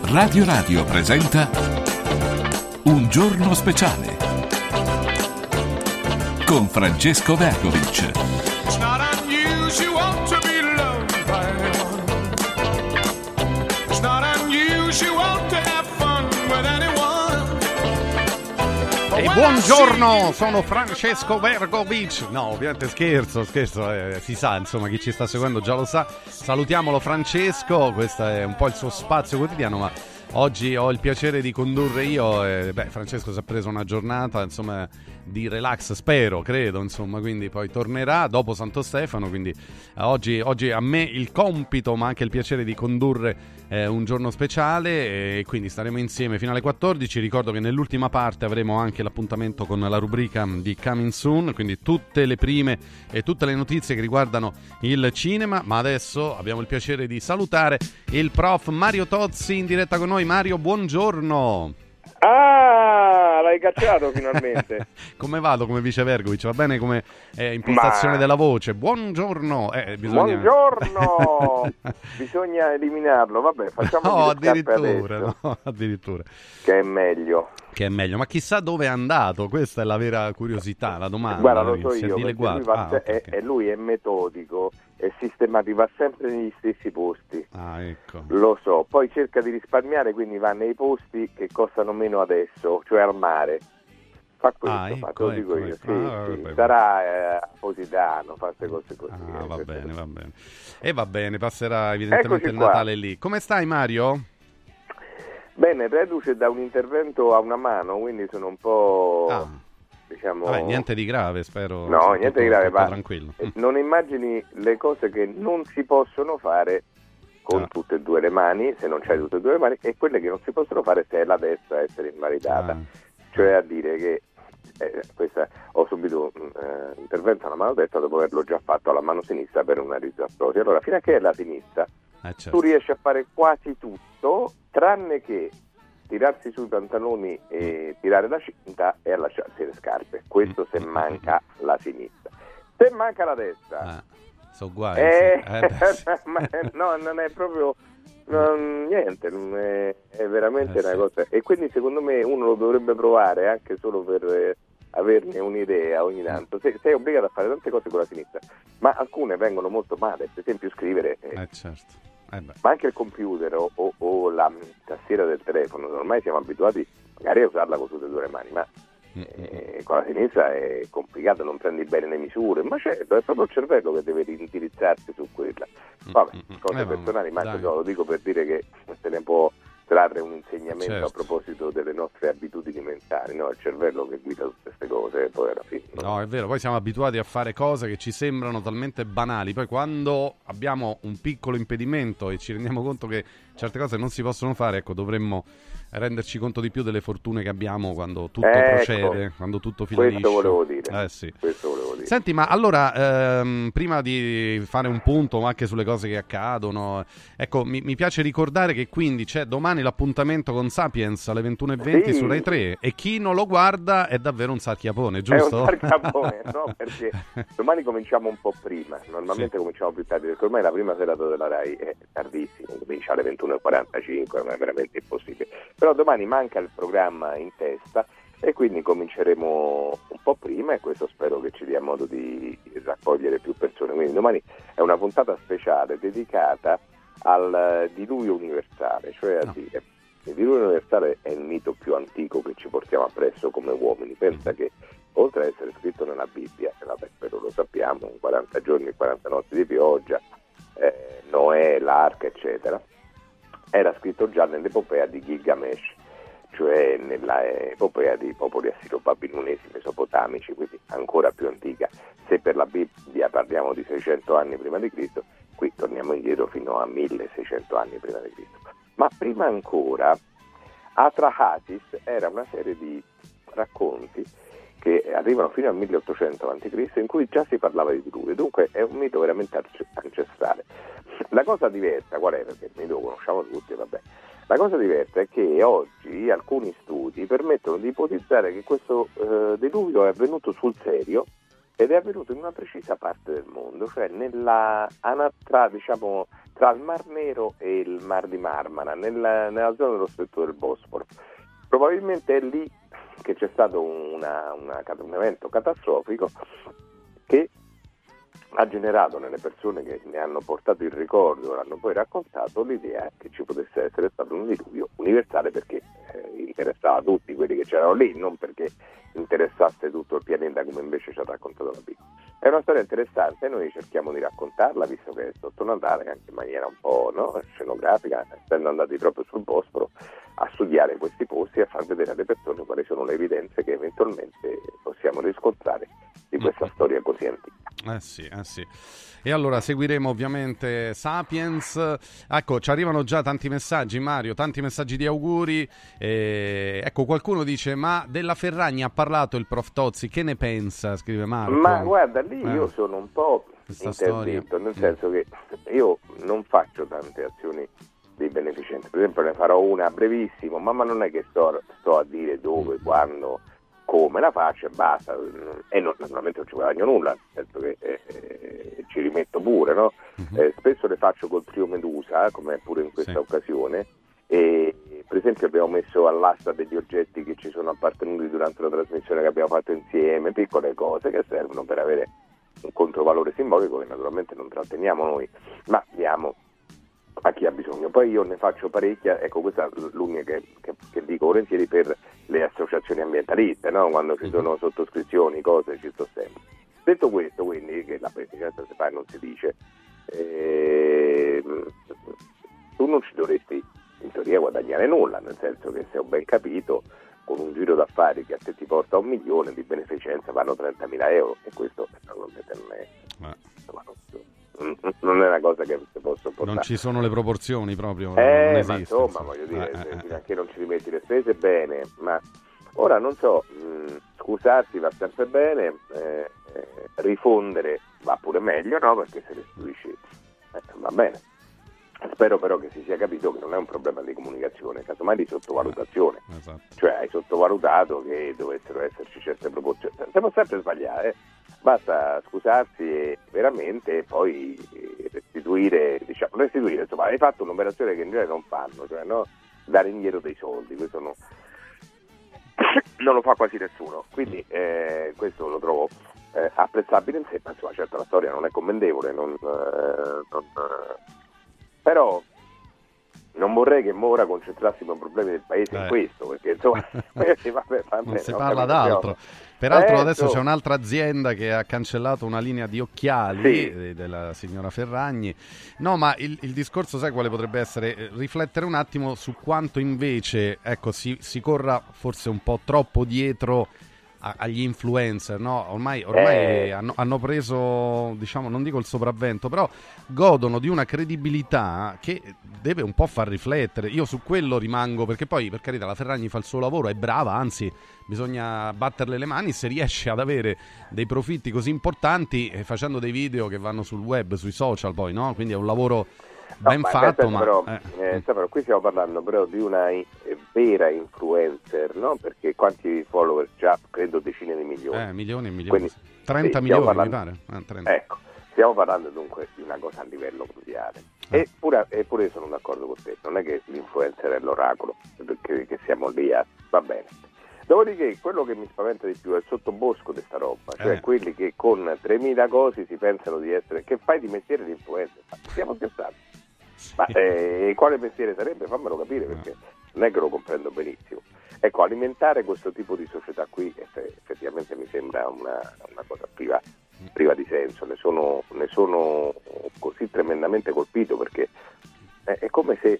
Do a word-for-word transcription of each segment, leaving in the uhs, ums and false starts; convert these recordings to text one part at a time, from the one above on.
Radio Radio presenta Un giorno speciale con Francesco Vergovic. E buongiorno, sono Francesco Vergovic. No, ovviamente scherzo, scherzo, eh, si sa, insomma, chi ci sta seguendo già lo sa. Salutiamolo Francesco, questo è un po' il suo spazio quotidiano, ma oggi ho il piacere di condurre io. E, beh, Francesco si è preso una giornata, insomma, di relax, spero, credo, insomma, quindi poi tornerà dopo Santo Stefano, quindi eh, oggi, oggi a me il compito, ma anche il piacere di condurre eh, un giorno speciale, e quindi staremo insieme fino alle quattordici. Ricordo che nell'ultima parte avremo anche l'appuntamento con la rubrica di Coming Soon, quindi tutte le prime e tutte le notizie che riguardano il cinema, ma adesso abbiamo il piacere di salutare il prof Mario Tozzi in diretta con noi. Mario, buongiorno. Ah, l'hai cacciato finalmente. Come vado come vice Vergovic? Va bene come eh, impostazione Ma... della voce? Buongiorno. Eh, bisogna... Buongiorno. Bisogna eliminarlo. Vabbè, facciamo no, addirittura, no, addirittura. Che è meglio. Che è meglio. Ma chissà dove è andato? Questa è la vera curiosità, la domanda. Guarda, lo so io, perché lui, va ah, se- okay, è, okay. lui è metodico, è sistematico, va sempre negli stessi posti. Ah, ecco. Lo so. Poi cerca di risparmiare, quindi va nei posti che costano meno adesso, cioè al mare. Fa questo, ah, ecco, fa, te lo ecco, dico io. ecco. Sì, Ah, sì. vabbè, Sarà eh, Positano, fa queste cose così. Ah, eh, va bene, cose. va bene. E va bene, passerà evidentemente Eccoci il qua. Natale lì. Come stai, Mario? Bene, reduce da un intervento a una mano, quindi sono un po', Ah. diciamo... Vabbè, niente di grave, spero. No, niente tutto, di grave, tutto ma tranquillo. non immagini le cose che non si possono fare con Ah. tutte e due le mani, se non c'hai tutte e due le mani, e quelle che non si possono fare se è la destra a essere invalidata. Ah. Cioè a dire che eh, questa, ho subito un eh, intervento alla mano destra dopo averlo già fatto alla mano sinistra per una rizzostosi. Allora, fino a che è la sinistra, Eh, certo. tu riesci a fare quasi tutto, tranne che tirarsi sui pantaloni e tirare la cinta e allacciarsi le scarpe. Questo se manca la sinistra. Se manca la destra, Ah, so guai. eh, sì. eh, beh, sì. ma no, non è proprio non, niente, non è, è veramente Eh, una sì. cosa. E quindi secondo me uno lo dovrebbe provare anche solo per eh, averne un'idea ogni tanto. Se, sei obbligato a fare tante cose con la sinistra, ma alcune vengono molto male, per esempio scrivere. eh, Eh, certo. Eh, beh. ma anche il computer o, o, o la tastiera del telefono, ormai siamo abituati magari a usarla con tutte e due le mani, ma eh, con la sinistra è complicato, non prendi bene le misure, ma certo, è proprio il cervello che deve indirizzarsi su quella. Vabbè, cose Eh, personali, ma dai. lo dico per dire che se ne può trarre un insegnamento Certo. a proposito delle nostre abitudini mentali, no? Il cervello che guida tutte queste cose e poi alla fine no? No, è vero, poi siamo abituati a fare cose che ci sembrano talmente banali, poi quando abbiamo un piccolo impedimento e ci rendiamo conto che certe cose non si possono fare, ecco, dovremmo renderci conto di più delle fortune che abbiamo quando tutto Ecco, procede, quando tutto fila questo liscio. volevo dire. Eh sì. Questo volevo dire. Senti, ma allora, ehm, prima di fare un punto anche sulle cose che accadono, ecco, mi, mi piace ricordare che quindi c'è domani l'appuntamento con Sapiens alle ventuno e venti Sì. su Rai tre, e chi non lo guarda è davvero un sarchiapone, È giusto? un sarcapone, no? Perché domani cominciamo un po' prima, normalmente Sì. cominciamo più tardi, perché ormai la prima serata della Rai è tardissimo, comincia alle ventuno e quarantacinque, ma è veramente impossibile. Però domani manca il programma in testa e quindi cominceremo un po' prima, e questo spero che ci dia modo di raccogliere più persone. Quindi domani è una puntata speciale dedicata al diluvio universale, cioè a No. dire, il diluvio universale è il mito più antico che ci portiamo appresso come uomini. Pensa che oltre ad essere scritto nella Bibbia, e vabbè, quello lo sappiamo, quaranta giorni e quaranta notti di pioggia, eh, Noè, l'arca, eccetera, era scritto già nell'epopea di Gilgamesh, cioè nella epopea dei popoli assiro-babilonesi mesopotamici, quindi ancora più antica. Se per la Bibbia parliamo di seicento anni prima di Cristo, qui torniamo indietro fino a milleseicento anni prima di Cristo. Ma prima ancora, Atrahasis era una serie di racconti che arrivano fino al milleottocento avanti Cristo, in cui già si parlava di diluvio. Dunque è un mito veramente ancestrale. La cosa diversa qual è? Perché il mito lo conosciamo tutti, vabbè. La cosa diversa è che oggi alcuni studi permettono di ipotizzare che questo eh, diluvio è avvenuto sul serio ed è avvenuto in una precisa parte del mondo, cioè nella, tra, diciamo, tra il Mar Nero e il Mar di Marmara, nella, nella zona dello Stretto del Bosforo. Probabilmente è lì che c'è stato una, una, un evento catastrofico che ha generato nelle persone che ne hanno portato il ricordo, l'hanno poi raccontato, l'idea che ci potesse essere stato un diluvio universale, perché eh, interessava a tutti quelli che c'erano lì, non perché interessasse tutto il pianeta come invece ci ha raccontato la Bibbia. È una storia interessante, noi cerchiamo di raccontarla, visto che è sotto Natale, anche in maniera un po', no, scenografica, essendo andati proprio sul Bosforo a studiare questi posti e a far vedere alle persone quali sono le evidenze che eventualmente possiamo riscontrare di questa storia così antica. Eh sì, eh sì. E allora seguiremo ovviamente Sapiens. Ecco, ci arrivano già tanti messaggi, Mario, tanti messaggi di auguri. E, ecco, qualcuno dice: ma della Ferragni ha parlato il prof Tozzi, che ne pensa? Scrive Marco. Ma guarda, lì eh. io sono un po' Questa interdetto, storia. nel senso che io non faccio tante azioni di beneficenza. Per esempio ne farò una brevissimo, ma, ma non è che sto, sto a dire dove, quando, come la faccio e basta, e non, naturalmente non ci guadagno nulla, nel senso che eh, eh, ci rimetto pure, no? Uh-huh. Eh, spesso le faccio col trio Medusa, come pure in questa sì. occasione, e per esempio abbiamo messo all'asta degli oggetti che ci sono appartenuti durante la trasmissione che abbiamo fatto insieme, piccole cose che servono per avere un controvalore simbolico che naturalmente non tratteniamo noi, ma diamo a chi ha bisogno. Poi io ne faccio parecchia, ecco, questa è l'unica che, che, che dico volentieri per le associazioni ambientaliste, no? Quando ci sono sottoscrizioni, cose, ci sto sempre. Detto questo, quindi, che la beneficenza si fa e non si dice, eh, tu non ci dovresti in teoria guadagnare nulla, nel senso che, se ho ben capito, con un giro d'affari che a te ti porta a un milione, di beneficenza vanno trentamila euro, e questo naturalmente non è... non è una cosa che posso portare. Non ci sono le proporzioni proprio, eh, non ma esiste, insomma, insomma. voglio dire, eh, eh, fino a che non ci rimetti le spese, bene, ma ora non so, mh, scusarsi va sempre bene, eh, eh, rifondere va pure meglio, no? Perché se restituisci eh, va bene. Spero però che si sia capito che non è un problema di comunicazione, casomai di sottovalutazione. Eh, esatto. Cioè hai sottovalutato che dovessero esserci certe proporzioni. Siamo sempre sbagliati, eh? Basta scusarsi e veramente, e poi restituire, diciamo, restituire, insomma, hai fatto un'operazione che in genere non fanno, cioè, no? Dare indietro dei soldi, questo no, non lo fa quasi nessuno, quindi eh, questo lo trovo eh, apprezzabile in sé, ma insomma, certo la storia non è commendevole, non, eh, non, eh, però non vorrei che ora concentrassimo i problemi del paese eh. in questo, perché insomma vabbè, vabbè, non si no, parla d'altro. Peraltro eh, adesso so. c'è un'altra azienda che ha cancellato una linea di occhiali sì. della signora Ferragni. No, ma il, il discorso, sai quale potrebbe essere? Riflettere un attimo su quanto invece, ecco, si, si corra forse un po' troppo dietro a, agli influencer, no? Ormai, ormai eh. hanno, hanno preso, diciamo, non dico il sopravvento, però godono di una credibilità che deve un po' far riflettere. Io su quello rimango, perché poi, per carità, la Ferragni fa il suo lavoro, è brava, anzi bisogna batterle le mani se riesce ad avere dei profitti così importanti eh, facendo dei video che vanno sul web, sui social poi, no? Quindi è un lavoro ben no, fatto, ma... Però, eh. eh, però qui stiamo parlando però di una eh, vera influencer, no? Perché quanti follower già? Credo decine di milioni. Eh, milioni e milioni. Quindi, trenta sì, milioni parlando, mi pare. Eh, trenta. Ecco, stiamo parlando dunque di una cosa a livello mondiale. Eh. Eppure, eppure io sono d'accordo con te, non è che l'influencer è l'oracolo, perché che siamo lì a... va bene. Dopodiché quello che mi spaventa di più è il sottobosco di sta roba, cioè eh. quelli che con tremila cose si pensano di essere, che fai di mestiere di influencer? Stiamo scherzando? Sì. Ma eh, quale mestiere sarebbe? Fammelo capire, perché non è che lo comprendo benissimo. Ecco, alimentare questo tipo di società qui effettivamente mi sembra una, una cosa priva, priva di senso, ne sono, ne sono così tremendamente colpito, perché è, è come se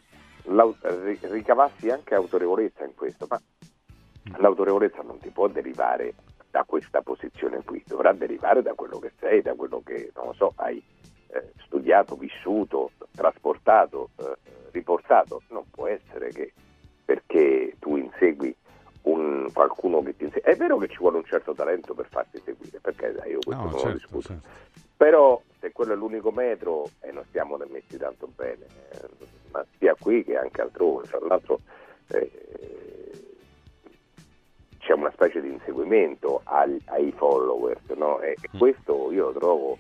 ricavassi anche autorevolezza in questo, ma l'autorevolezza non ti può derivare da questa posizione qui, dovrà derivare da quello che sei, da quello che, non lo so, hai eh, studiato, vissuto, trasportato, eh, riportato. Non può essere che perché tu insegui un, qualcuno che ti insegui, è vero che ci vuole un certo talento per farti seguire, perché dai, io questo no, non certo, lo discuto, certo. Però se quello è l'unico metro e eh, non stiamo messi tanto bene, eh, ma sia qui che anche altrove, tra l'altro eh, c'è una specie di inseguimento ai, ai followers, no? E, e questo io lo trovo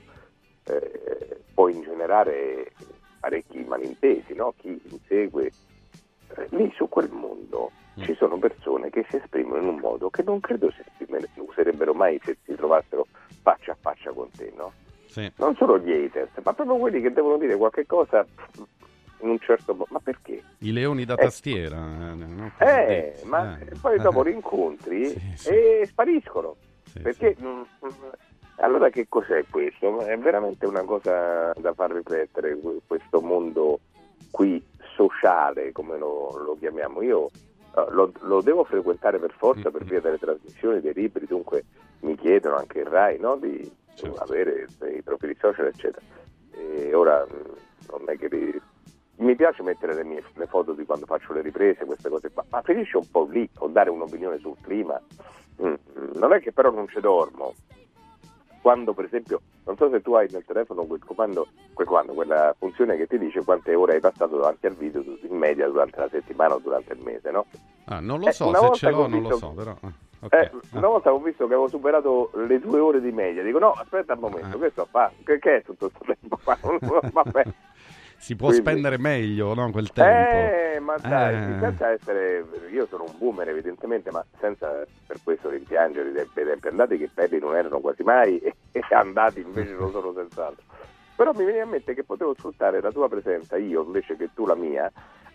eh, può ingenerare parecchi malintesi, no? Chi insegue eh, lì su quel mondo ci sono persone che si esprimono in un modo che non credo si userebbero mai se si trovassero faccia a faccia con te, no? Sì. Non solo gli haters, ma proprio quelli che devono dire qualche cosa in un certo modo. Ma perché? I leoni da eh. tastiera. No? Eh, ma eh. poi dopo li incontri sì, sì. e spariscono. Sì, perché sì. Mh, allora che cos'è questo? È veramente una cosa da far riflettere, questo mondo qui sociale, come lo, lo chiamiamo. Io Lo, lo devo frequentare per forza per via delle trasmissioni, dei libri, dunque mi chiedono anche il Rai, no, di certo. avere dei profili social eccetera, e ora non è che li... mi piace mettere le mie le foto di quando faccio le riprese, queste cose qua, ma finisce un po' lì, o dare un'opinione sul clima. mm, non è che però non ci dormo quando, per esempio, non so se tu hai nel telefono quel comando, quel comando, quella funzione che ti dice quante ore hai passato davanti al video in media durante la settimana o durante il mese, no? Ah, non lo so, eh, se ce l'ho non lo so, però... Okay. Eh, una volta ho visto che avevo superato le due ore di media, dico no, aspetta un momento, ah. questo fa, che, che è tutto questo tempo fa? Vabbè. Si può Quindi, spendere meglio, no, quel tempo. Eh, ma dai, eh. senza essere, io sono un boomer evidentemente, ma senza per questo rimpiangere i tempi, tempi andati, che belli non erano quasi mai e, e andati invece lo sono senz'altro. Però mi viene a mente che potevo sfruttare la tua presenza, io invece che tu la mia,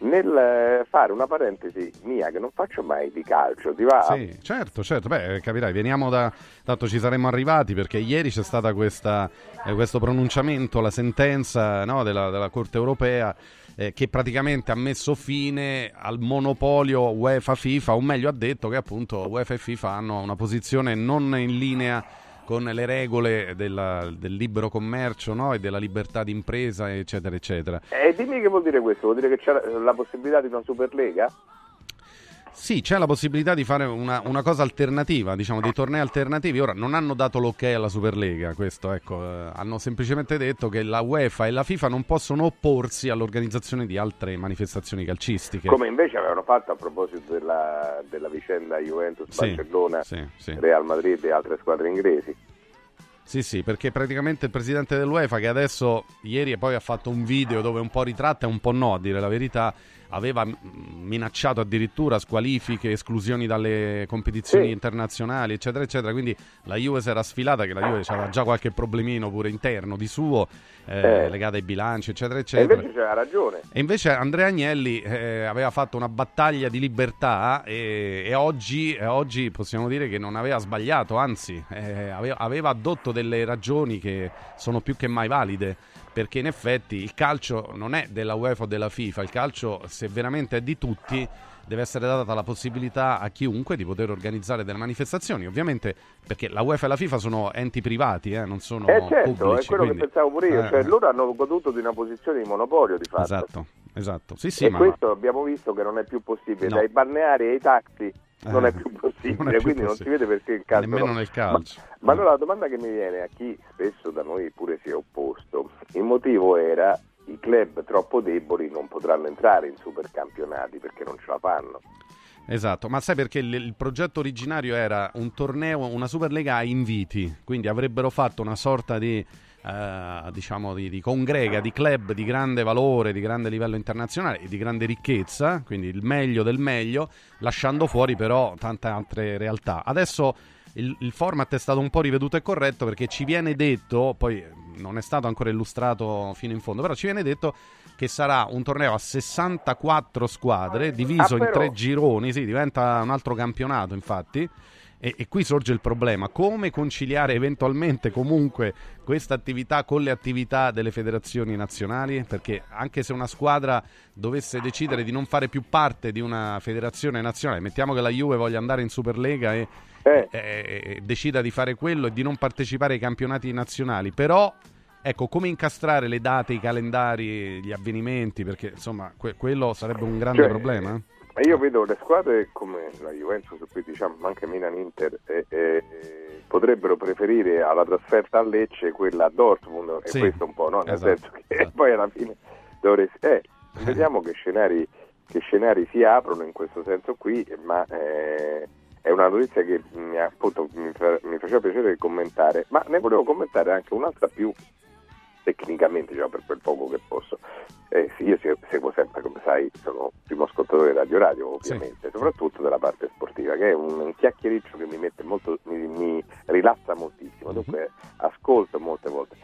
nel fare una parentesi mia che non faccio mai di calcio, ti va? Sì, certo, certo, beh, capirai, veniamo da, tanto ci saremmo arrivati perché ieri c'è stata questa, eh, questo pronunciamento, la sentenza, no, della, della Corte Europea eh, che praticamente ha messo fine al monopolio UEFA-FIFA, o meglio ha detto che appunto UEFA e FIFA hanno una posizione non in linea con le regole della, del libero commercio, no? E della libertà d'impresa, eccetera, eccetera. E dimmi che vuol dire questo? Vuol dire che c'è la possibilità di una Superlega? Sì, c'è la possibilità di fare una, una cosa alternativa, diciamo, dei tornei alternativi. Ora non hanno dato l'ok alla Superlega, questo, ecco, eh, hanno semplicemente detto che la UEFA e la FIFA non possono opporsi all'organizzazione di altre manifestazioni calcistiche. Come invece avevano fatto a proposito della, della vicenda Juventus, sì, Barcellona, sì, sì. Real Madrid e altre squadre inglesi. Sì, sì, perché praticamente il presidente dell'UEFA, che adesso ieri poi ha fatto un video dove un po' ritratta e un po' no, a dire la verità, aveva minacciato addirittura squalifiche, esclusioni dalle competizioni sì. internazionali, eccetera, eccetera. Quindi la Juve si era sfilata, che la Juve aveva già qualche problemino pure interno di suo, eh, eh. legato ai bilanci, eccetera, eccetera. E invece c'era ragione. E invece Andrea Agnelli eh, aveva fatto una battaglia di libertà e, e oggi, e oggi possiamo dire che non aveva sbagliato, anzi eh, aveva, aveva addotto delle ragioni che sono più che mai valide, perché in effetti il calcio non è della UEFA o della FIFA, il calcio, se veramente è di tutti, deve essere data la possibilità a chiunque di poter organizzare delle manifestazioni, ovviamente, perché la UEFA e la FIFA sono enti privati, eh, non sono eh certo, pubblici. È quello quindi, che pensavo pure io, eh, cioè loro hanno goduto di una posizione di monopolio di fatto. Esatto, esatto. Sì, sì, e ma questo abbiamo visto che non è più possibile, no. dai balneari ai taxi non eh, è più possibile, non è più quindi possibile. Non si vede perché il calcio nemmeno no. nel calcio. Ma, ma allora la domanda che mi viene a chi spesso da noi pure si è opposto, il motivo era i club troppo deboli non potranno entrare in supercampionati perché non ce la fanno. Esatto, ma sai perché il, il progetto originario era un torneo, una Superlega a inviti, quindi avrebbero fatto una sorta di eh, diciamo di, di congrega di club di grande valore, di grande livello internazionale e di grande ricchezza, quindi il meglio del meglio, lasciando fuori però tante altre realtà. Adesso il, il format è stato un po' riveduto e corretto, perché ci viene detto, poi non è stato ancora illustrato fino in fondo, però ci viene detto che sarà un torneo a sessantaquattro squadre diviso ah, in tre gironi, sì, diventa un altro campionato infatti, e, e qui sorge il problema: come conciliare eventualmente comunque questa attività con le attività delle federazioni nazionali, perché anche se una squadra dovesse decidere di non fare più parte di una federazione nazionale, mettiamo che la Juve voglia andare in Superlega e, eh. e, e decida di fare quello e di non partecipare ai campionati nazionali, però ecco, come incastrare le date, i calendari, gli avvenimenti, perché insomma que- quello sarebbe un grande cioè, problema. Ma io vedo le squadre come la Juventus, qui diciamo anche Milan, Inter, eh, eh, potrebbero preferire alla trasferta a Lecce quella a Dortmund, sì, e questo un po', no? Nel esatto, senso che esatto. poi alla fine dovresti... Eh, vediamo che scenari, che scenari si aprono in questo senso qui, ma... Eh, è una notizia che mi, appunto, mi, fa, mi faceva piacere commentare, ma ne volevo commentare anche un'altra più tecnicamente, diciamo, per quel poco che posso. Eh, sì, io seguo sempre, come sai, sono primo ascoltatore di Radio Radio, ovviamente, sì, soprattutto della parte sportiva, che è un, un chiacchiericcio che mi mette molto, mi, mi rilassa moltissimo, mm-hmm. Dunque ascolto molte volte.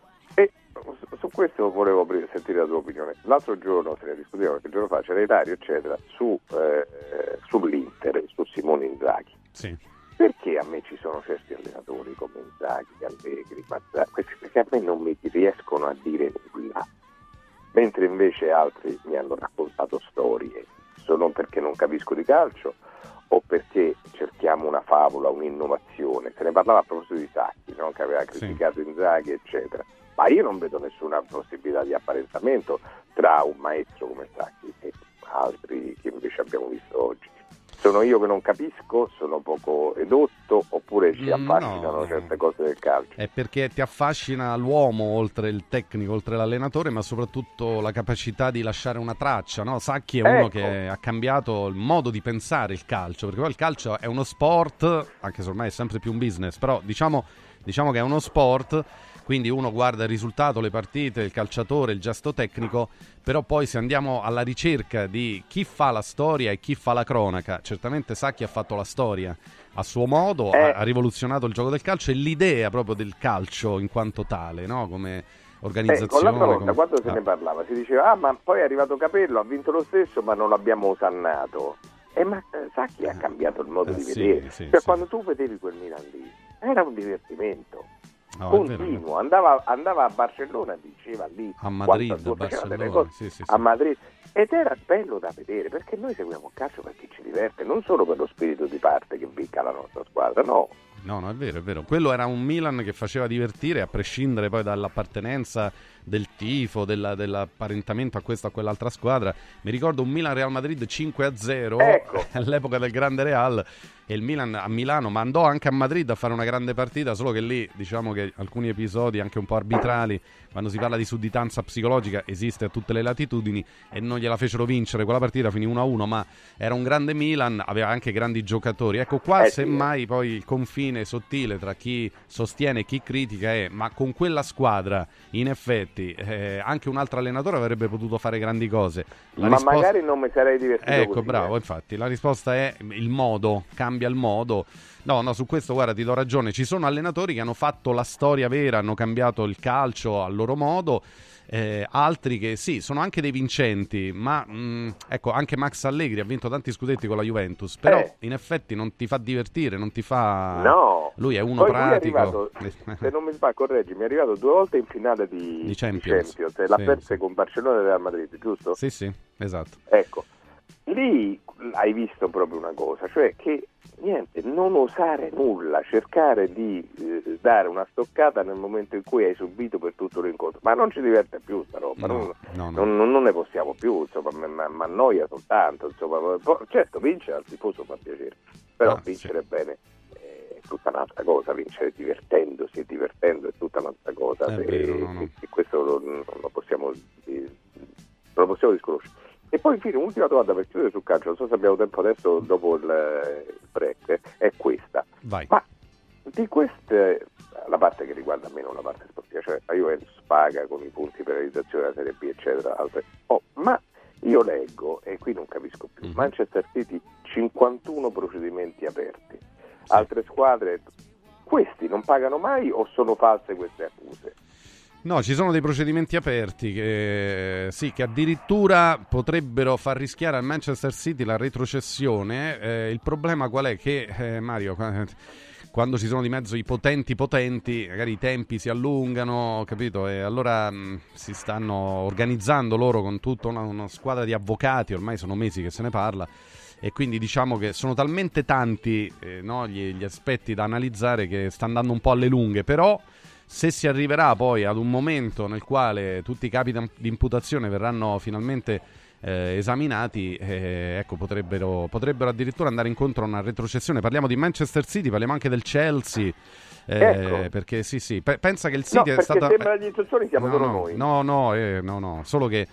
E su, su questo volevo sentire la tua opinione. L'altro giorno se ne discuteva, qualche giorno fa, c'era Ilario, eccetera, su eh, sull'Inter, su Simone Inzaghi. Sì. Perché a me ci sono certi allenatori come Inzaghi, Allegri, Mazzarri, questi perché a me non mi riescono a dire nulla, mentre invece altri mi hanno raccontato storie, sono perché non capisco di calcio o perché cerchiamo una favola, un'innovazione. Se ne parlava a proposito di Sacchi, no? Che aveva criticato sì. Inzaghi, eccetera. Ma io non vedo nessuna possibilità di apparentamento tra un maestro come Sacchi e altri che invece abbiamo visto oggi. Sono io che non capisco, sono poco edotto, oppure ci affascinano no, certe cose del calcio? È perché ti affascina l'uomo, oltre il tecnico, oltre l'allenatore, ma soprattutto la capacità di lasciare una traccia, no? Sacchi è uno ecco. che ha cambiato il modo di pensare il calcio, perché poi il calcio è uno sport, anche se ormai è sempre più un business, però diciamo, diciamo che è uno sport. Quindi uno guarda il risultato, le partite, il calciatore, il gesto tecnico, però poi se andiamo alla ricerca di chi fa la storia e chi fa la cronaca, certamente Sacchi ha fatto la storia a suo modo, eh. ha rivoluzionato il gioco del calcio e l'idea proprio del calcio in quanto tale, no? Come organizzazione. Eh, con l'altra volta, come... quando se ah. ne parlava, si diceva, ah ma poi è arrivato Capello, ha vinto lo stesso, ma non l'abbiamo osannato. Eh, ma eh, Sacchi ha cambiato il modo eh, di sì, vedere. Sì, cioè sì. Quando tu vedevi quel Milan lì, era un divertimento. No, continuo, andava, andava a Barcellona, diceva lì a Madrid, a Barcellona, sì, sì, sì. a Madrid, ed era bello da vedere, perché noi seguiamo il calcio perché ci diverte, non solo per lo spirito di parte che vinca la nostra squadra, no. No, no, è vero, è vero. Quello era un Milan che faceva divertire, a prescindere poi dall'appartenenza del tifo, della, dell'apparentamento a questa o a quell'altra squadra. Mi ricordo un Milan-Real Madrid cinque a zero, ecco. all'epoca del grande Real, e il Milan a Milano mandò anche a Madrid a fare una grande partita, solo che lì diciamo che alcuni episodi anche un po' arbitrali, quando si parla di sudditanza psicologica, esiste a tutte le latitudini, e non gliela fecero vincere quella partita, finì uno a uno, ma era un grande Milan, aveva anche grandi giocatori. Ecco qua, eh, semmai sì. poi il confine sottile tra chi sostiene e chi critica è, ma con quella squadra in effetti eh, anche un altro allenatore avrebbe potuto fare grandi cose. La ma risposta... magari non mi sarei divertito ecco così, bravo eh. Infatti la risposta è il modo, cambia il modo. No, no, su questo guarda ti do ragione, ci sono allenatori che hanno fatto la storia vera, hanno cambiato il calcio al loro modo, eh, altri che sì, sono anche dei vincenti, ma mh, ecco, anche Max Allegri ha vinto tanti scudetti con la Juventus, però eh. in effetti non ti fa divertire, non ti fa... No, lui è uno poi pratico. Lui è arrivato, se non mi sbaglio, correggi, mi è arrivato due volte in finale di, di Champions, di Champions, l'ha sì, persa sì. con Barcellona e Real Madrid, giusto? Sì, sì, esatto. Ecco, lì hai visto proprio una cosa, cioè che niente, non osare nulla, cercare di eh, dare una stoccata nel momento in cui hai subito per tutto l'incontro, ma non ci diverte più sta roba, no, non, no, no. Non, non ne possiamo più, insomma, ma, ma annoia soltanto, insomma, certo vincere al tifoso fa piacere, però ah, vincere sì. bene è tutta un'altra cosa, vincere divertendosi e divertendo è tutta un'altra cosa, è e, vero, no, no. e, e questo lo, non lo possiamo non lo possiamo disconoscere. E poi infine un'ultima domanda per chiudere sul calcio, non so se abbiamo tempo adesso dopo il, il break, è questa. Vai. Ma di queste, la parte che riguarda a me, non la parte sportiva, cioè la Juventus paga con i punti per la realizzazione della Serie B, eccetera, altre. Oh, ma io leggo, e qui non capisco più, mm-hmm. Manchester City cinquantuno procedimenti aperti, sì. Altre squadre, questi non pagano mai o sono false queste accuse? No, ci sono dei procedimenti aperti che, sì, che addirittura potrebbero far rischiare al Manchester City la retrocessione. Eh, il problema qual è? Che, eh, Mario, quando ci sono di mezzo i potenti potenti, magari i tempi si allungano, capito? E allora mh, si stanno organizzando loro con tutta una, una squadra di avvocati, ormai sono mesi che se ne parla, e quindi diciamo che sono talmente tanti eh, no, gli, gli aspetti da analizzare che sta andando un po' alle lunghe, però... Se si arriverà poi ad un momento nel quale tutti i capi di imputazione verranno finalmente eh, esaminati, eh, ecco, potrebbero, potrebbero addirittura andare incontro a una retrocessione. Parliamo di Manchester City, parliamo anche del Chelsea, eh, ecco. perché sì, sì, pe- pensa che il City no, è stata... No, perché sembra gli istruzioni siamo no, solo no, noi. No, no, eh, no, no, solo che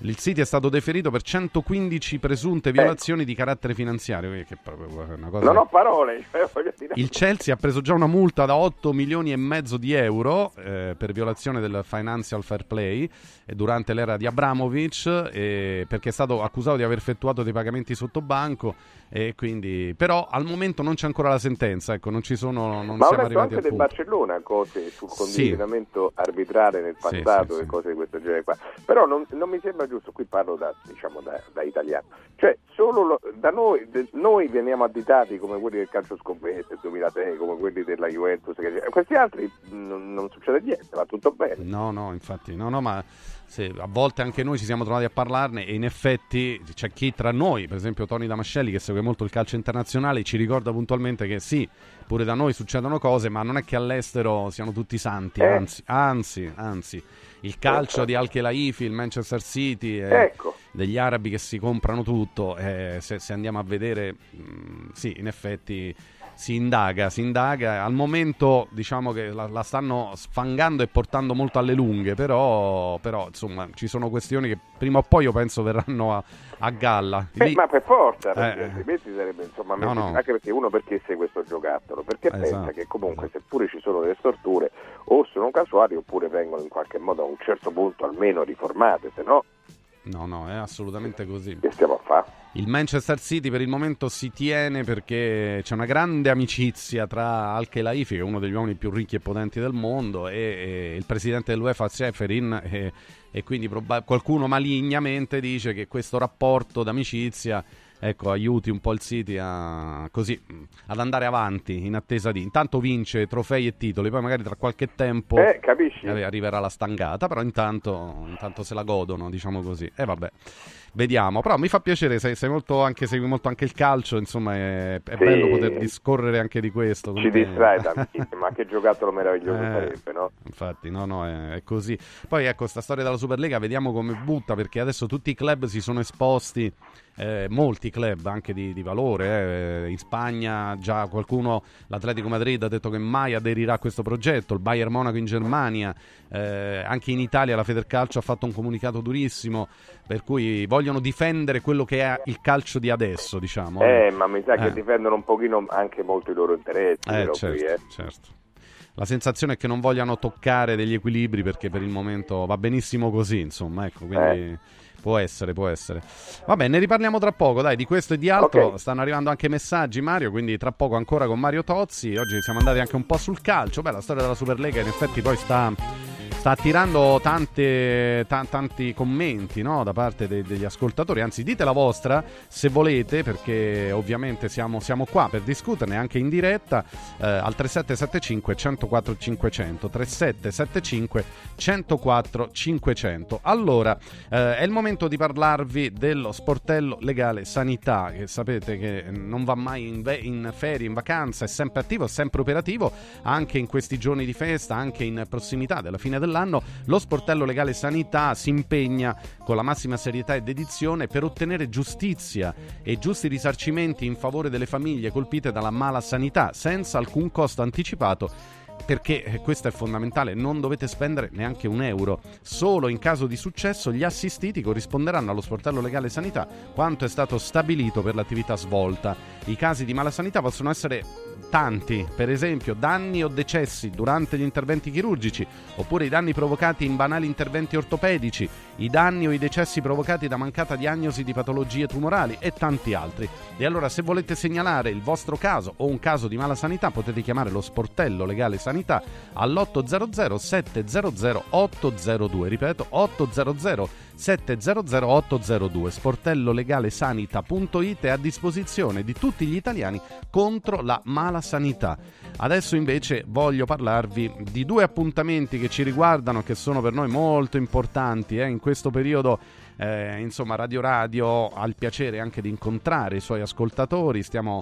Il City è stato deferito per centoquindici presunte violazioni eh. di carattere finanziario, che è proprio una cosa... Non ho parole. Cioè, voglio dire... Il Chelsea ha preso già una multa da otto milioni e mezzo di euro eh, per violazione del Financial Fair Play eh, durante l'era di Abramovich, eh, perché è stato accusato di aver effettuato dei pagamenti sotto banco, e quindi però al momento non c'è ancora la sentenza, ecco, non ci sono, non ma siamo ho letto arrivati anche del Barcellona cose sul condizionamento sì. arbitrale nel passato, sì, sì, e cose di questo genere qua, però non, non mi sembra giusto. Qui parlo da, diciamo, da, da italiano, cioè solo lo, da noi de, noi veniamo additati come quelli del calcio scommesse del duemilasei, come quelli della Juventus, che, questi altri non, non succede niente, va tutto bene. No, no, infatti, no, no, ma se, a volte anche noi ci siamo trovati a parlarne, e in effetti c'è chi tra noi, per esempio Tony Damascelli, che segue molto il calcio internazionale, ci ricorda puntualmente che sì, pure da noi succedono cose, ma non è che all'estero siano tutti santi, eh. anzi, anzi, anzi. Il calcio di Al-Khelaifi, il Manchester City, eh, ecco. degli arabi che si comprano tutto, eh, se, se andiamo a vedere, mh, sì, in effetti si indaga, si indaga. Al momento diciamo che la, la stanno sfangando e portando molto alle lunghe, però, però insomma ci sono questioni che prima o poi io penso verranno a, a galla. Eh, Lì... ma per forza, perché eh, altrimenti sarebbe insomma no, no. anche perché uno perché segue questo giocattolo, perché esatto. pensa che comunque seppure ci sono delle storture o sono casuali oppure vengono in qualche modo a un certo punto almeno riformate, se no no no è assolutamente così. Che stiamo a fare? Il Manchester City per il momento si tiene perché c'è una grande amicizia tra Al-Khelaifi, che è uno degli uomini più ricchi e potenti del mondo, e, e il presidente dell'UEFA Ceferin, e, e quindi proba- qualcuno malignamente dice che questo rapporto d'amicizia, ecco, aiuti un po' il City a, così, ad andare avanti in attesa di... Intanto vince trofei e titoli, poi magari tra qualche tempo eh, capisci? arriverà la stangata, però intanto, intanto se la godono, diciamo così. E vabbè, vediamo. Però mi fa piacere, sei, sei molto anche, segui molto anche il calcio, insomma è, è sì. bello poter discorrere anche di questo. Ci distrae tantissimo, ma che giocattolo meraviglioso eh, sarebbe, no? Infatti, no, no, è, è così. Poi ecco, sta storia della Superlega, vediamo come butta, perché adesso tutti i club si sono esposti. Eh, molti club anche di, di valore, eh. In Spagna già qualcuno, l'Atletico Madrid ha detto che mai aderirà a questo progetto, il Bayern Monaco in Germania, eh, anche in Italia la Federcalcio ha fatto un comunicato durissimo, per cui vogliono difendere quello che è il calcio di adesso, diciamo. Eh, ma mi sa eh. che difendono un pochino anche molto i loro interessi, eh, però certo, qui, eh. certo. La sensazione è che non vogliano toccare degli equilibri, perché per il momento va benissimo così, insomma, ecco, quindi eh. può essere, può essere. Vabbè, ne riparliamo tra poco, dai, di questo e di altro. Okay. Stanno arrivando anche messaggi, Mario, quindi tra poco ancora con Mario Tozzi. Oggi siamo andati anche un po' sul calcio. Beh, la storia della Superlega in effetti poi sta... sta attirando tante, t- tanti commenti, no? Da parte de- degli ascoltatori, anzi dite la vostra se volete, perché ovviamente siamo, siamo qua per discuterne anche in diretta, eh, al tre sette sette cinque uno zero quattro cinquecento, tre sette sette cinque uno zero quattro cinquecento. Allora, eh, è il momento di parlarvi dello sportello legale sanità, che sapete che non va mai in, ve- in ferie, in vacanza, è sempre attivo, è sempre operativo, anche in questi giorni di festa, anche in prossimità della fine dell'anno. Lo sportello legale sanità si impegna con la massima serietà e dedizione per ottenere giustizia e giusti risarcimenti in favore delle famiglie colpite dalla mala sanità, senza alcun costo anticipato, perché questo è fondamentale, non dovete spendere neanche un euro. Solo in caso di successo gli assistiti corrisponderanno allo sportello legale sanità quanto è stato stabilito per l'attività svolta. I casi di malasanità possono essere tanti, per esempio danni o decessi durante gli interventi chirurgici, oppure i danni provocati in banali interventi ortopedici, i danni o i decessi provocati da mancata diagnosi di patologie tumorali e tanti altri. E allora, se volete segnalare il vostro caso o un caso di malasanità, potete chiamare lo sportello legale sanità all'otto zero zero sette zero zero otto zero due, ripeto otto zero zero sette zero zero otto zero due. sportello legale sanità punto it è a disposizione di tutti gli italiani contro la malasanità. Adesso invece voglio parlarvi di due appuntamenti che ci riguardano, che sono per noi molto importanti eh, in questo periodo. Eh, insomma, Radio Radio ha il piacere anche di incontrare i suoi ascoltatori, stiamo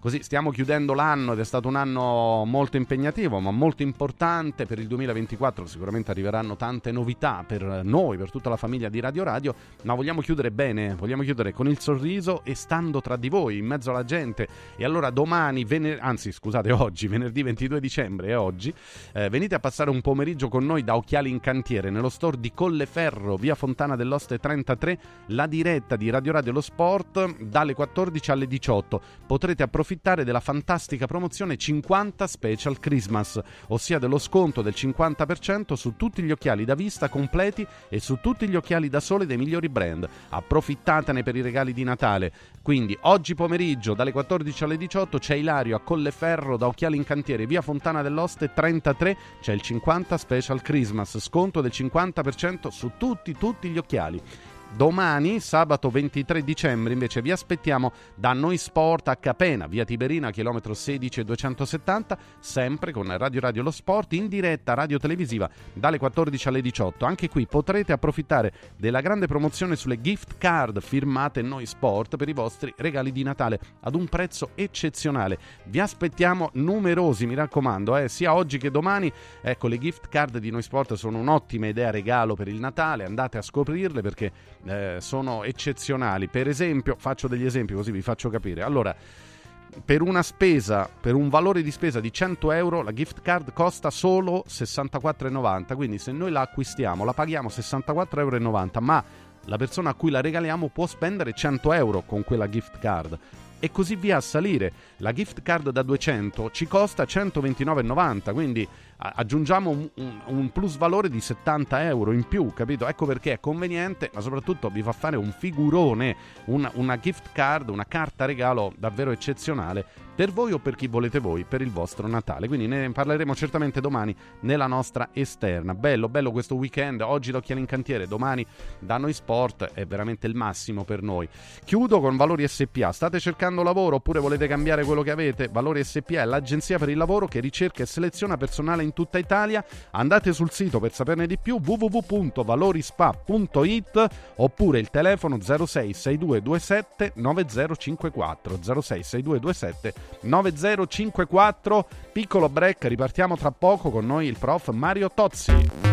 così stiamo chiudendo l'anno ed è stato un anno molto impegnativo ma molto importante. Per il duemilaventiquattro sicuramente arriveranno tante novità per noi, per tutta la famiglia di Radio Radio, ma vogliamo chiudere bene, vogliamo chiudere con il sorriso e stando tra di voi, in mezzo alla gente. E allora domani, vener- anzi scusate oggi, venerdì ventidue dicembre e oggi, eh, venite a passare un pomeriggio con noi da Occhiali in Cantiere, nello store di Colleferro, via Fontana dell'Oste trentatré, la diretta di Radio Radio Lo Sport dalle quattordici alle diciotto. Potrete approfittare della fantastica promozione cinquanta Special Christmas, ossia dello sconto del cinquanta per cento su tutti gli occhiali da vista completi e su tutti gli occhiali da sole dei migliori brand. Approfittatene per i regali di Natale. Quindi oggi pomeriggio dalle quattordici alle diciotto c'è Ilario a Colleferro da Occhiali in Cantiere, via Fontana dell'Oste trentatré, c'è il cinquanta Special Christmas, sconto del cinquanta per cento su tutti tutti gli occhiali. Domani, sabato ventitré dicembre, invece vi aspettiamo da Noi Sport a Capena, via Tiberina, chilometro sedici e duecentosettanta, sempre con Radio Radio Lo Sport, in diretta radio televisiva dalle quattordici alle diciotto. Anche qui potrete approfittare della grande promozione sulle gift card firmate Noi Sport per i vostri regali di Natale ad un prezzo eccezionale. Vi aspettiamo numerosi, mi raccomando, eh, sia oggi che domani. Ecco, le gift card di Noi Sport sono un'ottima idea regalo per il Natale, andate a scoprirle perché Eh, sono eccezionali. Per esempio, faccio degli esempi così vi faccio capire. Allora, per una spesa, per un valore di spesa di cento euro, la gift card costa solo sessantaquattro e novanta, quindi se noi la acquistiamo la paghiamo sessantaquattro e novanta euro, ma la persona a cui la regaliamo può spendere cento euro con quella gift card e così via a salire. La gift card da duecento ci costa centoventinove e novanta, quindi aggiungiamo un, un, un plus valore di settanta euro in più, capito? Ecco perché è conveniente, ma soprattutto vi fa fare un figurone, una, una gift card, una carta regalo davvero eccezionale per voi o per chi volete voi, per il vostro Natale. Quindi ne parleremo certamente domani nella nostra esterna. Bello, bello questo weekend, oggi l'Occhiali in Cantiere, domani da Noi Sport, è veramente il massimo per noi. Chiudo con Valori S P A. State cercando lavoro oppure volete cambiare quello che avete? Valori S P A è l'agenzia per il lavoro che ricerca e seleziona personale in tutta Italia. Andate sul sito per saperne di più, w w w punto valorispa punto i t, oppure il telefono zero sei sei due due sette nove zero cinque quattro zero sei sei due due sette nove zero cinque quattro. Piccolo break, ripartiamo tra poco con noi il prof Mario Tozzi.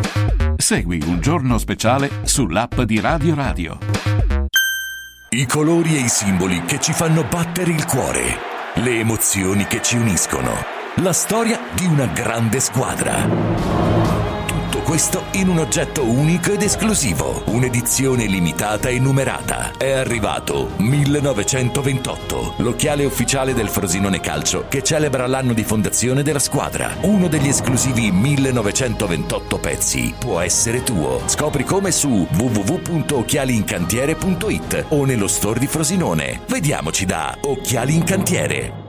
Segui Un Giorno Speciale sull'app di Radio Radio. I colori e i simboli che ci fanno battere il cuore, le emozioni che ci uniscono, la storia di una grande squadra. Tutto questo in un oggetto unico ed esclusivo, un'edizione limitata e numerata. È arrivato millenovecentoventotto, l'occhiale ufficiale del Frosinone Calcio che celebra l'anno di fondazione della squadra. Uno degli esclusivi millenovecentoventotto pezzi può essere tuo. Scopri come su w w w punto occhiali in cantiere punto i t o nello store di Frosinone. Vediamoci da Occhiali in Cantiere.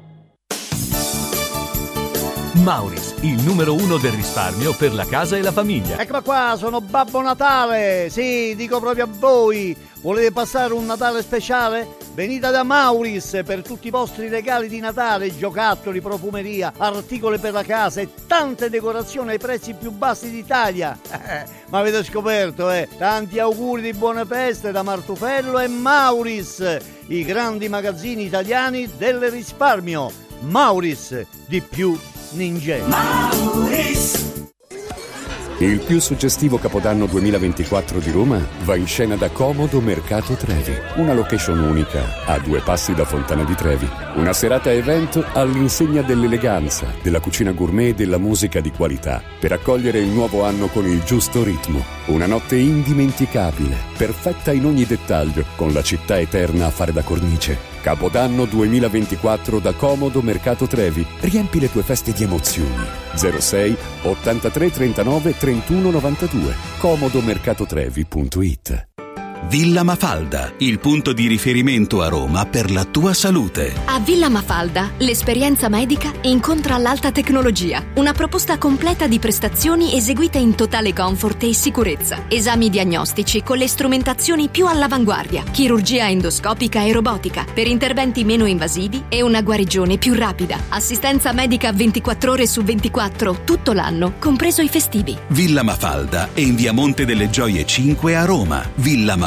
Mauris, il numero uno del risparmio per la casa e la famiglia. Eccola qua, sono Babbo Natale. Sì, dico proprio a voi. Volete passare un Natale speciale? Venite da Mauris per tutti i vostri regali di Natale, giocattoli, profumeria, articoli per la casa e tante decorazioni ai prezzi più bassi d'Italia. Ma avete scoperto, eh? Tanti auguri di buone feste da Martufello e Mauris, i grandi magazzini italiani del risparmio. Mauris, di più Ninja. Mauris. Il più suggestivo Capodanno duemilaventiquattro di Roma va in scena da Comodo Mercato Trevi, una location unica a due passi da Fontana di Trevi. Una serata evento all'insegna dell'eleganza, della cucina gourmet e della musica di qualità, per accogliere il nuovo anno con il giusto ritmo. Una notte indimenticabile, perfetta in ogni dettaglio, con la città eterna a fare da cornice. Capodanno duemilaventiquattro da Comodo Mercato Trevi. Riempi le tue feste di emozioni. zero sei ottantatré trentanove trentuno novantadue comodomercatotrevi punto i t. Villa Mafalda, il punto di riferimento a Roma per la tua salute. A Villa Mafalda, l'esperienza medica incontra l'alta tecnologia. Una proposta completa di prestazioni eseguite in totale comfort e sicurezza. Esami diagnostici con le strumentazioni più all'avanguardia. Chirurgia endoscopica e robotica per interventi meno invasivi e una guarigione più rapida. Assistenza medica ventiquattro ore su ventiquattro tutto l'anno, compreso i festivi. Villa Mafalda è in via Monte delle Gioie cinque a Roma. Villa Mafalda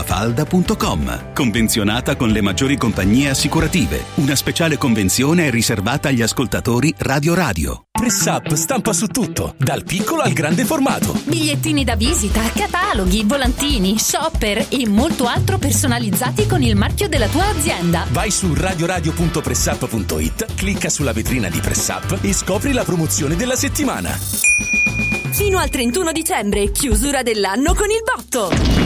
mafalda punto com. Convenzionata con le maggiori compagnie assicurative. Una speciale convenzione è riservata agli ascoltatori Radio Radio. Pressup stampa su tutto, dal piccolo al grande formato. Bigliettini da visita, cataloghi, volantini, shopper e molto altro personalizzati con il marchio della tua azienda. Vai su radioradio punto pressup punto it, clicca sulla vetrina di Pressup e scopri la promozione della settimana. Fino al trentuno dicembre, chiusura dell'anno con il botto.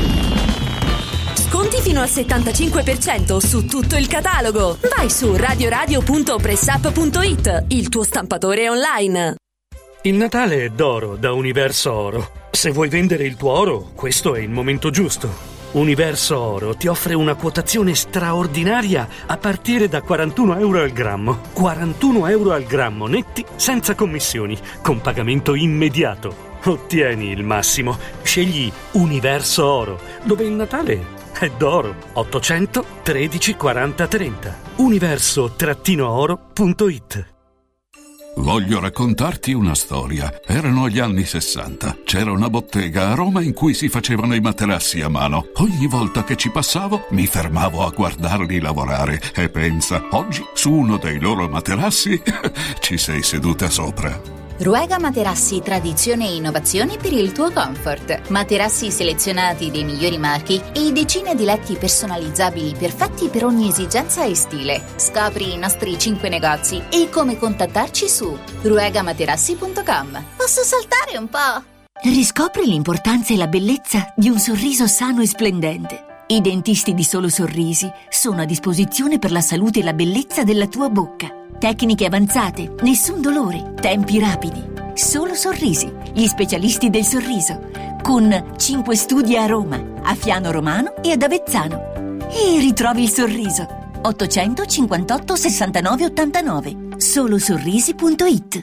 Sconti fino al settantacinque per cento su tutto il catalogo. Vai su radioradio punto pressup punto it, il tuo stampatore online. Il Natale è d'oro da Universo Oro. Se vuoi vendere il tuo oro, questo è il momento giusto. Universo Oro ti offre una quotazione straordinaria a partire da quarantuno euro al grammo. quarantuno euro al grammo netti, senza commissioni, con pagamento immediato. Ottieni il massimo. Scegli Universo Oro, dove il Natale è d'oro. ottocento tredici quaranta trenta. universo oro punto it. Voglio raccontarti una storia. Erano gli anni sessanta. C'era una bottega a Roma in cui si facevano i materassi a mano. Ogni volta che ci passavo mi fermavo a guardarli lavorare e pensa, oggi su uno dei loro materassi ci sei seduta sopra. Ruega Materassi, tradizione e innovazione per il tuo comfort. Materassi selezionati dei migliori marchi e decine di letti personalizzabili perfetti per ogni esigenza e stile. Scopri i nostri cinque negozi e come contattarci su ruega materassi punto com. Posso saltare un po'? Riscopri l'importanza e la bellezza di un sorriso sano e splendente. I dentisti di Solo Sorrisi sono a disposizione per la salute e la bellezza della tua bocca. Tecniche avanzate, nessun dolore, tempi rapidi. Solo Sorrisi, gli specialisti del sorriso, con cinque studi a Roma, a Fiano Romano e ad Avezzano. E ritrovi il sorriso. ottocentocinquantotto sessantanove ottantanove. solo sorrisi punto it.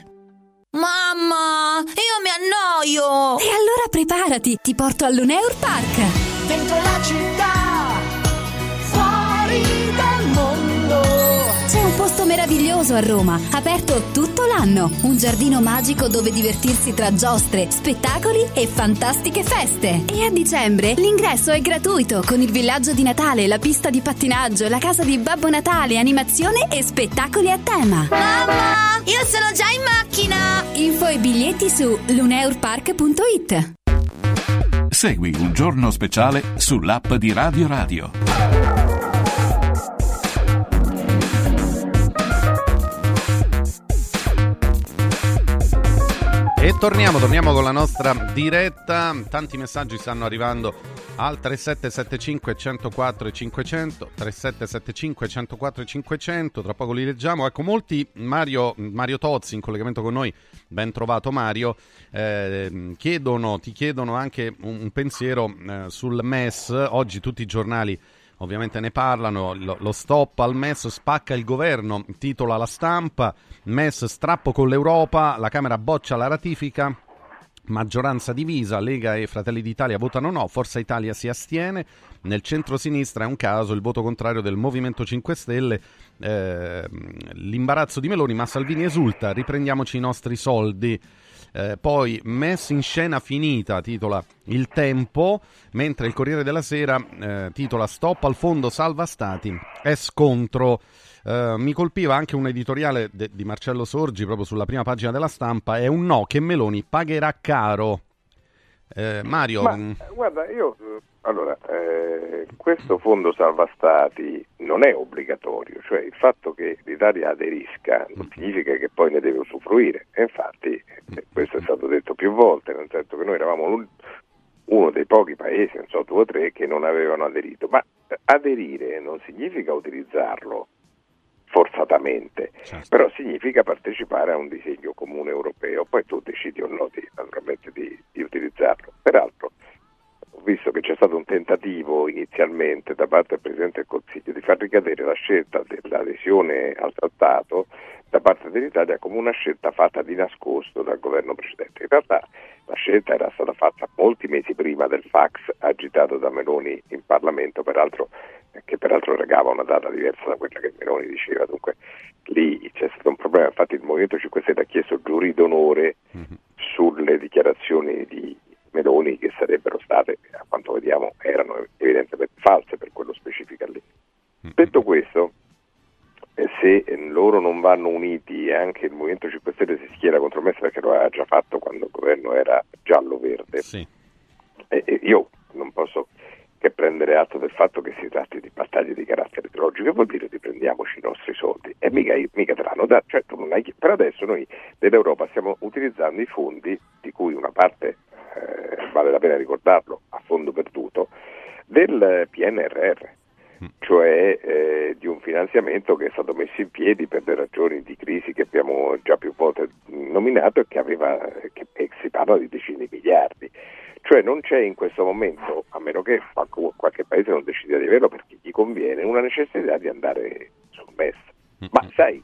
Mamma, io mi annoio! E allora preparati, ti porto all'Uneur Park. Dentro la città, fuori dal mondo. C'è un posto meraviglioso a Roma, aperto tutto l'anno. Un giardino magico dove divertirsi tra giostre, spettacoli e fantastiche feste. E a dicembre l'ingresso è gratuito con il villaggio di Natale, la pista di pattinaggio, la casa di Babbo Natale, animazione e spettacoli a tema. Mamma, io sono già in macchina. Info e biglietti su luneur park punto it. Segui Un Giorno Speciale sull'app di Radio Radio. E torniamo, torniamo con la nostra diretta. Tanti messaggi stanno arrivando al tre sette sette cinque uno zero quattro cinquecento, tre sette sette cinque uno zero quattro cinquecento, tra poco li leggiamo. Ecco, molti, Mario, Mario Tozzi in collegamento con noi, ben trovato Mario, eh, chiedono, ti chiedono anche un, un pensiero eh, sul M E S. Oggi tutti i giornali ovviamente ne parlano, lo, lo stop al M E S spacca il governo, titola La Stampa, M E S strappo con l'Europa, la Camera boccia la ratifica, maggioranza divisa, Lega e Fratelli d'Italia votano no, Forza Italia si astiene, nel centro-sinistra è un caso, il voto contrario del Movimento cinque Stelle, eh, l'imbarazzo di Meloni, ma Salvini esulta, riprendiamoci i nostri soldi. Eh, poi Messa in scena finita, titola Il Tempo, mentre il Corriere della Sera eh, titola Stop al fondo salva stati, è scontro. Eh, mi colpiva anche un editoriale de- di Marcello Sorgi proprio sulla prima pagina della Stampa, è un no che Meloni pagherà caro. Eh, Mario, Ma, guarda, io allora eh, questo fondo salva stati non è obbligatorio, cioè il fatto che l'Italia aderisca non significa che poi ne deve usufruire, e infatti eh, questo è stato detto più volte, nel senso che noi eravamo uno dei pochi paesi, non so, due o tre, che non avevano aderito, ma aderire non significa utilizzarlo forzatamente, certo. Però significa partecipare a un disegno comune europeo, poi tu decidi o no di, naturalmente di, di utilizzarlo. Peraltro ho visto che c'è stato un tentativo inizialmente da parte del Presidente del Consiglio di far ricadere la scelta dell'adesione al trattato da parte dell'Italia come una scelta fatta di nascosto dal governo precedente. In realtà la scelta era stata fatta molti mesi prima del fax agitato da Meloni in Parlamento, peraltro che peraltro regava una data diversa da quella che Meloni diceva, dunque lì c'è stato un problema. Infatti il Movimento cinque Stelle ha chiesto giuri d'onore mm-hmm. sulle dichiarazioni di Meloni, che sarebbero state, a quanto vediamo, erano evidentemente false per quello specifico lì. Detto questo, eh, se loro non vanno uniti e anche il Movimento cinque Stelle si schiera contro me, perché lo aveva già fatto quando il governo era giallo-verde, sì. eh, io non posso che prendere atto del fatto che si tratti di battaglie di carattere ideologico, che vuol dire riprendiamoci i nostri soldi, e mica, mica te l'hanno dato, cioè, tu non hai, per adesso noi dell'Europa stiamo utilizzando i fondi, di cui una parte, eh, vale la pena ricordarlo, a fondo perduto, del P N R R, cioè eh, di un finanziamento che è stato messo in piedi per le ragioni di crisi che abbiamo già più volte nominato e che aveva, che, e si parla di decine di miliardi. Cioè non c'è in questo momento, a meno che qualche, qualche paese non decida di averlo perché gli conviene, una necessità di andare sul M E S. Ma sai,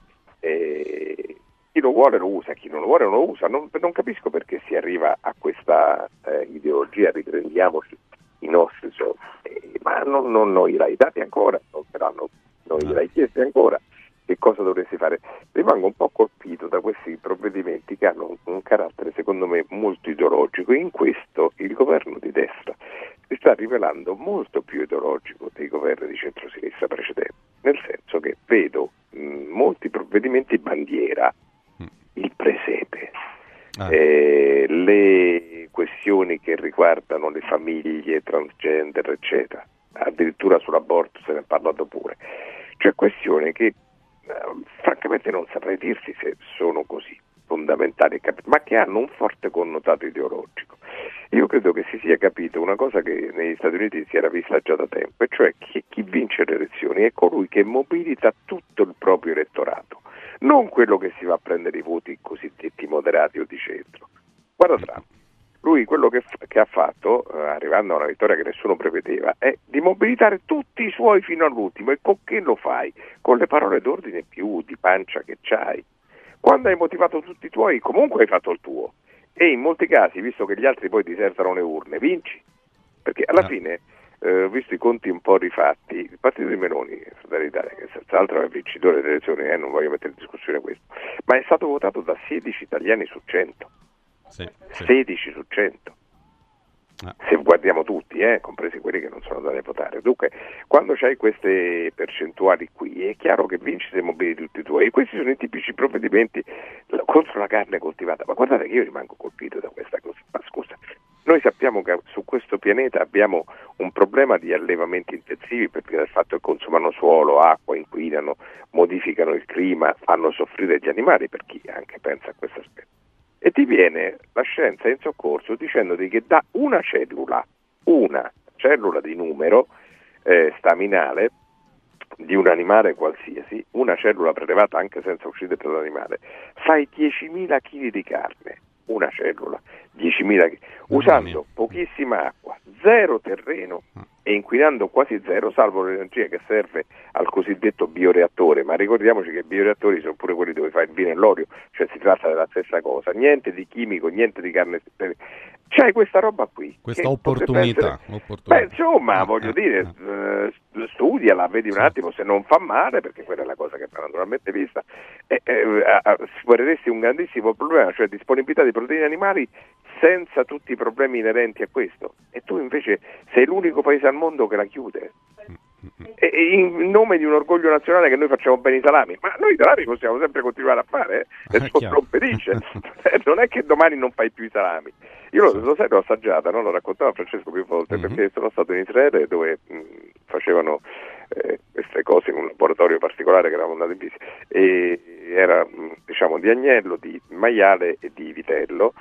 eh, chi lo vuole lo usa, chi non lo vuole non lo usa. Non, non capisco perché si arriva a questa eh, ideologia, riprendiamoci i nostri soldi. Eh, ma non, non, non gliel'hai dati ancora, non, però non gliel'hai chiesti ancora. Che cosa dovresti fare? Rimango un po' colpito da questi provvedimenti che hanno un, un carattere secondo me molto ideologico. In questo il governo di destra si sta rivelando molto più ideologico dei governi di centrosinistra precedenti, nel senso che vedo mh, molti provvedimenti bandiera, il presepe, ah. eh, le questioni che riguardano le famiglie transgender eccetera, addirittura sull'aborto se ne è parlato pure, cioè questioni che francamente non saprei dirsi se sono così fondamentali, ma che hanno un forte connotato ideologico. Io credo che si sia capito una cosa che negli Stati Uniti si era vista già da tempo, e cioè che chi vince le elezioni è colui che mobilita tutto il proprio elettorato, non quello che si va a prendere i voti cosiddetti moderati o di centro. Guarda Trump, lui quello che, che ha fatto, eh, arrivando a una vittoria che nessuno prevedeva, è di mobilitare tutti i suoi fino all'ultimo. E con che lo fai? Con le parole d'ordine più di pancia che c'hai. Quando hai motivato tutti i tuoi, comunque hai fatto il tuo. E in molti casi, visto che gli altri poi disertano le urne, vinci. Perché alla no. fine, eh, visto i conti un po' rifatti, il partito di Meloni, Fratelli d'Italia, che senz'altro è il vincitore delle elezioni, eh, non voglio mettere in discussione questo, ma è stato votato da sedici italiani su cento. Sì, sì. sedici su cento, ah. se guardiamo tutti, eh, compresi quelli che non sono andati a votare. Dunque, quando c'hai queste percentuali qui, è chiaro che vinci se mobiliti tutti i tuoi. E questi sono i tipici provvedimenti contro la carne coltivata. Ma guardate che io rimango colpito da questa cosa. Ma scusa, noi sappiamo che su questo pianeta abbiamo un problema di allevamenti intensivi perché del fatto che consumano suolo, acqua, inquinano, modificano il clima, fanno soffrire gli animali, per chi anche pensa a questo aspetto. E ti viene la scienza in soccorso dicendoti che da una cellula, una cellula di numero eh, staminale di un animale qualsiasi, una cellula prelevata anche senza uccidere l'animale, fai diecimila chili di carne, una cellula, diecimila chili, usando pochissima acqua, zero terreno e inquinando quasi zero, salvo l'energia che serve al cosiddetto bioreattore. Ma ricordiamoci che i bioreattori sono pure quelli dove fai il vino e l'olio, cioè si tratta della stessa cosa, niente di chimico, niente di carne. C'hai questa roba qui, questa opportunità, essere... opportunità. Beh, insomma, voglio eh, dire, eh. Eh, studiala, vedi un attimo se non fa male, perché quella è la cosa che va naturalmente vista. E, eh, eh, supereresti un grandissimo problema, cioè disponibilità di proteine animali senza tutti i problemi inerenti a questo. E tu invece sei l'unico paese al mondo che la chiude. E, e in nome di un orgoglio nazionale che noi facciamo bene i salami, ma noi i salami possiamo sempre continuare a fare, eh? Nessuno lo impedisce. Non è che domani non fai più i salami. Io lo, lo sai, l'ho assaggiata, no? Lo raccontava Francesco più volte, mm-hmm. perché sono stato in Israele dove mh, facevano eh, queste cose in un laboratorio particolare che eravamo andati in visita, e era mh, diciamo di agnello, di maiale e di vitello,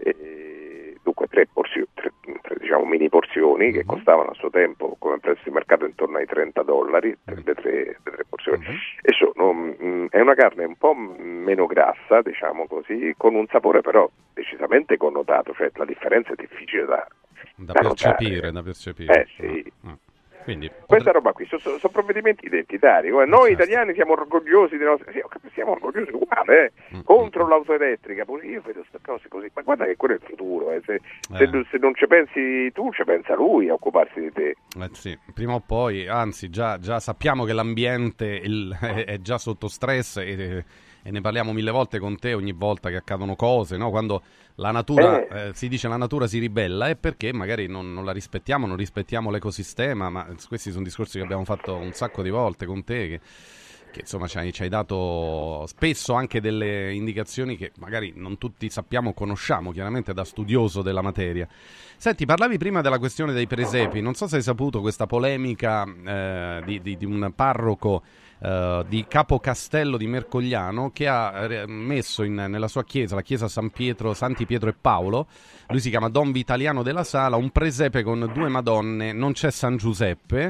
e, dunque tre porzioni, tre, tre diciamo mini porzioni che costavano a suo tempo come prezzo di mercato intorno ai trenta dollari, le tre, le tre porzioni, mm-hmm. e sono, mh, è una carne un po' meno grassa, diciamo così, con un sapore però decisamente connotato, cioè la differenza è difficile da, da, da percepire, notare. da percepire. Eh sì. Ah. Quindi, questa potre... roba qui sono, sono, sono provvedimenti identitari. Noi certo. italiani siamo orgogliosi dei nostri, sì, siamo orgogliosi uguale, eh, mm, contro mm. l'auto elettrica. Io vedo queste cose così, ma guarda che quello è il futuro. Eh. Se, eh. se, se non ci pensi tu, ci pensa lui a occuparsi di te. Eh sì, prima o poi, anzi, già, già sappiamo che l'ambiente il, è, è già sotto stress e e ne parliamo mille volte con te ogni volta che accadono cose, no? Quando la natura, eh. eh, si dice la natura si ribella, è perché magari non, non la rispettiamo, non rispettiamo l'ecosistema, ma questi sono discorsi che abbiamo fatto un sacco di volte con te, che, che insomma ci hai, ci hai dato spesso anche delle indicazioni che magari non tutti sappiamo o conosciamo, chiaramente da studioso della materia. Senti, parlavi prima della questione dei presepi, non so se hai saputo questa polemica eh, di, di, di un parroco Uh, di Capocastello di Mercogliano, che ha eh, messo in, nella sua chiesa, la chiesa San Pietro, Santi Pietro e Paolo, lui si chiama Don Vitaliano della Sala, un presepe con due Madonne, non c'è San Giuseppe.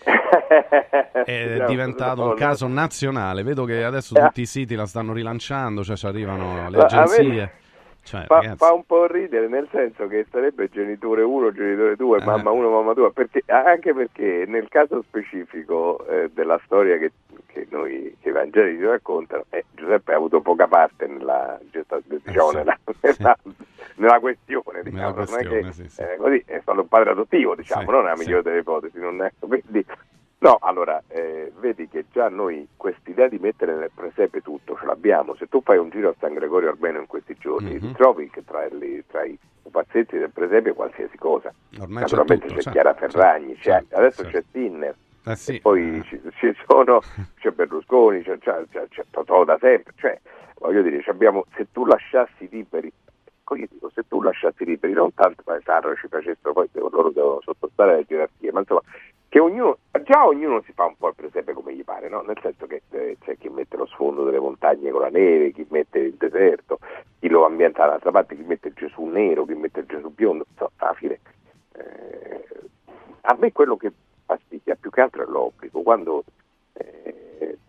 È diventato un caso nazionale, vedo che adesso tutti i siti la stanno rilanciando, cioè ci arrivano le agenzie. Cioè, fa, fa un po' ridere, nel senso che sarebbe genitore uno, genitore due, eh. mamma uno, mamma due, perché, anche perché nel caso specifico eh, della storia che, che noi che i Vangeli ci raccontano, eh, Giuseppe ha avuto poca parte nella, diciamo, eh sì. nella, nella, nella questione, diciamo, nella questione, non è che sì, sì. Eh, così è stato un padre adottivo, diciamo, sì, non è la migliore sì. delle ipotesi, non è, quindi no, allora, eh, vedi che già noi quest'idea di mettere nel presepe tutto ce l'abbiamo. Se tu fai un giro a San Gregorio Armeno in questi giorni, mm-hmm. trovi che tra, li, tra i pupazzetti del presepe qualsiasi cosa. Ormai naturalmente c'è, tutto, c'è Chiara Ferragni, c'è, certo, adesso certo. c'è Tinner, eh sì. e poi ci, ci sono, c'è Berlusconi, c'è, c'è, c'è, c'è Totò da sempre, cioè, voglio dire, abbiamo, se tu lasciassi liberi, io dico, se tu lasciassi liberi, non tanto per Sarro ci facessero, poi loro devono sottostare alle gerarchie, ma insomma, che ognuno, già ognuno si fa un po' il presepe come gli pare, no? Nel senso che eh, c'è chi mette lo sfondo delle montagne con la neve, chi mette il deserto, chi lo ambienta dall'altra parte, chi mette il Gesù nero, chi mette il Gesù biondo, insomma, alla fine eh, a me quello che fastidia più che altro è l'obbligo, quando eh,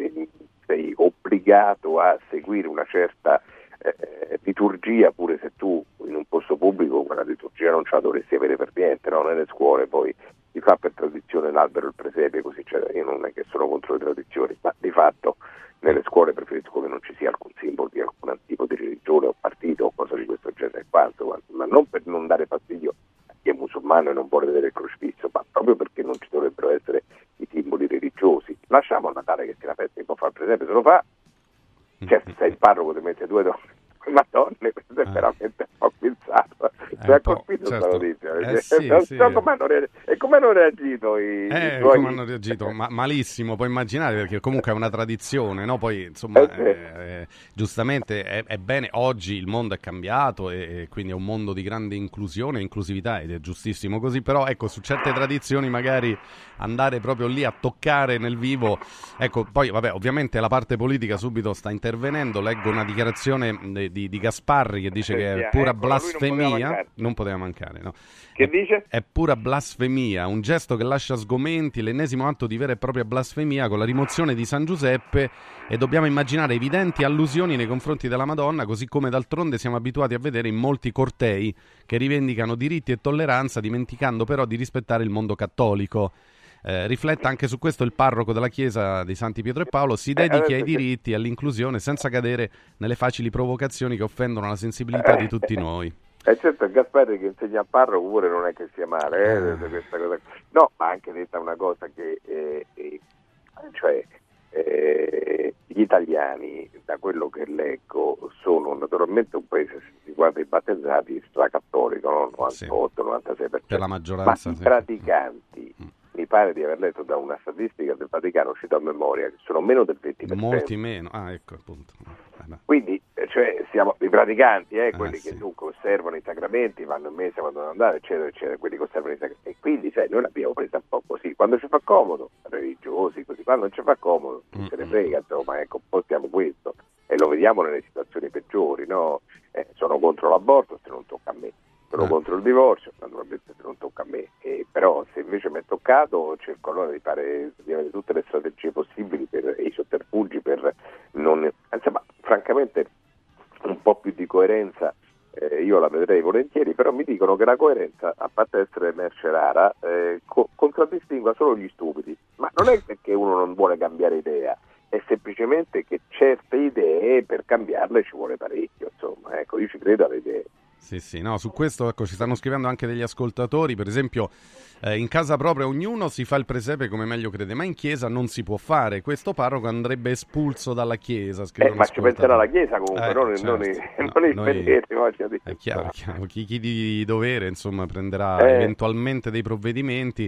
sei obbligato a seguire una certa eh, liturgia, pure se tu in un posto pubblico quella liturgia non ce la dovresti avere per niente, no? Nelle scuole poi si fa per tradizione l'albero, il presepe, così, cioè, io non è che sono contro le tradizioni, ma di fatto nelle scuole preferisco che non ci sia alcun simbolo di alcun tipo di religione o partito o cosa di questo genere, quanto, ma non per non dare fastidio a chi è musulmano e non vuole vedere il crocifisso, ma proprio perché non ci dovrebbero essere i simboli religiosi. Lasciamo a Natale che si la festa, può fare il presepe, se lo fa, certo, se il parroco ti mette due donne, Madonna, questo è veramente un po' pensato, mi ha colpito questa notizia, eh, sì, non sì. so come hanno, re... e come hanno reagito i, eh, i tuoi... come hanno reagito Ma, malissimo, puoi immaginare, perché comunque è una tradizione, no? Poi insomma eh, sì. eh, giustamente è, è bene, oggi il mondo è cambiato e, e quindi è un mondo di grande inclusione e inclusività ed è giustissimo così, però ecco, su certe tradizioni magari andare proprio lì a toccare nel vivo, ecco, poi vabbè, ovviamente la parte politica subito sta intervenendo, leggo una dichiarazione di, di Gasparri che dice che è pura ecco, blasfemia, non poteva mancare, no? Che è, dice? È pura blasfemia, un gesto che lascia sgomenti, l'ennesimo atto di vera e propria blasfemia con la rimozione di San Giuseppe, e dobbiamo immaginare evidenti allusioni nei confronti della Madonna, così come d'altronde siamo abituati a vedere in molti cortei che rivendicano diritti e tolleranza, dimenticando però di rispettare il mondo cattolico. Eh, rifletta anche su questo il parroco della chiesa di Santi Pietro e Paolo, si dedichi ai diritti e all'inclusione senza cadere nelle facili provocazioni che offendono la sensibilità di tutti noi. Eh certo, Gasparri che insegna a parroco pure non è che sia male, eh, questa cosa. No, ma anche detta una cosa che eh, eh, cioè eh, gli italiani, da quello che leggo, sono naturalmente un paese, se si guarda i battezzati, stracattolico, no? novantotto novantasei per cento, per la maggioranza, ma sì. I praticanti, mm. mi pare di aver letto da una statistica del Vaticano, cito a memoria, che sono meno del venti per cento. Molti meno, ah ecco appunto. Eh, Quindi, cioè, siamo i praticanti, eh, quelli eh, che sì. dunque osservano i sacramenti, vanno in messa quando devono andare, eccetera, eccetera, quelli che osservano i sacramenti. E quindi, sai, noi l'abbiamo presa un po' così, quando ci fa comodo, religiosi, così, quando non ci fa comodo, non se ne frega, insomma, ecco, postiamo questo. E lo vediamo nelle situazioni peggiori, no? Eh, sono contro l'aborto, se non tocca a me. Sono eh. contro il divorzio, naturalmente se non tocca a me. E però se invece mi è toccato, cerco allora di fare di avere tutte le strategie possibili per, e i sotterfugi per non... Insomma, francamente un po' più di coerenza eh, io la vedrei volentieri, però mi dicono che la coerenza, a parte essere merce rara, eh, co- contraddistingua solo gli stupidi, ma non è perché uno non vuole cambiare idea, è semplicemente che certe idee per cambiarle ci vuole parecchio, insomma, ecco, io ci credo alle idee. Sì, sì, no, su questo ecco, ci stanno scrivendo anche degli ascoltatori, per esempio eh, in casa propria ognuno si fa il presepe come meglio crede, ma in chiesa non si può fare, questo parroco andrebbe espulso dalla chiesa. Eh, ma ci penserà la chiesa comunque, eh, non, certo. non, i, no, non i noi, fedeli, voglio dire. È chiaro, è chiaro. Chi, chi di dovere insomma prenderà Eh. eventualmente dei provvedimenti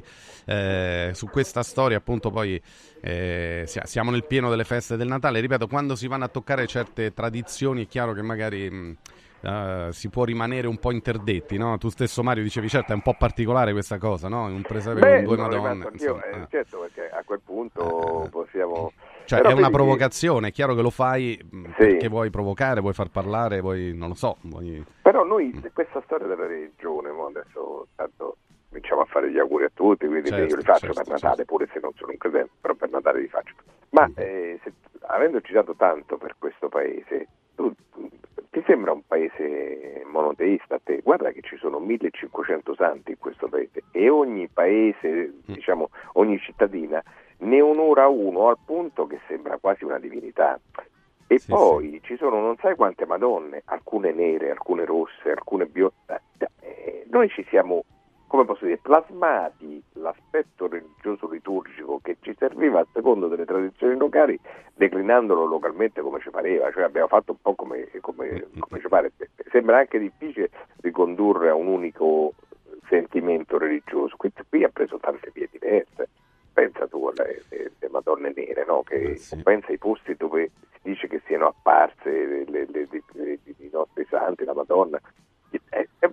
eh, su questa storia, appunto poi eh, siamo nel pieno delle feste del Natale, ripeto, quando si vanno a toccare certe tradizioni è chiaro che magari... Mh, Uh, si può rimanere un po' interdetti, no? Tu stesso Mario dicevi, certo è un po' particolare questa cosa, no? Un presepe Beh, con due sono Madonne rimasto anch'io, insomma, eh, eh. certo, perché a quel punto Eh, possiamo... Cioè Però è una vedi provocazione, è chiaro che lo fai mh, Sì. perché vuoi provocare, vuoi far parlare, vuoi, non lo so, vuoi... Però noi, questa storia della religione, mo adesso tanto cominciamo a fare gli auguri a tutti, quindi Certo, io li faccio certo, per Natale, certo. pure se non sono un credente, però per Natale li faccio. Ma eh, se, avendo girato tanto per questo paese, tu, ti sembra un paese monoteista a te? Guarda che ci sono millecinquecento santi in questo paese e ogni paese, diciamo, ogni cittadina ne onora uno al punto che sembra quasi una divinità. E Sì, poi ci sono non sai quante Madonne, alcune nere, alcune rosse, alcune bionde. Eh, noi ci siamo, come posso dire, plasmati l'aspetto religioso liturgico che ci serviva a secondo delle tradizioni locali, declinandolo localmente come ci pareva, cioè abbiamo fatto un po' come, come, come ci pare. Sembra anche difficile ricondurre a un unico sentimento religioso. Questo qui ha preso tante vie diverse. Pensa tu alle, alle Madonne nere, no? Che Eh, sì. pensa ai posti dove si dice che siano apparse le, le, le, le, le, i nostri santi, la Madonna. È, è,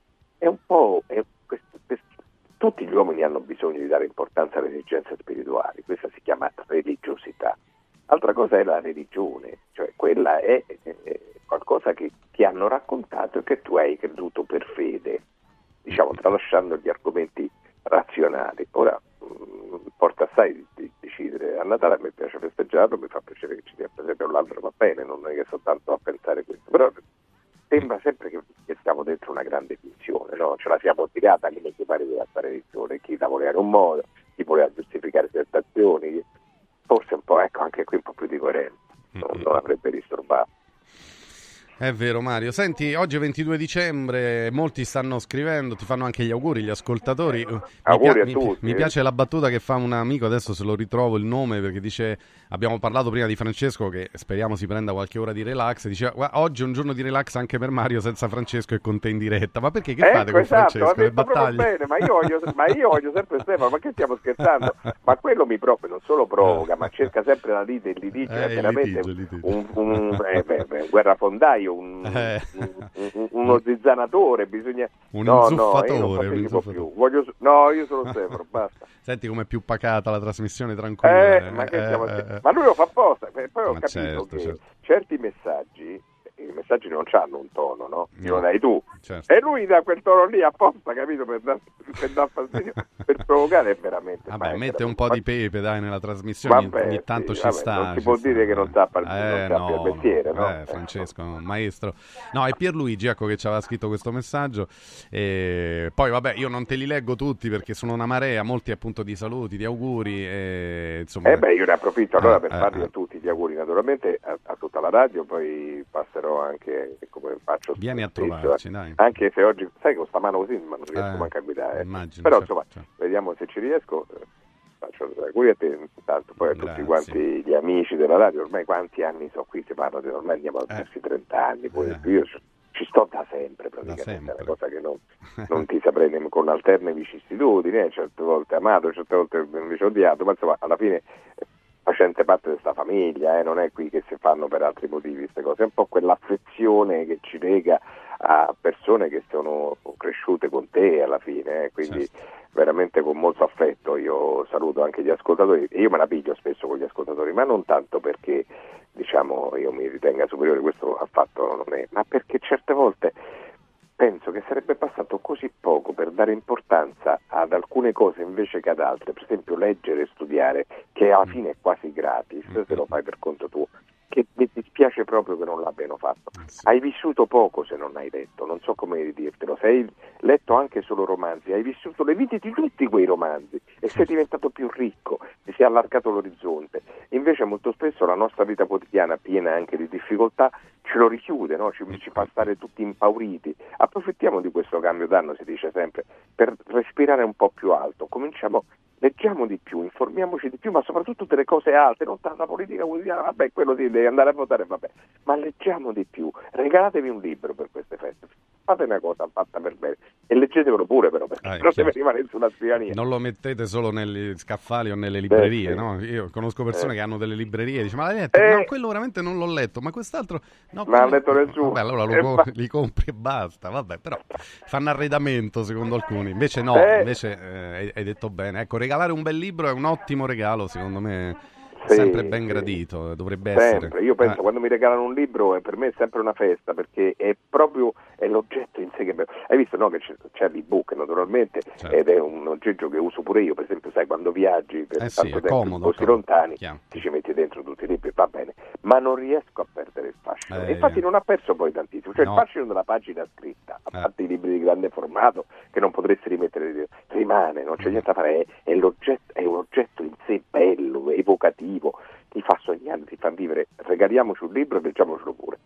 è un po'... È, questo, questo, tutti gli uomini hanno bisogno di dare importanza alle esigenze spirituali, questa si chiama religiosità. Altra cosa è la religione, cioè quella è, è, è qualcosa che ti hanno raccontato e che tu hai creduto per fede, diciamo, tralasciando gli argomenti razionali. Ora mh, porta assai di, di decidere. A Natale a me piace festeggiarlo, mi fa piacere che ci sia per esempio l'altro, va bene, non è che soltanto a pensare questo, però sembra sempre che, che stiamo dentro una grande finzione, no? Ce la siamo tirata che chi pare di questa religione, chi la voleva in un modo, chi voleva giustificare certe azioni, forse un po', ecco, anche qui un po' più di coerenza, non, non avrebbe disturbato. È vero Mario, senti, oggi è ventidue dicembre, molti stanno scrivendo, ti fanno anche gli auguri, gli ascoltatori. Mi, Auguri pia- a mi, tutti. mi piace la battuta che fa un amico, adesso se lo ritrovo il nome, perché dice, abbiamo parlato prima di Francesco che speriamo si prenda qualche ora di relax, diceva "Guarda, oggi è un giorno di relax anche per Mario senza Francesco e con te in diretta", ma perché che Ecco, fate con esatto, Francesco? ha Le detto proprio battaglie? bene, ma io voglio, ma io voglio sempre Stefano, ma che stiamo scherzando? Ma quello mi provoca, non solo provoca, ma cerca sempre la lite, il litigio, Eh, è il veramente litigio, il litigio. un, un, eh, beh, beh, un guerrafondaio, un, Eh. un- un- uno zizzanatore, bisogna... Un no, no, io inzuffatore, non un partecipo inzuffatore. più, voglio, no, io sono Stefano, basta. Senti com'è più pacata la trasmissione, tranquilla. Eh, ma, che eh, stiamo eh, scherzando? eh. Ma lui lo fa apposta, poi ho Ma capito certo, che certo. certi messaggi, i messaggi non hanno un tono, no? Glielo No. dai tu. Certo. E lui dà quel tono lì apposta, capito, per dar, per dar fastidio, per provocare, è veramente... ma Vabbè, è mette un veramente- po' di pepe dai nella trasmissione, ogni, Vabbè, ogni tanto sì, ci vabbè, sta. non si ci può sta. dire che non sa par- Eh, non sappia il no, mestiere, no. no? Eh, Francesco, un maestro. No, è Pierluigi, ecco, che ci aveva scritto questo messaggio. E poi, vabbè, io non te li leggo tutti perché sono una marea, molti appunto di saluti, di auguri. E, insomma, Eh beh, io ne approfitto allora Eh, per eh, farvi eh. a tutti gli auguri naturalmente a, a tutta la radio, poi passerò anche come faccio Vieni a spesso, trovarci, eh. dai. Anche se oggi, sai, con sta mano così ma non riesco Eh, manco a guidare, eh. immagino, però certo, insomma certo. vediamo se ci riesco. eh, Faccio gli auguri a te intanto, poi a tutti Grazie. quanti gli amici della radio. Ormai quanti anni so qui, si parla di ormai andiamo a Eh. verso i trenta anni, poi Eh. io ci- ci sto da sempre praticamente, sempre. è una cosa che non, non ti saprei nemmeno, con alterne vicissitudini, eh, certe volte amato, certe volte invece odiato, ma insomma alla fine eh, facente parte di questa famiglia, eh, non è qui che si fanno per altri motivi queste cose, è un po' quell'affezione che ci lega a persone che sono cresciute con te alla fine, eh, quindi Certo. veramente con molto affetto io saluto anche gli ascoltatori e io me la piglio spesso con gli ascoltatori, ma non tanto perché diciamo io mi ritenga superiore, questo affatto non è, ma perché certe volte penso che sarebbe passato così poco per dare importanza ad alcune cose invece che ad altre, per esempio leggere e studiare, che alla fine è quasi gratis se lo fai per conto tuo, che mi dispiace proprio che non l'abbiano fatto. Hai vissuto poco se non hai letto, non so come dirtelo, se hai letto anche solo romanzi, hai vissuto le vite di tutti quei romanzi e sei diventato più ricco, ti si è allargato l'orizzonte. Invece molto spesso la nostra vita quotidiana, piena anche di difficoltà, ce lo richiude, no? ci, ci fa stare tutti impauriti. Approfittiamo di questo cambio d'anno, si dice sempre, per respirare un po' più alto. Cominciamo, leggiamo di più, informiamoci di più, ma soprattutto delle cose alte, non tanta politica quotidiana, vabbè, quello sì, devi andare a votare, vabbè, ma leggiamo di più, regalatevi un libro per queste feste, fate una cosa fatta per bene e leggetevelo pure, però, perché ah, non deve rimanere sulla scrivania. Non lo mettete solo negli scaffali o nelle librerie, eh, sì. no? Io conosco persone eh. che hanno delle librerie e dicono, ma l'hai letto? Eh. No, quello veramente non l'ho letto, ma quest'altro no, ma quello... ha letto nessuno. Vabbè, allora lo eh, co- ma... li compri e basta, vabbè, però fanno arredamento secondo alcuni, invece no, eh. invece eh, hai, hai detto bene, ecco, regalare un bel libro è un ottimo regalo, secondo me. Sì, sempre ben sì. gradito, dovrebbe sempre. essere. Io penso, eh. quando mi regalano un libro, per me è sempre una festa, perché è proprio è l'oggetto in sé che... Hai visto, no, che c'è, c'è l'ebook naturalmente, certo. ed è un oggetto che uso pure io, per esempio, sai, quando viaggi per eh sì, tanto tempo comodo, in posti comodo. lontani, Chiaro. ti ci metti dentro tutti i libri, va bene, ma non riesco a perdere il fascino. Eh, e infatti eh. non ha perso poi tantissimo, cioè No. il fascino della pagina scritta, a Eh. parte i libri di grande formato, che non potresti rimettere, rimane, non c'è Mm. niente da fare, è, è, l'oggetto, è un oggetto in sé bello, evocativo, ti fa sognare, ti fa vivere. Regaliamoci un libro e leggiamocelo pure.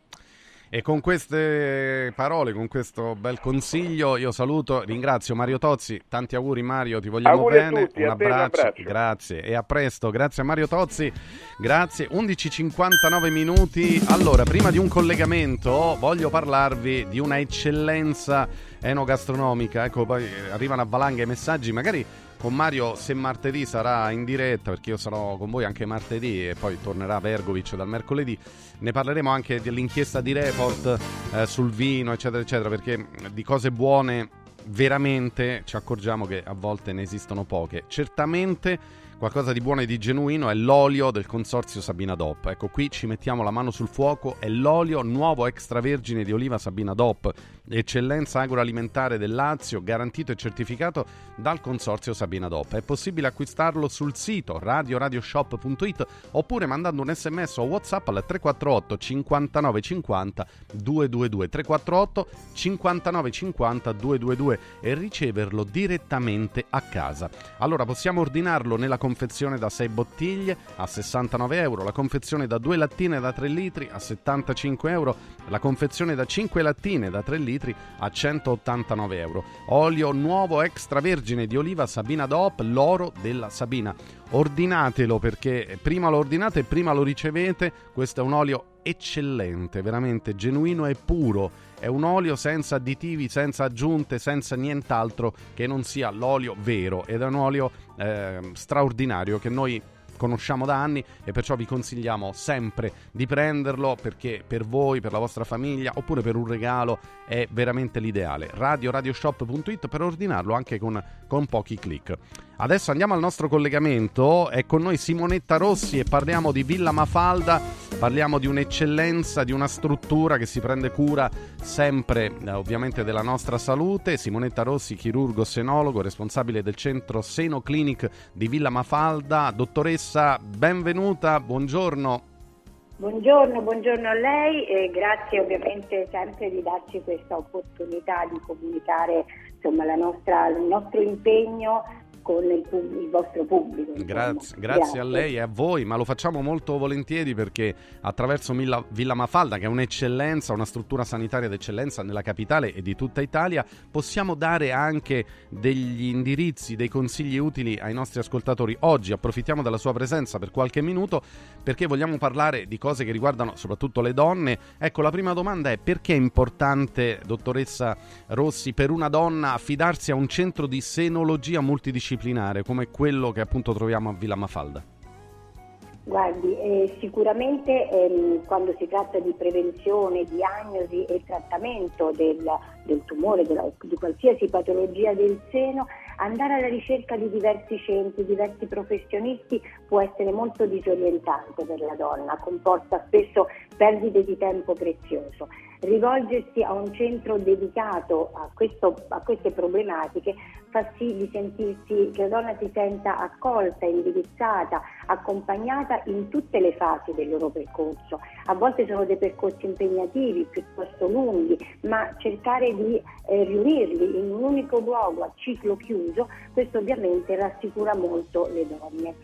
E con queste parole, con questo bel consiglio, io saluto, ringrazio Mario Tozzi, tanti auguri Mario, ti vogliamo Auguri bene, a tutti, un a te un abbraccio, abbraccio. grazie e a presto, grazie a Mario Tozzi, grazie, undici e cinquantanove minuti. Allora, prima di un collegamento voglio parlarvi di una eccellenza enogastronomica, ecco, poi arrivano a valanga i messaggi, magari con Mario, se martedì sarà in diretta, perché io sarò con voi anche martedì e poi tornerà Vergovic dal mercoledì, ne parleremo anche dell'inchiesta di Report eh, sul vino, eccetera, eccetera, perché di cose buone veramente ci accorgiamo che a volte ne esistono poche. Certamente qualcosa di buono e di genuino è l'olio del consorzio Sabina D O P. Ecco, qui ci mettiamo la mano sul fuoco, è l'olio nuovo extravergine di oliva Sabina D O P, eccellenza agroalimentare del Lazio, garantito e certificato dal consorzio Sabina D O P. È possibile acquistarlo sul sito radio radio shop punto it oppure mandando un sms o WhatsApp al tre quattro otto cinquantanove cinquanta duecentoventidue tre quattro otto cinquantanove cinquanta duecentoventidue e riceverlo direttamente a casa. Allora, possiamo ordinarlo nella confezione da sei bottiglie a sessantanove euro, la confezione da due lattine da tre litri a settantacinque euro, la confezione da cinque lattine da tre litri a centottantanove euro. Olio nuovo extravergine di oliva Sabina D O P, l'oro della Sabina. Ordinatelo, perché prima lo ordinate e prima lo ricevete. Questo è un olio eccellente, veramente genuino e puro. È un olio senza additivi, senza aggiunte, senza nient'altro che non sia l'olio vero, ed è un olio eh, straordinario che noi conosciamo da anni e perciò vi consigliamo sempre di prenderlo, perché per voi, per la vostra famiglia oppure per un regalo è veramente l'ideale. radio radio shop punto it per ordinarlo anche con, con pochi click. Adesso andiamo al nostro collegamento, è con noi Simonetta Rossi e parliamo di Villa Mafalda, parliamo di un'eccellenza, di una struttura che si prende cura sempre eh, ovviamente della nostra salute. Simonetta Rossi, chirurgo senologo, responsabile del centro Seno Clinic di Villa Mafalda. Dottoressa, benvenuta, buongiorno. Buongiorno, buongiorno a lei e grazie ovviamente sempre di darci questa opportunità di comunicare, insomma, la nostra, il nostro impegno con il, pub- il vostro pubblico. Grazie, grazie, grazie a lei e a voi, ma lo facciamo molto volentieri perché attraverso Villa, Villa Mafalda, che è un'eccellenza, una struttura sanitaria d'eccellenza nella capitale e di tutta Italia, possiamo dare anche degli indirizzi, dei consigli utili ai nostri ascoltatori. Oggi approfittiamo della sua presenza per qualche minuto perché vogliamo parlare di cose che riguardano soprattutto le donne. Ecco, la prima domanda è: perché è importante, dottoressa Rossi, per una donna affidarsi a un centro di senologia multidisciplinare come quello che appunto troviamo a Villa Mafalda? Guardi, eh, sicuramente ehm, quando si tratta di prevenzione, diagnosi e trattamento del, del tumore, della, di qualsiasi patologia del seno, andare alla ricerca di diversi centri, diversi professionisti può essere molto disorientante per la donna, comporta spesso perdite di tempo prezioso. Rivolgersi a un centro dedicato a, questo, a queste problematiche fa sì di sentirsi, che la donna si senta accolta, indirizzata, accompagnata in tutte le fasi del loro percorso. A volte sono dei percorsi impegnativi, piuttosto lunghi, ma cercare di eh, riunirli in un unico luogo a ciclo chiuso, questo ovviamente rassicura molto le donne.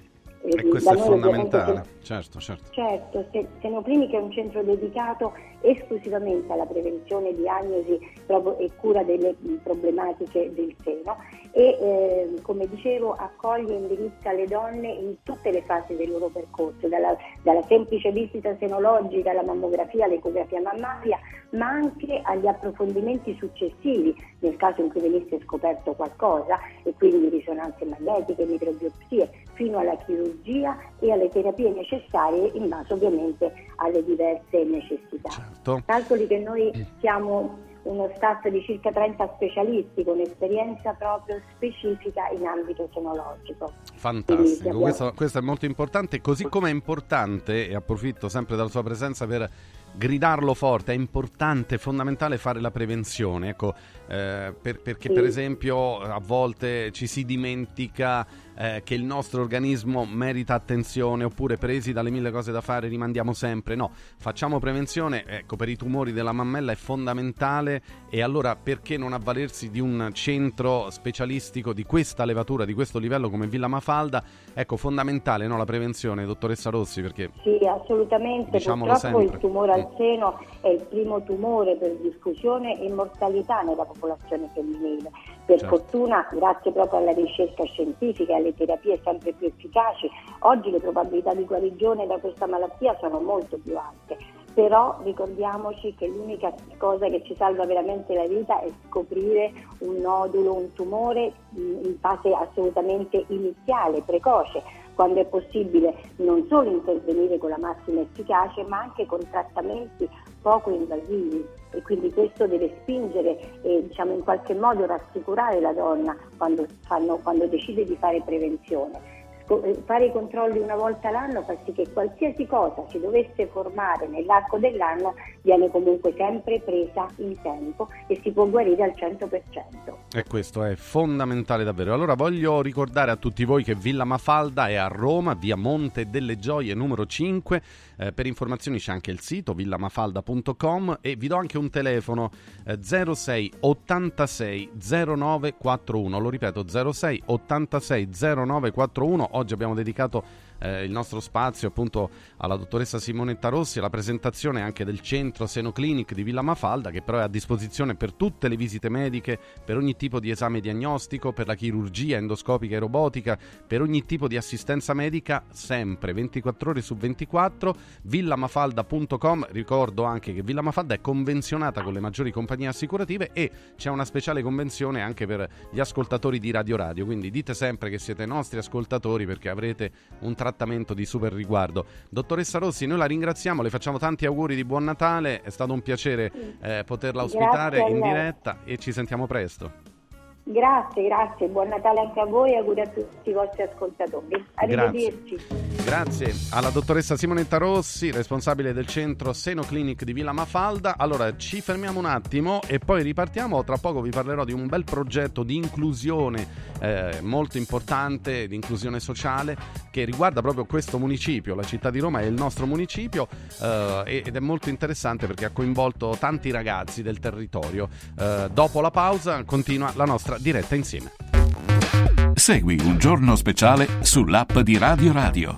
E questo è fondamentale, certo, certo. Certo, Senoclinic è un centro dedicato esclusivamente alla prevenzione, diagnosi proprio e cura delle problematiche del seno e eh, come dicevo accoglie e indirizza le donne in tutte le fasi del loro percorso, dalla, dalla semplice visita senologica alla mammografia, all'ecografia mammaria, ma anche agli approfondimenti successivi nel caso in cui venisse scoperto qualcosa e quindi risonanze magnetiche, microbiopsie, fino alla chirurgia e alle terapie necessarie in base ovviamente alle diverse necessità. Certo. Calcoli che noi siamo uno staff di circa trenta specialisti con esperienza proprio specifica in ambito senologico. Fantastico, abbiamo... questo, questo è molto importante, così come è importante, e approfitto sempre della sua presenza per gridarlo forte, è importante, fondamentale fare la prevenzione, ecco, eh, per, perché sì. Per esempio a volte ci si dimentica eh, che il nostro organismo merita attenzione, oppure presi dalle mille cose da fare rimandiamo sempre. No, facciamo prevenzione, ecco, per i tumori della mammella è fondamentale, e allora perché non avvalersi di un centro specialistico di questa levatura, di questo livello come Villa Mafalda? Ecco, fondamentale, no, la prevenzione, dottoressa Rossi, perché sì, assolutamente, diciamolo purtroppo sempre. Il tumore al seno è il primo tumore per diffusione e mortalità nella popolazione femminile. Per certo. fortuna, grazie proprio alla ricerca scientifica e alle terapie sempre più efficaci, oggi le probabilità di guarigione da questa malattia sono molto più alte. Però ricordiamoci che l'unica cosa che ci salva veramente la vita è scoprire un nodulo, un tumore in fase assolutamente iniziale, precoce, quando è possibile non solo intervenire con la massima efficacia, ma anche con trattamenti poco invasivi, e quindi questo deve spingere e diciamo in qualche modo rassicurare la donna quando, fanno, quando decide di fare prevenzione. Fare i controlli una volta l'anno fa sì che qualsiasi cosa si dovesse formare nell'arco dell'anno viene comunque sempre presa in tempo e si può guarire al cento per cento. E questo è fondamentale davvero. Allora voglio ricordare a tutti voi che Villa Mafalda è a Roma, via Monte delle Gioie numero cinque. Eh, per informazioni c'è anche il sito villa mafalda punto com e vi do anche un telefono eh, zero sei ottantasei zero nove quarantuno. Lo ripeto, zero sei ottantasei zero nove quarantuno. Oggi abbiamo dedicato eh, il nostro spazio appunto alla dottoressa Simonetta Rossi, alla presentazione anche del centro Senoclinic di Villa Mafalda, che però è a disposizione per tutte le visite mediche, per ogni tipo di esame diagnostico, per la chirurgia endoscopica e robotica, per ogni tipo di assistenza medica, sempre ventiquattro ore su ventiquattro. villa mafalda punto com. Ricordo anche che Villa Mafalda è convenzionata con le maggiori compagnie assicurative e c'è una speciale convenzione anche per gli ascoltatori di Radio Radio, quindi dite sempre che siete nostri ascoltatori perché avrete un trattamento di super riguardo. Dottoressa Rossi, noi la ringraziamo, le facciamo tanti auguri di buon Natale, è stato un piacere eh, poterla ospitare in diretta e ci sentiamo presto. Grazie, grazie, buon Natale anche a voi e auguri a tutti i vostri ascoltatori. Arrivederci. Grazie. Grazie alla dottoressa Simonetta Rossi, responsabile del centro Senoclinic di Villa Mafalda. Allora ci fermiamo un attimo e poi ripartiamo. Tra poco vi parlerò di un bel progetto di inclusione eh, molto importante, di inclusione sociale, che riguarda proprio questo municipio. La città di Roma è il nostro municipio eh, ed è molto interessante perché ha coinvolto tanti ragazzi del territorio. Eh, dopo la pausa continua la nostra diretta insieme. Segui Un Giorno Speciale sull'app di Radio Radio.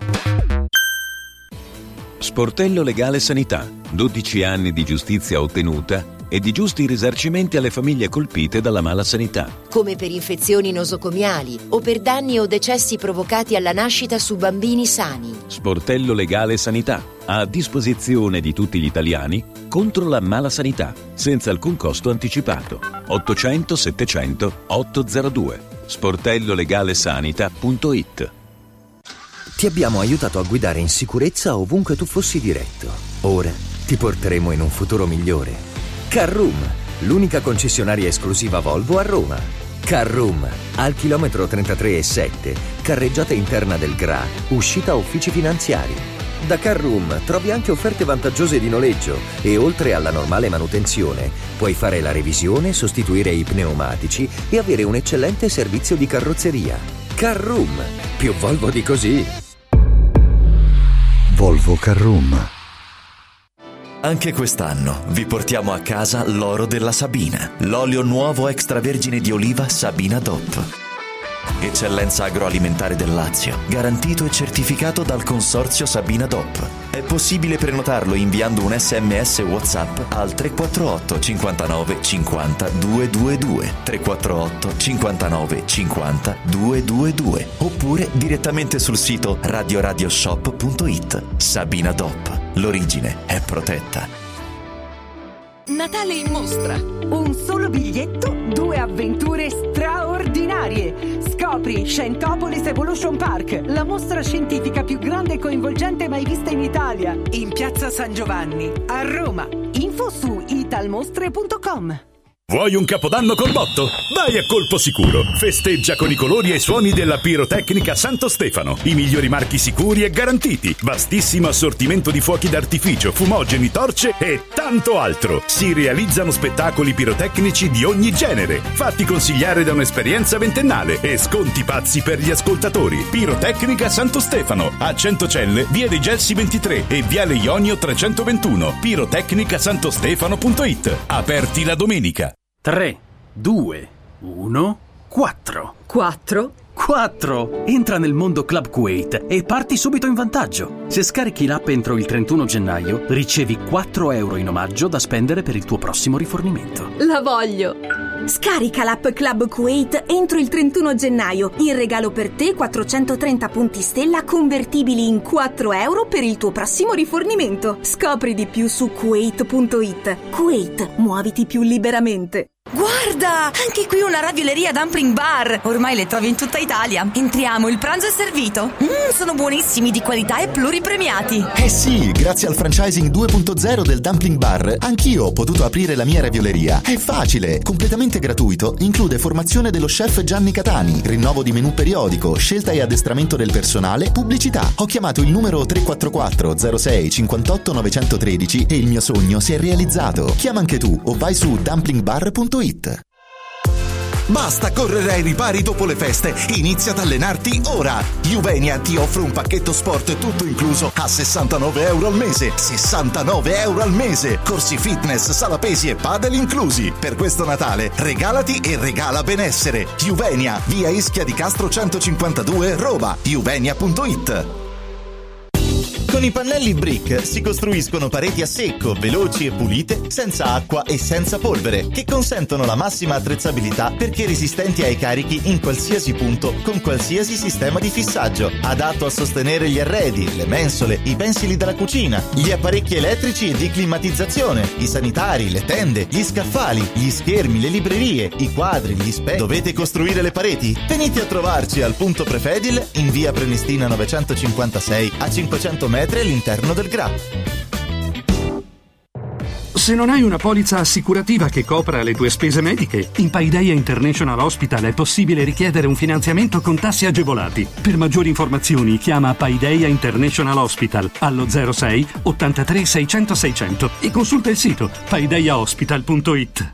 Sportello Legale Sanità. dodici anni di giustizia ottenuta e di giusti risarcimenti alle famiglie colpite dalla mala sanità. Come per infezioni nosocomiali o per danni o decessi provocati alla nascita su bambini sani. Sportello Legale Sanità. A disposizione di tutti gli italiani contro la mala sanità, senza alcun costo anticipato. ottocento settecento ottocentodue. sportello legale sanità punto it. Ti abbiamo aiutato a guidare in sicurezza ovunque tu fossi diretto. Ora ti porteremo in un futuro migliore. Carroom, l'unica concessionaria esclusiva Volvo a Roma. Carroom, al chilometro trentatré e sette, carreggiata interna del Gra, uscita uffici finanziari. Da Carroom trovi anche offerte vantaggiose di noleggio e oltre alla normale manutenzione puoi fare la revisione, sostituire i pneumatici e avere un eccellente servizio di carrozzeria. Carroom, più Volvo di così. Volvo Carroom. Anche quest'anno vi portiamo a casa l'oro della Sabina, l'olio nuovo extravergine di oliva Sabina D O P. eccellenza agroalimentare del Lazio, garantito e certificato dal consorzio Sabina D O P. È possibile prenotarlo inviando un sms WhatsApp al tre quattro otto cinquantanove cinquanta duecentoventidue, tre quattro otto cinquantanove cinquanta duecentoventidue, oppure direttamente sul sito radio radio shop punto it. Sabina D O P, l'origine è protetta. Natale in mostra. Un solo biglietto, due avventure straordinarie. Scopri Scientopolis Evolution Park, la mostra scientifica più grande e coinvolgente mai vista in Italia, in Piazza San Giovanni, a Roma. Info su italmostre punto com. Vuoi un capodanno col botto? Vai a Colpo Sicuro. Festeggia con i colori e i suoni della pirotecnica Santo Stefano. I migliori marchi sicuri e garantiti. Vastissimo assortimento di fuochi d'artificio, fumogeni, torce e tanto altro. Si realizzano spettacoli pirotecnici di ogni genere. Fatti consigliare da un'esperienza ventennale e sconti pazzi per gli ascoltatori. Pirotecnica Santo Stefano. A Centocelle, via dei Gelsi ventitré e viale Ionio trecentoventuno. pirotecnica santostefano punto it. Aperti la domenica. tre, due, uno, quattro. quattro? quattro! Entra nel mondo Club Kuwait e parti subito in vantaggio. Se scarichi l'app entro il trentuno gennaio, ricevi quattro euro in omaggio da spendere per il tuo prossimo rifornimento. La voglio! Scarica l'app Club Kuwait entro il trentuno gennaio. In regalo per te quattrocentotrenta punti stella convertibili in quattro euro per il tuo prossimo rifornimento. Scopri di più su kuwait punto it. Kuwait, muoviti più liberamente. Guarda, anche qui una ravioleria Dumpling Bar. Ormai le trovi in tutta Italia. Entriamo, il pranzo è servito. Mmm, sono buonissimi, di qualità e pluripremiati. Eh sì, grazie al franchising due punto zero del Dumpling Bar, anch'io ho potuto aprire la mia ravioleria. È facile, completamente gratuito, include formazione dello chef Gianni Catani, rinnovo di menù periodico, scelta e addestramento del personale, pubblicità. Ho chiamato il numero tre quattro quattro zero sei cinquantotto novecentotredici e il mio sogno si è realizzato. Chiama anche tu o vai su dumpling bar punto it. Basta correre ai ripari dopo le feste, inizia ad allenarti ora. Juvenia ti offre un pacchetto sport tutto incluso a sessantanove euro al mese. sessantanove euro al mese. Corsi fitness, sala pesi e padel inclusi. Per questo Natale regalati e regala benessere. Juvenia, via Ischia di Castro centocinquantadue, Roma. juvenia punto it. Con i pannelli Brick si costruiscono pareti a secco, veloci e pulite, senza acqua e senza polvere, che consentono la massima attrezzabilità perché resistenti ai carichi in qualsiasi punto, con qualsiasi sistema di fissaggio, adatto a sostenere gli arredi, le mensole, i pensili della cucina, gli apparecchi elettrici e di climatizzazione, i sanitari, le tende, gli scaffali, gli schermi, le librerie, i quadri, gli specchi. Dovete costruire le pareti? Venite a trovarci al punto Prefedil in via Prenestina novecentocinquantasei a cinquecento metri all'interno del Gra. Se non hai una polizza assicurativa che copra le tue spese mediche, in Paideia International Hospital è possibile richiedere un finanziamento con tassi agevolati. Per maggiori informazioni chiama Paideia International Hospital allo zero sei ottantatré seicento seicento e consulta il sito paideia hospital punto it.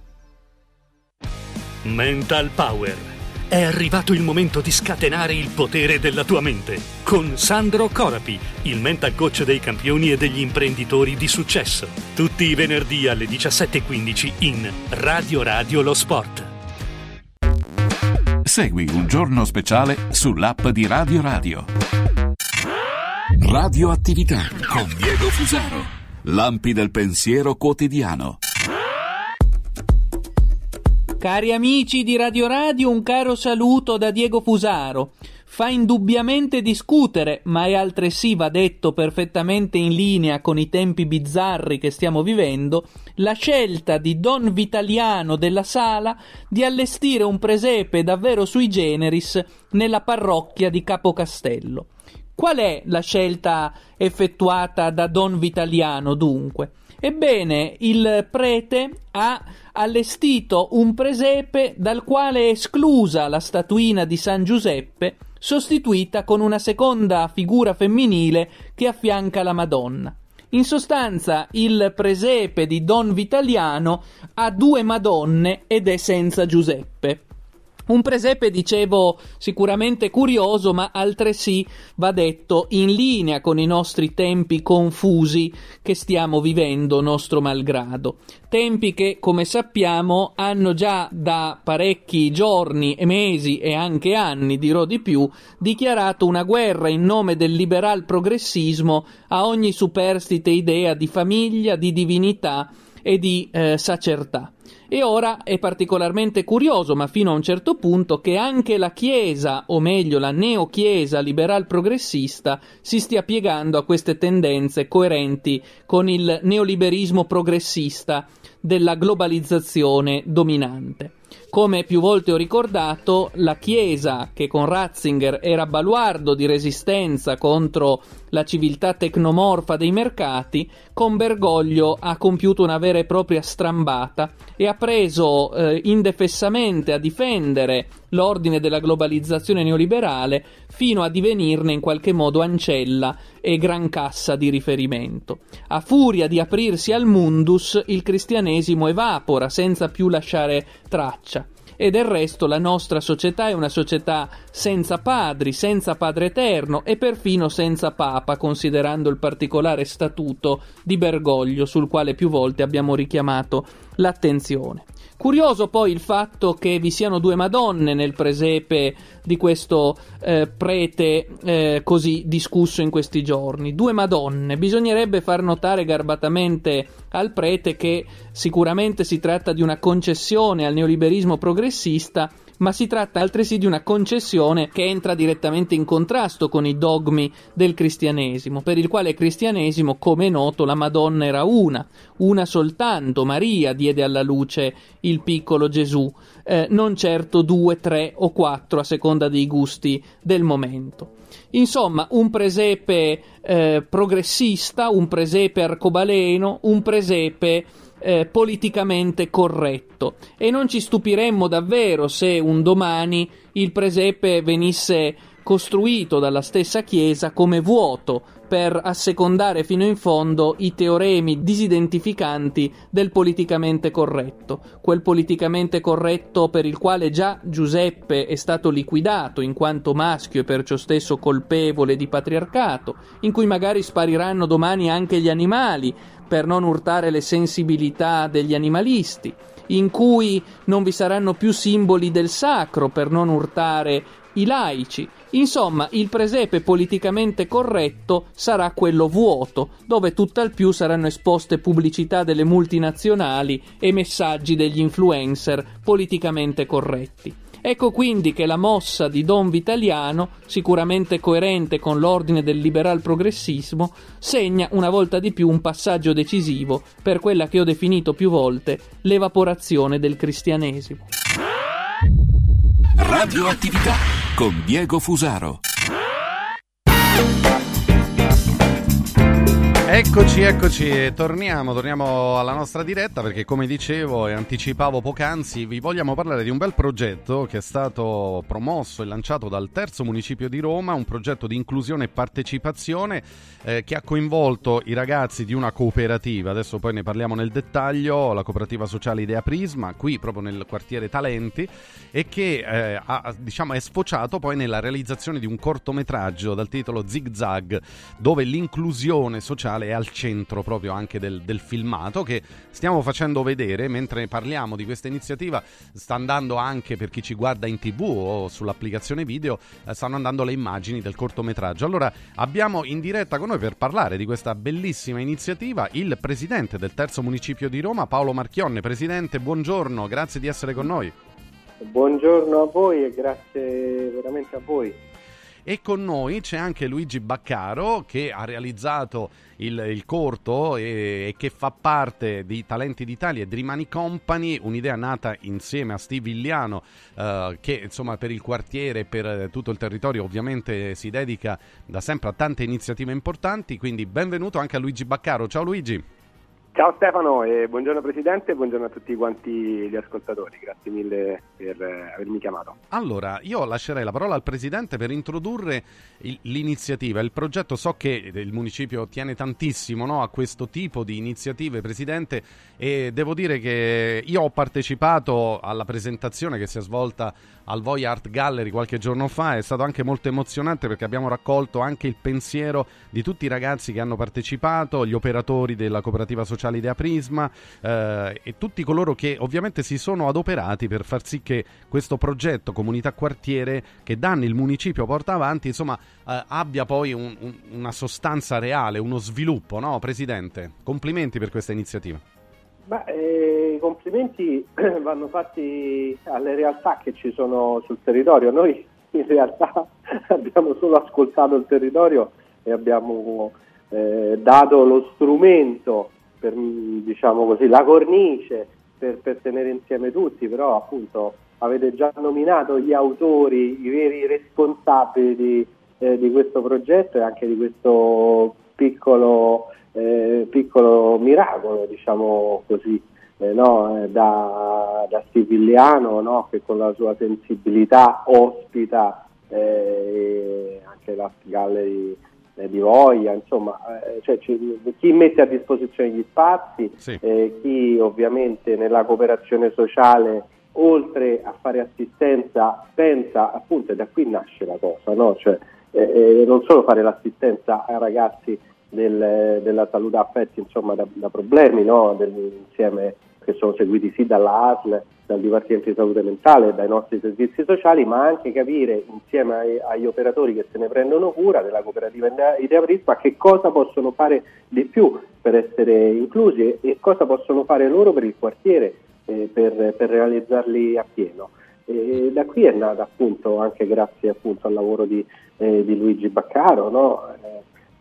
Mental Power. È arrivato il momento di scatenare il potere della tua mente con Sandro Corapi, il mental coach dei campioni e degli imprenditori di successo. Tutti i venerdì alle diciassette e quindici in Radio Radio Lo Sport. Segui Un Giorno Speciale sull'app di Radio Radio. Radioattività con Diego Fusaro. Lampi del pensiero quotidiano. Cari amici di Radio Radio, un caro saluto da Diego Fusaro. Fa indubbiamente discutere, ma è altresì, va detto, perfettamente in linea con i tempi bizzarri che stiamo vivendo, la scelta di Don Vitaliano della Sala di allestire un presepe davvero sui generis nella parrocchia di Capocastello. Qual è la scelta effettuata da Don Vitaliano, dunque? Ebbene, il prete ha allestito un presepe dal quale è esclusa la statuina di San Giuseppe, sostituita con una seconda figura femminile che affianca la Madonna. In sostanza, il presepe di Don Vitaliano ha due Madonne ed è senza Giuseppe. Un presepe, dicevo, sicuramente curioso, ma altresì, va detto, in linea con i nostri tempi confusi che stiamo vivendo, nostro malgrado. Tempi che, come sappiamo, hanno già da parecchi giorni e mesi e anche anni, dirò di più, dichiarato una guerra in nome del liberal progressismo a ogni superstite idea di famiglia, di divinità e di eh, sacertà. E ora è particolarmente curioso, ma fino a un certo punto, che anche la Chiesa, o meglio la neochiesa liberal progressista, si stia piegando a queste tendenze coerenti con il neoliberismo progressista della globalizzazione dominante. Come più volte ho ricordato, la Chiesa, che con Ratzinger era baluardo di resistenza contro la civiltà tecnomorfa dei mercati, con Bergoglio ha compiuto una vera e propria strambata e ha preso eh, indefessamente a difendere l'ordine della globalizzazione neoliberale fino a divenirne in qualche modo ancella e gran cassa di riferimento. A furia di aprirsi al mundus, il cristianesimo evapora senza più lasciare traccia. E del resto la nostra società è una società senza padri, senza Padre Eterno e perfino senza Papa, considerando il particolare statuto di Bergoglio sul quale più volte abbiamo richiamato l'attenzione. Curioso poi il fatto che vi siano due Madonne nel presepe di questo eh, prete eh, così discusso in questi giorni. Due Madonne. Bisognerebbe far notare garbatamente al prete che sicuramente si tratta di una concessione al neoliberismo progressista, ma si tratta altresì di una concessione che entra direttamente in contrasto con i dogmi del cristianesimo, per il quale cristianesimo, come è noto, la Madonna era una, una soltanto. Maria diede alla luce il piccolo Gesù, eh, non certo due, tre o quattro a seconda dei gusti del momento. Insomma, un presepe eh, progressista, un presepe arcobaleno, un presepe Eh, politicamente corretto, e non ci stupiremmo davvero se un domani il presepe venisse costruito dalla stessa Chiesa come vuoto per assecondare fino in fondo i teoremi disidentificanti del politicamente corretto, quel politicamente corretto per il quale già Giuseppe è stato liquidato in quanto maschio e perciò stesso colpevole di patriarcato, in cui magari spariranno domani anche gli animali per non urtare le sensibilità degli animalisti, in cui non vi saranno più simboli del sacro per non urtare i laici. Insomma, il presepe politicamente corretto sarà quello vuoto, dove tutt'al più saranno esposte pubblicità delle multinazionali e messaggi degli influencer politicamente corretti. Ecco quindi che la mossa di Don Vitaliano, sicuramente coerente con l'ordine del liberal progressismo, segna una volta di più un passaggio decisivo per quella che ho definito più volte l'evaporazione del cristianesimo. Radioattività con Diego Fusaro. Eccoci, eccoci, torniamo, torniamo alla nostra diretta perché, come dicevo e anticipavo poc'anzi, vi vogliamo parlare di un bel progetto che è stato promosso e lanciato dal Terzo Municipio di Roma, un progetto di inclusione e partecipazione eh, che ha coinvolto i ragazzi di una cooperativa, adesso poi ne parliamo nel dettaglio, la cooperativa sociale Idea Prisma, qui proprio nel quartiere Talenti, e che eh, ha, diciamo, è sfociato poi nella realizzazione di un cortometraggio dal titolo Zig Zag, dove l'inclusione sociale è al centro proprio anche del, del filmato che stiamo facendo vedere mentre parliamo di questa iniziativa. Sta andando anche, per chi ci guarda in tv o sull'applicazione video, eh, stanno andando le immagini del cortometraggio. Allora abbiamo in diretta con noi per parlare di questa bellissima iniziativa il presidente del Terzo Municipio di Roma, Paolo Marchionne. Presidente, buongiorno, grazie di essere con noi. Buongiorno a voi e grazie veramente a voi. E con noi c'è anche Luigi Baccaro, che ha realizzato il, il corto e, e che fa parte di Talenti d'Italia e Dream Money Company, un'idea nata insieme a Steve Illiano, eh, che insomma per il quartiere e per tutto il territorio ovviamente si dedica da sempre a tante iniziative importanti, quindi benvenuto anche a Luigi Baccaro. Ciao Luigi. Ciao Stefano e buongiorno Presidente e buongiorno a tutti quanti gli ascoltatori, grazie mille per eh, avermi chiamato. Allora, io lascerei la parola al Presidente per introdurre il, l'iniziativa, il progetto. So che il municipio tiene tantissimo, no, a questo tipo di iniziative, Presidente, e devo dire che io ho partecipato alla presentazione che si è svolta al Voy Art Gallery qualche giorno fa. È stato anche molto emozionante perché abbiamo raccolto anche il pensiero di tutti i ragazzi che hanno partecipato, gli operatori della cooperativa sociale Idea Prisma eh, e tutti coloro che ovviamente si sono adoperati per far sì che questo progetto Comunità Quartiere che Danni il municipio porta avanti, insomma, eh, abbia poi un, un, una sostanza reale, uno sviluppo, no, Presidente? Complimenti per questa iniziativa. Beh, eh, i complimenti vanno fatti alle realtà che ci sono sul territorio. Noi in realtà abbiamo solo ascoltato il territorio e abbiamo eh, dato lo strumento, per, diciamo così, la cornice per, per tenere insieme tutti, però appunto avete già nominato gli autori, i veri responsabili di, eh, di questo progetto e anche di questo piccolo, eh, piccolo miracolo, diciamo così, eh, no? da, da Stivigliano, no? Che con la sua sensibilità ospita eh, anche l'Art Gallery di Voglia, insomma, eh, cioè, ci, chi mette a disposizione gli spazi, sì. eh, chi ovviamente nella cooperazione sociale, oltre a fare assistenza, pensa, appunto, e da qui nasce la cosa, no? Cioè, eh, eh, non solo fare l'assistenza ai ragazzi del, della salute affetti, insomma, da, da problemi, no? Dell'insieme che sono seguiti sì dalla A S L, dal Dipartimento di Salute Mentale, dai nostri servizi sociali, ma anche capire insieme ai, agli operatori che se ne prendono cura della cooperativa Idea Prisma che cosa possono fare di più per essere inclusi e, e cosa possono fare loro per il quartiere eh, per, per realizzarli appieno. E da qui è nata appunto, anche grazie appunto al lavoro di, eh, di Luigi Baccaro, no? eh,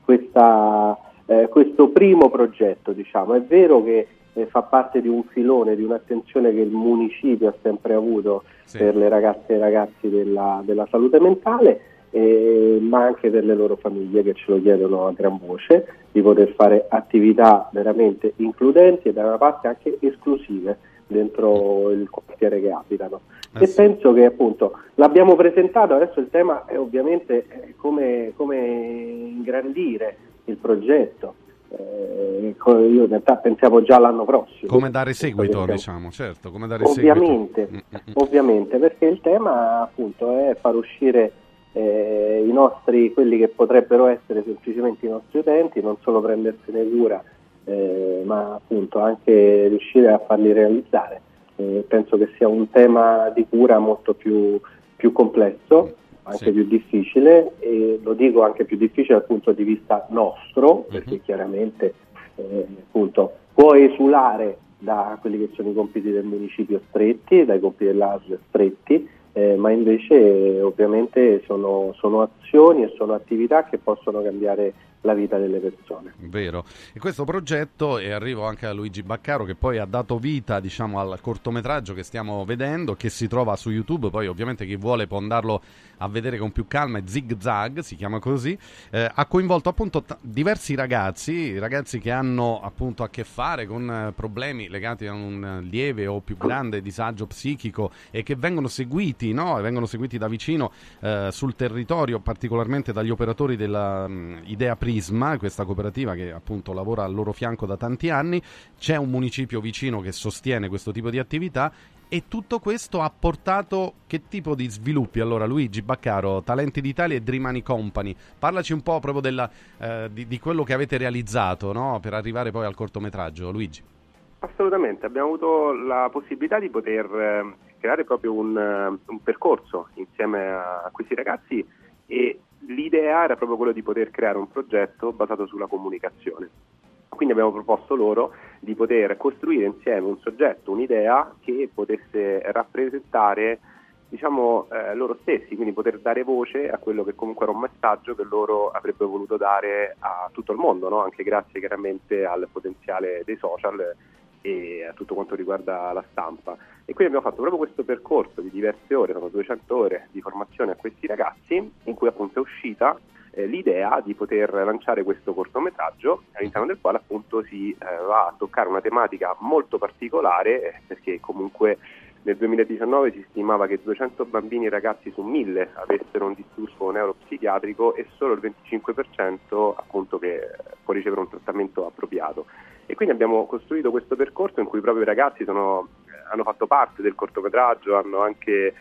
questa, eh, questo primo progetto, diciamo. È vero che Eh, fa parte di un filone, di un'attenzione che il municipio ha sempre avuto sì. per le ragazze e i ragazzi della, della salute mentale, eh, ma anche per le loro famiglie che ce lo chiedono a gran voce, di poter fare attività veramente includenti e da una parte anche esclusive dentro il quartiere che abitano. Eh, e sì. penso che appunto l'abbiamo presentato, adesso il tema è ovviamente come, come ingrandire il progetto. Eh, io in realtà pensiamo già l'anno prossimo. Come dare seguito, diciamo, certo, come dare ovviamente, seguito. Mm-mm. Ovviamente, perché il tema appunto è far uscire eh, i nostri, quelli che potrebbero essere semplicemente i nostri utenti, non solo prendersene cura, eh, ma appunto anche riuscire a farli realizzare. Eh, penso che sia un tema di cura molto più, più complesso, anche sì. più difficile, e lo dico anche più difficile dal punto di vista nostro, perché uh-huh. chiaramente eh, appunto può esulare da quelli che sono i compiti del municipio stretti, dai compiti dell'A S L stretti, eh, ma invece ovviamente sono, sono azioni e sono attività che possono cambiare la vita delle persone. Vero. E questo progetto, e arrivo anche a Luigi Baccaro, che poi ha dato vita, diciamo, al cortometraggio che stiamo vedendo, che si trova su YouTube. Poi ovviamente chi vuole può andarlo a vedere con più calma, è Zig Zag, si chiama così. Eh, ha coinvolto appunto t- diversi ragazzi, ragazzi che hanno appunto a che fare con eh, problemi legati a un lieve o più grande disagio psichico e che vengono seguiti, no? E vengono seguiti da vicino eh, sul territorio, particolarmente dagli operatori della um, Idea Prisma, questa cooperativa che appunto lavora al loro fianco da tanti anni. C'è un municipio vicino che sostiene questo tipo di attività. E tutto questo ha portato che tipo di sviluppi? Allora, Luigi Baccaro, Talenti d'Italia e Dream Money Company, parlaci un po' proprio della, eh, di, di quello che avete realizzato, no? Per arrivare poi al cortometraggio, Luigi. Assolutamente, abbiamo avuto la possibilità di poter eh, creare proprio un, uh, un percorso insieme a, a questi ragazzi, e l'idea era proprio quello di poter creare un progetto basato sulla comunicazione. Quindi abbiamo proposto loro di poter costruire insieme un soggetto, un'idea che potesse rappresentare, diciamo, eh, loro stessi, quindi poter dare voce a quello che comunque era un messaggio che loro avrebbero voluto dare a tutto il mondo, no? Anche grazie chiaramente al potenziale dei social e a tutto quanto riguarda la stampa. E quindi abbiamo fatto proprio questo percorso di diverse ore, sono duecento ore di formazione a questi ragazzi, in cui appunto è uscita eh, l'idea di poter lanciare questo cortometraggio all'interno del quale appunto si eh, va a toccare una tematica molto particolare, eh, perché comunque nel duemiladiciannove si stimava che duecento bambini e ragazzi su mille avessero un disturbo neuropsichiatrico e solo il venticinque per cento appunto che può ricevere un trattamento appropriato. E quindi abbiamo costruito questo percorso in cui proprio i ragazzi sono, hanno fatto parte del cortometraggio, hanno anche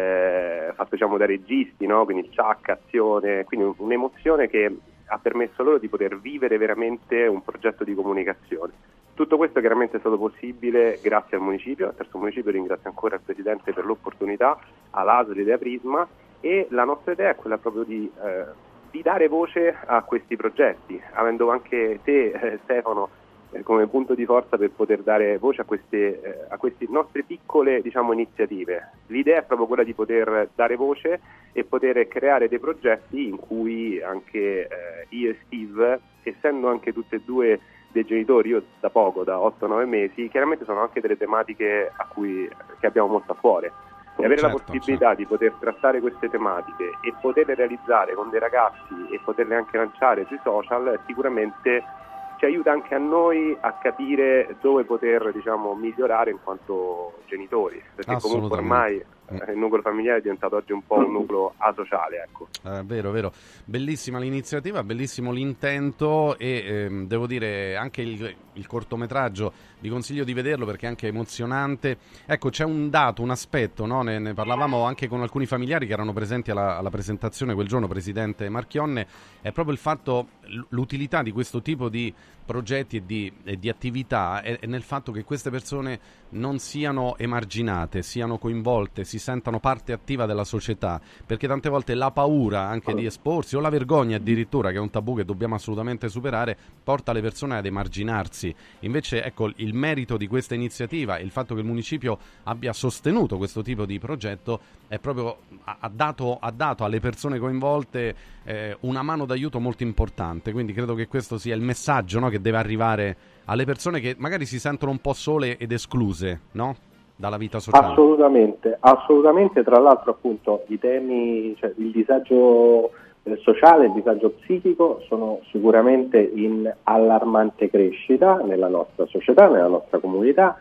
eh, fatto diciamo da registi, no? Quindi ciacca, azione, quindi un'emozione che ha permesso loro di poter vivere veramente un progetto di comunicazione. Tutto questo chiaramente è stato possibile grazie al municipio, al terzo municipio ringrazio ancora il Presidente per l'opportunità, all'A S L e a Prisma, e la nostra idea è quella proprio di, eh, di dare voce a questi progetti, avendo anche te eh, Stefano eh, come punto di forza per poter dare voce a queste, eh, a queste nostre piccole diciamo, iniziative. L'idea è proprio quella di poter dare voce e poter creare dei progetti in cui anche eh, io e Steve, essendo anche tutte e due dei genitori, io da poco, da otto nove mesi, chiaramente sono anche delle tematiche a cui che abbiamo molto a cuore. E avere certo, la possibilità certo. di poter trattare queste tematiche e poterle realizzare con dei ragazzi e poterle anche lanciare sui social sicuramente ci aiuta anche a noi a capire dove poter diciamo migliorare in quanto genitori, perché comunque ormai il nucleo familiare è diventato oggi un po' un nucleo asociale, ecco. Eh, vero, vero. Bellissima l'iniziativa, bellissimo l'intento e ehm, devo dire anche il, il cortometraggio vi consiglio di vederlo perché è anche emozionante. Ecco, c'è un dato, un aspetto, no? ne, ne parlavamo anche con alcuni familiari che erano presenti alla, alla presentazione quel giorno, Presidente Marchionne, è proprio il fatto, l'utilità di questo tipo di progetti e di, e di attività è, è nel fatto che queste persone non siano emarginate, siano coinvolte, si sentano parte attiva della società, perché tante volte la paura anche di esporsi o la vergogna addirittura, che è un tabù che dobbiamo assolutamente superare, porta le persone ad emarginarsi. Invece ecco il merito di questa iniziativa, il fatto che il municipio abbia sostenuto questo tipo di progetto è proprio ha, ha, dato, ha dato alle persone coinvolte eh, una mano d'aiuto molto importante, quindi credo che questo sia il messaggio, no, che deve arrivare alle persone che magari si sentono un po' sole ed escluse, no? Dalla vita sociale. Assolutamente, assolutamente. Tra l'altro appunto i temi, cioè il disagio eh, sociale, il disagio psichico sono sicuramente in allarmante crescita nella nostra società, nella nostra comunità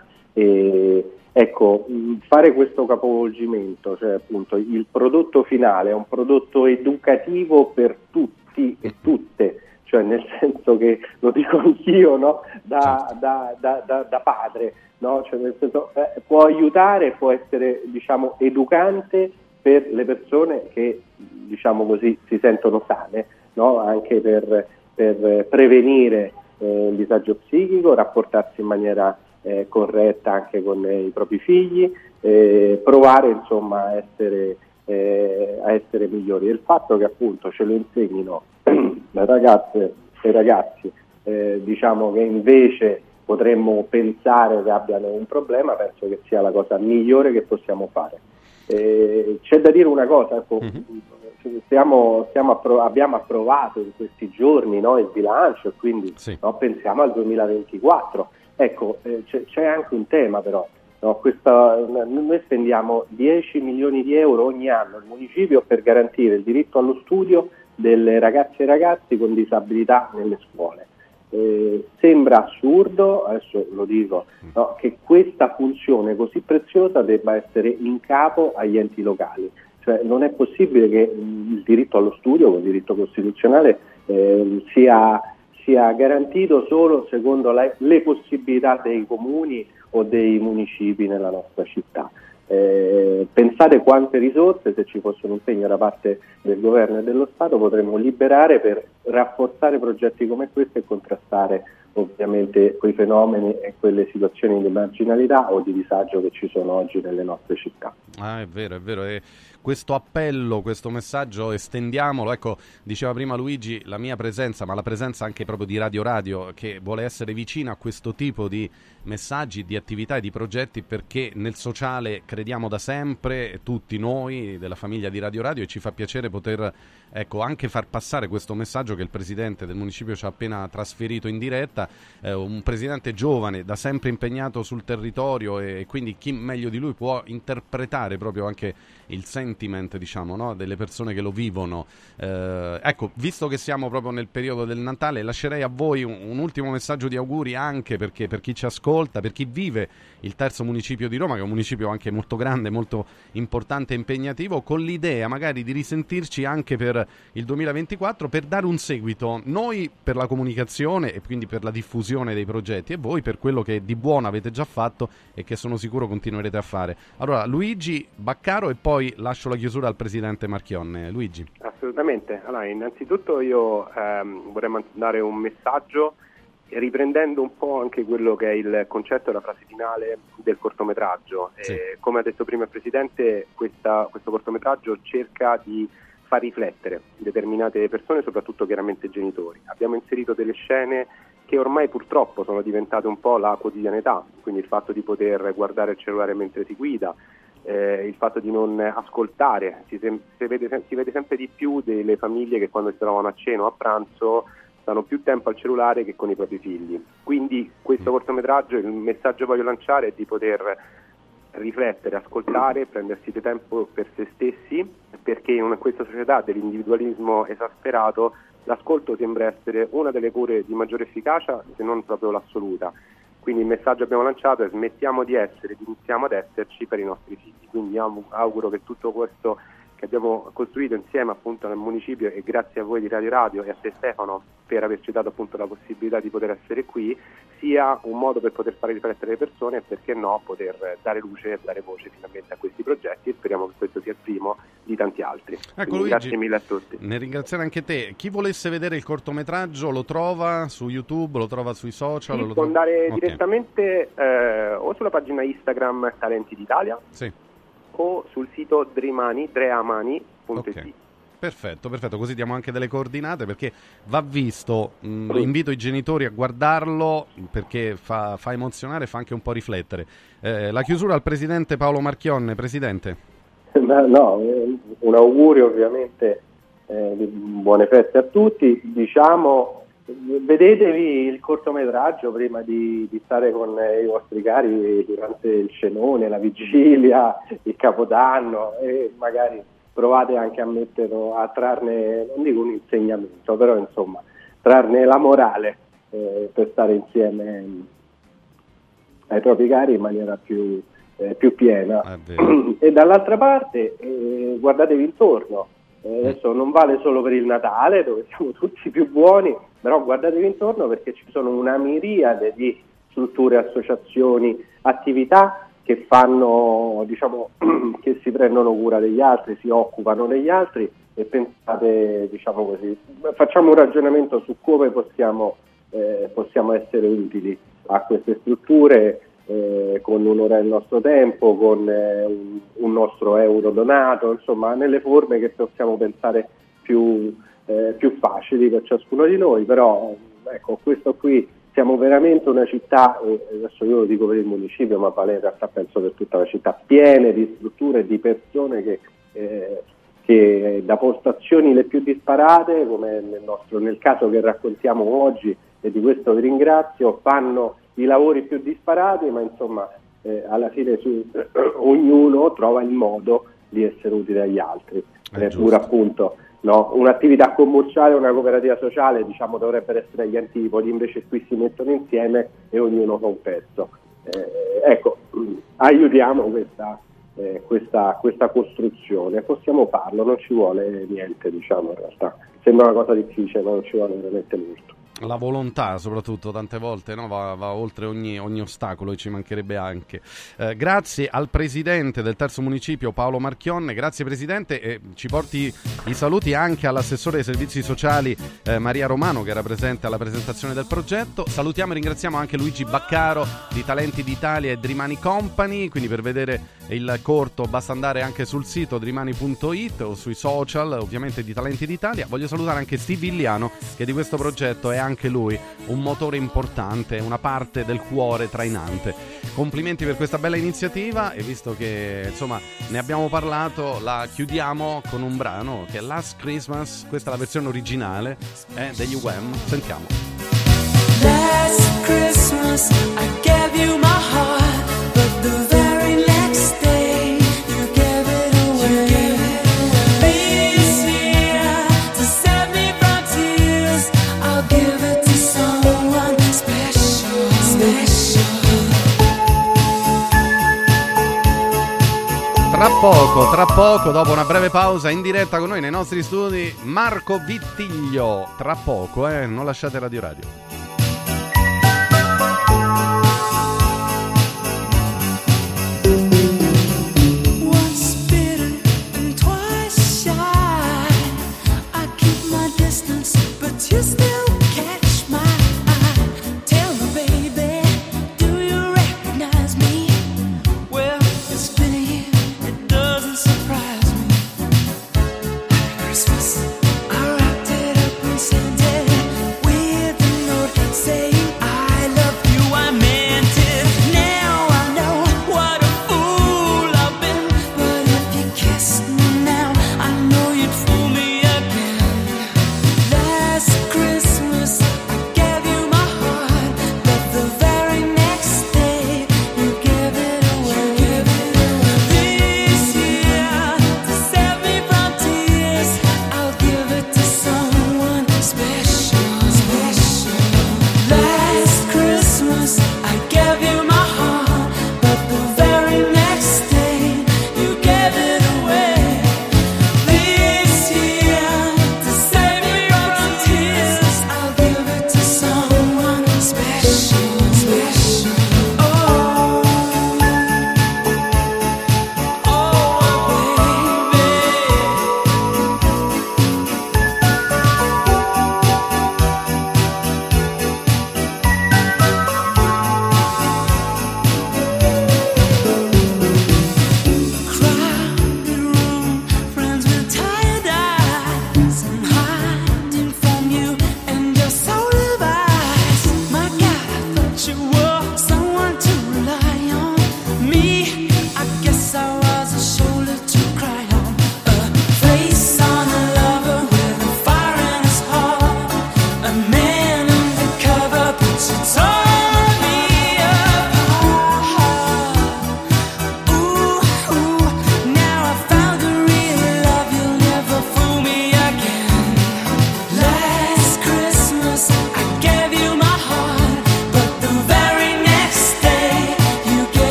e ecco, fare questo capovolgimento, cioè appunto il prodotto finale è un prodotto educativo per tutti e tutte, cioè nel senso che lo dico anch'io, no? da, da, da, da, da padre, no? Cioè nel senso eh, può aiutare, può essere diciamo educante per le persone che diciamo così si sentono sane, no? Anche per, per prevenire eh, il disagio psichico, rapportarsi in maniera eh, corretta anche con eh, i propri figli, eh, provare insomma a essere, eh, a essere migliori. E il fatto che appunto ce lo insegnino le ragazze e i ragazzi eh, diciamo che invece potremmo pensare che abbiano un problema, penso che sia la cosa migliore che possiamo fare. Eh, c'è da dire una cosa, ecco, mm-hmm. stiamo, stiamo appro- abbiamo approvato in questi giorni, no, il bilancio, quindi sì. no, pensiamo al duemilaventiquattro. Ecco, eh, c'è, c'è anche un tema però, no, questa, noi spendiamo dieci milioni di euro ogni anno al municipio per garantire il diritto allo studio delle ragazze e ragazzi con disabilità nelle scuole. Eh, sembra assurdo, adesso lo dico, no, che questa funzione così preziosa debba essere in capo agli enti locali. Cioè non è possibile che il diritto allo studio, il diritto costituzionale, eh, sia, sia garantito solo secondo la, le possibilità dei comuni o dei municipi nella nostra città. Eh, pensate quante risorse, se ci fosse un impegno da parte del governo e dello Stato, potremmo liberare per rafforzare progetti come questo e contrastare ovviamente quei fenomeni e quelle situazioni di marginalità o di disagio che ci sono oggi nelle nostre città. Ah, è vero, è vero. E questo appello, questo messaggio estendiamolo. Ecco, diceva prima Luigi, la mia presenza, ma la presenza anche proprio di Radio Radio, che vuole essere vicina a questo tipo di messaggi, di attività e di progetti, perché nel sociale crediamo da sempre, tutti noi della famiglia di Radio Radio, e ci fa piacere poter ecco, anche far passare questo messaggio che il presidente del municipio ci ha appena trasferito in diretta, eh, un presidente giovane, da sempre impegnato sul territorio, e, e quindi chi meglio di lui può interpretare proprio anche il sentiment, diciamo, no, delle persone che lo vivono. Eh, ecco, visto che siamo proprio nel periodo del Natale, lascerei a voi un, un ultimo messaggio di auguri, anche perché per chi ci ascolta, per chi vive il terzo municipio di Roma, che è un municipio anche molto grande, molto importante e impegnativo, con l'idea magari di risentirci anche per il duemilaventiquattro per dare un seguito, noi per la comunicazione e quindi per la diffusione dei progetti, e voi per quello che di buono avete già fatto e che sono sicuro continuerete a fare. Allora, Luigi Baccaro, e poi lascio la chiusura al presidente Marchionne. Luigi. Assolutamente. Allora, innanzitutto io ehm, vorrei mandare un messaggio riprendendo un po' anche quello che è il concetto e la frase finale del cortometraggio. Sì. Eh, come ha detto prima il Presidente, questa, questo cortometraggio cerca di far riflettere determinate persone, soprattutto chiaramente genitori. Abbiamo inserito delle scene che ormai purtroppo sono diventate un po' la quotidianità, quindi il fatto di poter guardare il cellulare mentre si guida, eh, il fatto di non ascoltare, si, sem- si, vede, si vede sempre di più delle famiglie che quando si trovano a cena o a pranzo stanno più tempo al cellulare che con i propri figli. Quindi questo cortometraggio, il messaggio che voglio lanciare è di poter riflettere, ascoltare, prendersi del tempo per se stessi, perché in questa società dell'individualismo esasperato l'ascolto sembra essere una delle cure di maggiore efficacia, se non proprio l'assoluta. Quindi il messaggio che abbiamo lanciato è: smettiamo di essere, iniziamo ad esserci per i nostri figli. Quindi auguro che tutto questo che abbiamo costruito insieme appunto nel municipio, e grazie a voi di Radio Radio e a te Stefano per averci dato appunto la possibilità di poter essere qui, sia un modo per poter fare riflettere le persone e, perché no, poter dare luce e dare voce finalmente a questi progetti, e speriamo che questo sia il primo di tanti altri. Ecco, Luigi, grazie mille a tutti. Nel ringraziare anche te. Chi volesse vedere il cortometraggio lo trova su YouTube, lo trova sui social? Sì, lo può trova... andare okay. direttamente eh, o sulla pagina Instagram Talenti d'Italia, sì, o sul sito Dreamani, dreamani punto it. Okay. Perfetto, perfetto, così diamo anche delle coordinate, perché va visto. Mh, invito i genitori a guardarlo perché fa, fa emozionare, fa anche un po' riflettere. Eh, la chiusura al presidente Paolo Marchionne. Presidente. No, un augurio ovviamente eh, di buone feste a tutti. Diciamo, vedetevi il cortometraggio prima di, di stare con i vostri cari durante il cenone, la vigilia, il Capodanno, e magari provate anche a metterlo, a trarne, non dico un insegnamento, però insomma trarne la morale eh, per stare insieme ai propri cari in maniera più, eh, più piena. E dall'altra parte eh, guardatevi intorno. Eh, adesso non vale solo per il Natale, dove siamo tutti più buoni, però guardatevi intorno, perché ci sono una miriade di strutture, associazioni, attività che fanno, diciamo, che si prendono cura degli altri, si occupano degli altri, e pensate, diciamo così, facciamo un ragionamento su come possiamo, eh, possiamo essere utili a queste strutture, eh, con un'ora del nostro tempo, con eh, un, un nostro euro donato, insomma nelle forme che possiamo pensare più, eh, più facili per ciascuno di noi. Però ecco, questo qui, siamo veramente una città, adesso io lo dico per il municipio, ma vale in realtà penso per tutta la città, piene di strutture e di persone che, eh, che da postazioni le più disparate, come nel, nostro, nel caso che raccontiamo oggi, e di questo vi ringrazio, fanno i lavori più disparati, ma insomma eh, alla fine su, eh, ognuno trova il modo di essere utile agli altri, eh, pur appunto. No, un'attività commerciale, una cooperativa sociale, diciamo, dovrebbero essere agli antipodi, invece qui si mettono insieme e ognuno fa un pezzo. Eh, ecco, aiutiamo questa, eh, questa, questa costruzione, possiamo farlo, non ci vuole niente, diciamo, in realtà. Sembra una cosa difficile, ma non ci vuole veramente molto. La volontà, soprattutto, tante volte, no? va, va oltre ogni, ogni ostacolo, e ci mancherebbe anche. Eh, grazie al presidente del terzo municipio Paolo Marchionne, grazie presidente, e ci porti i saluti anche all'assessore dei servizi sociali eh, Maria Romano, che era presente alla presentazione del progetto. Salutiamo e ringraziamo anche Luigi Baccaro di Talenti d'Italia e Dreamani Company. Quindi per vedere il corto basta andare anche sul sito dreamani punto it o sui social ovviamente di Talenti d'Italia. Voglio salutare anche Steve Villiano, che di questo progetto è anche lui un motore importante, una parte del cuore trainante. Complimenti per questa bella iniziativa, e visto che insomma ne abbiamo parlato, la chiudiamo con un brano che è Last Christmas. Questa è la versione originale eh, degli U M. Sentiamo. Last Christmas I gave you my heart, but the very next day you gave it away. This year, to save me from tears, I'll give it to someone special, special. Tra poco, tra poco, dopo una breve pausa, in diretta con noi nei nostri studi, Marco Vittiglio. Tra poco, eh, non lasciate Radio Radio. You still catch my eye. Tell me, baby, do you recognize me? Well, it's been a year, it doesn't surprise me. Christmas, I wrapped it up and sent it with a note.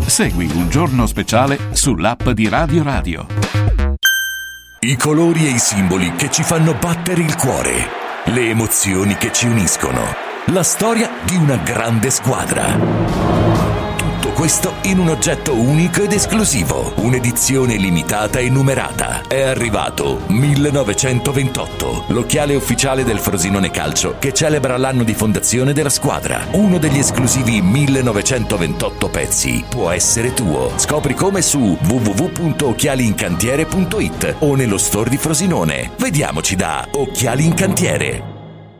Segui Un Giorno Speciale sull'app di Radio Radio. I colori e i simboli che ci fanno battere il cuore, le emozioni che ci uniscono, la storia di una grande squadra. Tutto questo in un oggetto unico ed esclusivo, un'edizione limitata e numerata. È arrivato millenovecentoventotto, l'occhiale ufficiale del Frosinone Calcio che celebra l'anno di fondazione della squadra. Uno degli esclusivi millenovecentoventotto pezzi può essere tuo. Scopri come su w w w punto occhiali in cantiere punto i t o nello store di Frosinone. Vediamoci da Occhiali in Cantiere.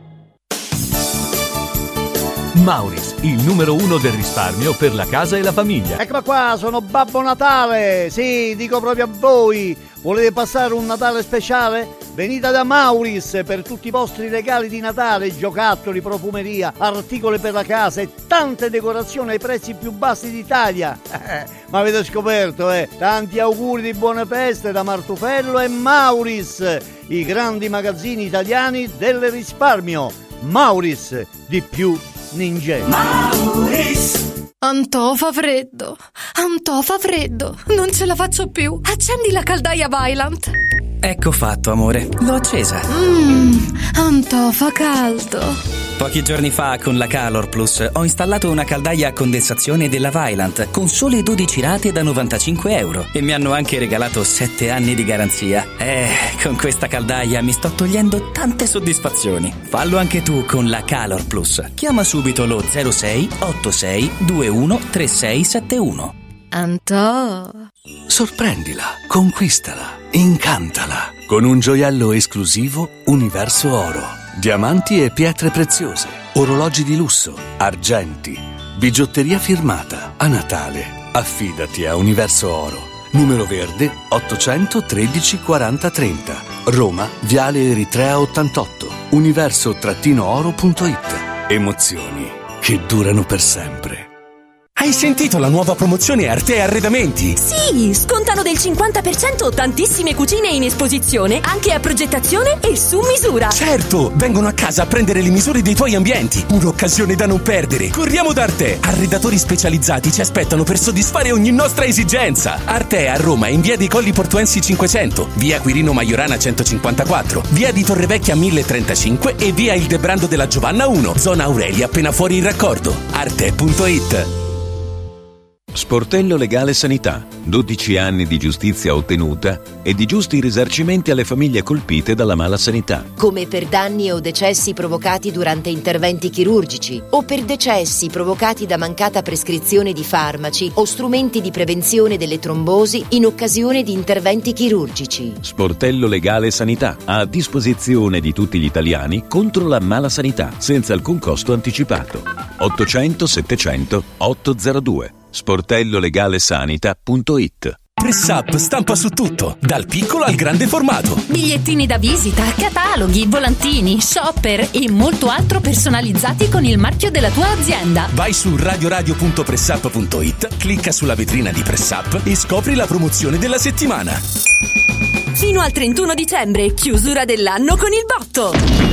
Mauris, il numero uno del risparmio per la casa e la famiglia. Eccola qua, sono Babbo Natale. Sì, dico proprio a voi. Volete passare un Natale speciale? Venite da Mauris per tutti i vostri regali di Natale, giocattoli, profumeria, articoli per la casa e tante decorazioni ai prezzi più bassi d'Italia. Eh, ma avete scoperto, eh? Tanti auguri di buone feste da Martufello e Mauris, i grandi magazzini italiani del risparmio. Mauris, di più ninja. Mauris. Antò fa freddo, Antò fa freddo, non ce la faccio più. Accendi la caldaia Vaillant. Ecco fatto, amore, l'ho accesa. Mmm, Antò fa caldo. Pochi giorni fa con la Calor Plus ho installato una caldaia a condensazione della Vaillant con sole dodici rate da novantacinque euro e mi hanno anche regalato sette anni di garanzia. Eh, con questa caldaia mi sto togliendo tante soddisfazioni. Fallo anche tu con la Calor Plus. Chiama subito lo zero sei otto sei due uno tre sei sette uno. Antò. Sorprendila, conquistala, incantala con un gioiello esclusivo Universo Oro. Diamanti e pietre preziose, orologi di lusso, argenti, bigiotteria firmata. A Natale affidati a Universo Oro. Numero verde ottocentotredici quaranta trenta. Roma, Viale Eritrea ottantotto. universo oro punto i t. Emozioni che durano per sempre. Hai sentito la nuova promozione Arte Arredamenti? Sì, scontano del cinquanta per cento tantissime cucine in esposizione, anche a progettazione e su misura. Certo, vengono a casa a prendere le misure dei tuoi ambienti. Un'occasione da non perdere. Corriamo da Arte. Arredatori specializzati ci aspettano per soddisfare ogni nostra esigenza. Arte a Roma in via dei Colli Portuensi cinquecento, via Quirino Maiorana centocinquantaquattro, via di Torrevecchia mille trentacinque e via Il Debrando della Giovanna uno, zona Aurelia appena fuori il raccordo. arte punto i t. Sportello Legale Sanità, dodici anni di giustizia ottenuta e di giusti risarcimenti alle famiglie colpite dalla mala sanità. Come per danni o decessi provocati durante interventi chirurgici o per decessi provocati da mancata prescrizione di farmaci o strumenti di prevenzione delle trombosi in occasione di interventi chirurgici. Sportello Legale Sanità, a disposizione di tutti gli italiani contro la mala sanità, senza alcun costo anticipato. ottocento settecento ottocentodue. sportello legale sanità punto i t. Pressapp stampa su tutto, dal piccolo al grande formato. Bigliettini da visita, cataloghi, volantini, shopper e molto altro personalizzati con il marchio della tua azienda. Vai su radioradio punto pressapp punto i t, clicca sulla vetrina di Pressapp e scopri la promozione della settimana. Fino al trentuno dicembre, chiusura dell'anno con il botto.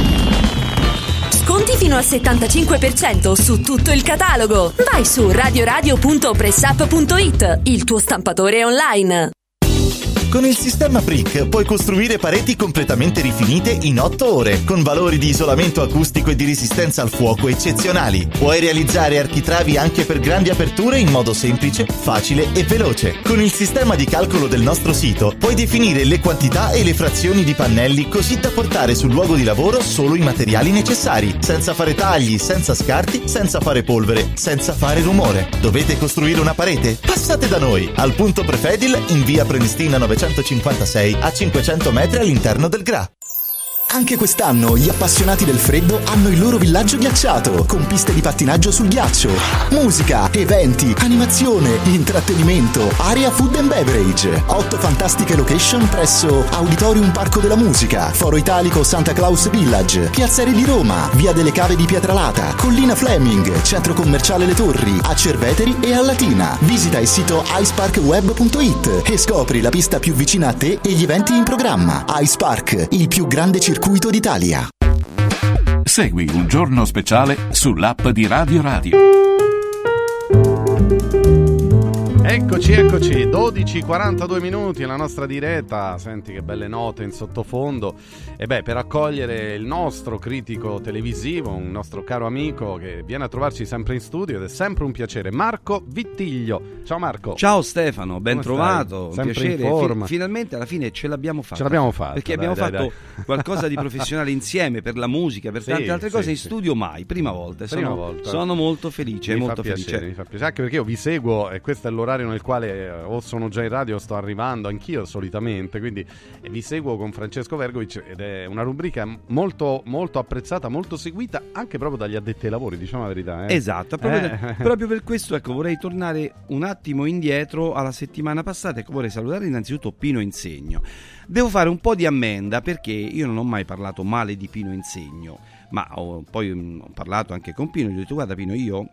Sconti fino al settantacinque per cento su tutto il catalogo. Vai su radioradio punto pressapp punto i t, il tuo stampatore online. Con il sistema Brick puoi costruire pareti completamente rifinite in otto ore, con valori di isolamento acustico e di resistenza al fuoco eccezionali. Puoi realizzare architravi anche per grandi aperture in modo semplice, facile e veloce. Con il sistema di calcolo del nostro sito puoi definire le quantità e le frazioni di pannelli così da portare sul luogo di lavoro solo i materiali necessari, senza fare tagli, senza scarti, senza fare polvere, senza fare rumore. Dovete costruire una parete? Passate da noi, al punto Prefedil in via Prenestina novecentocinquantasei a cinquecento metri all'interno del G R A. Anche quest'anno gli appassionati del freddo hanno il loro villaggio ghiacciato, con piste di pattinaggio sul ghiaccio, musica, eventi, animazione, intrattenimento, area food and beverage, otto fantastiche location presso Auditorium Parco della Musica, Foro Italico Santa Claus Village, Piazzere di Roma, Via delle Cave di Pietralata, Collina Fleming, Centro Commerciale Le Torri, a Cerveteri e a Latina. Visita il sito ice park web punto i t e scopri la pista più vicina a te e gli eventi in programma. Ice Park, il più grande circuito d'Italia. Segui Un Giorno Speciale sull'app di Radio Radio. Eccoci, eccoci, dodici e quarantadue minuti la nostra diretta. Senti che belle note in sottofondo. E beh, per accogliere il nostro critico televisivo, un nostro caro amico che viene a trovarci sempre in studio ed è sempre un piacere, Marco Vittiglio. Ciao Marco. Ciao Stefano, ben Come trovato, stai? un Sempre in piacere. forma. Fi- finalmente alla fine ce l'abbiamo fatta. Ce l'abbiamo fatta. Perché dai, abbiamo dai, fatto dai. qualcosa di professionale insieme, per la musica, per tante Sì, altre sì, cose in sì. studio mai, prima volta. Prima sono, volta. sono molto felice, Mi molto fa piacere, felice. mi fa piacere, anche perché io vi seguo e questo è l'orario nel quale eh, o sono già in radio o sto arrivando anch'io solitamente, quindi eh, vi seguo con Francesco Vergovic ed è una rubrica molto, molto apprezzata, molto seguita anche proprio dagli addetti ai lavori, diciamo la verità. Eh. Esatto, proprio, Eh. per, proprio per questo ecco, vorrei tornare un attimo indietro alla settimana passata. Ecco, vorrei salutare innanzitutto Pino Insegno. Devo fare un po' di ammenda perché io non ho mai parlato male di Pino Insegno, ma ho, poi mh, ho parlato anche con Pino e gli ho detto: guarda Pino, io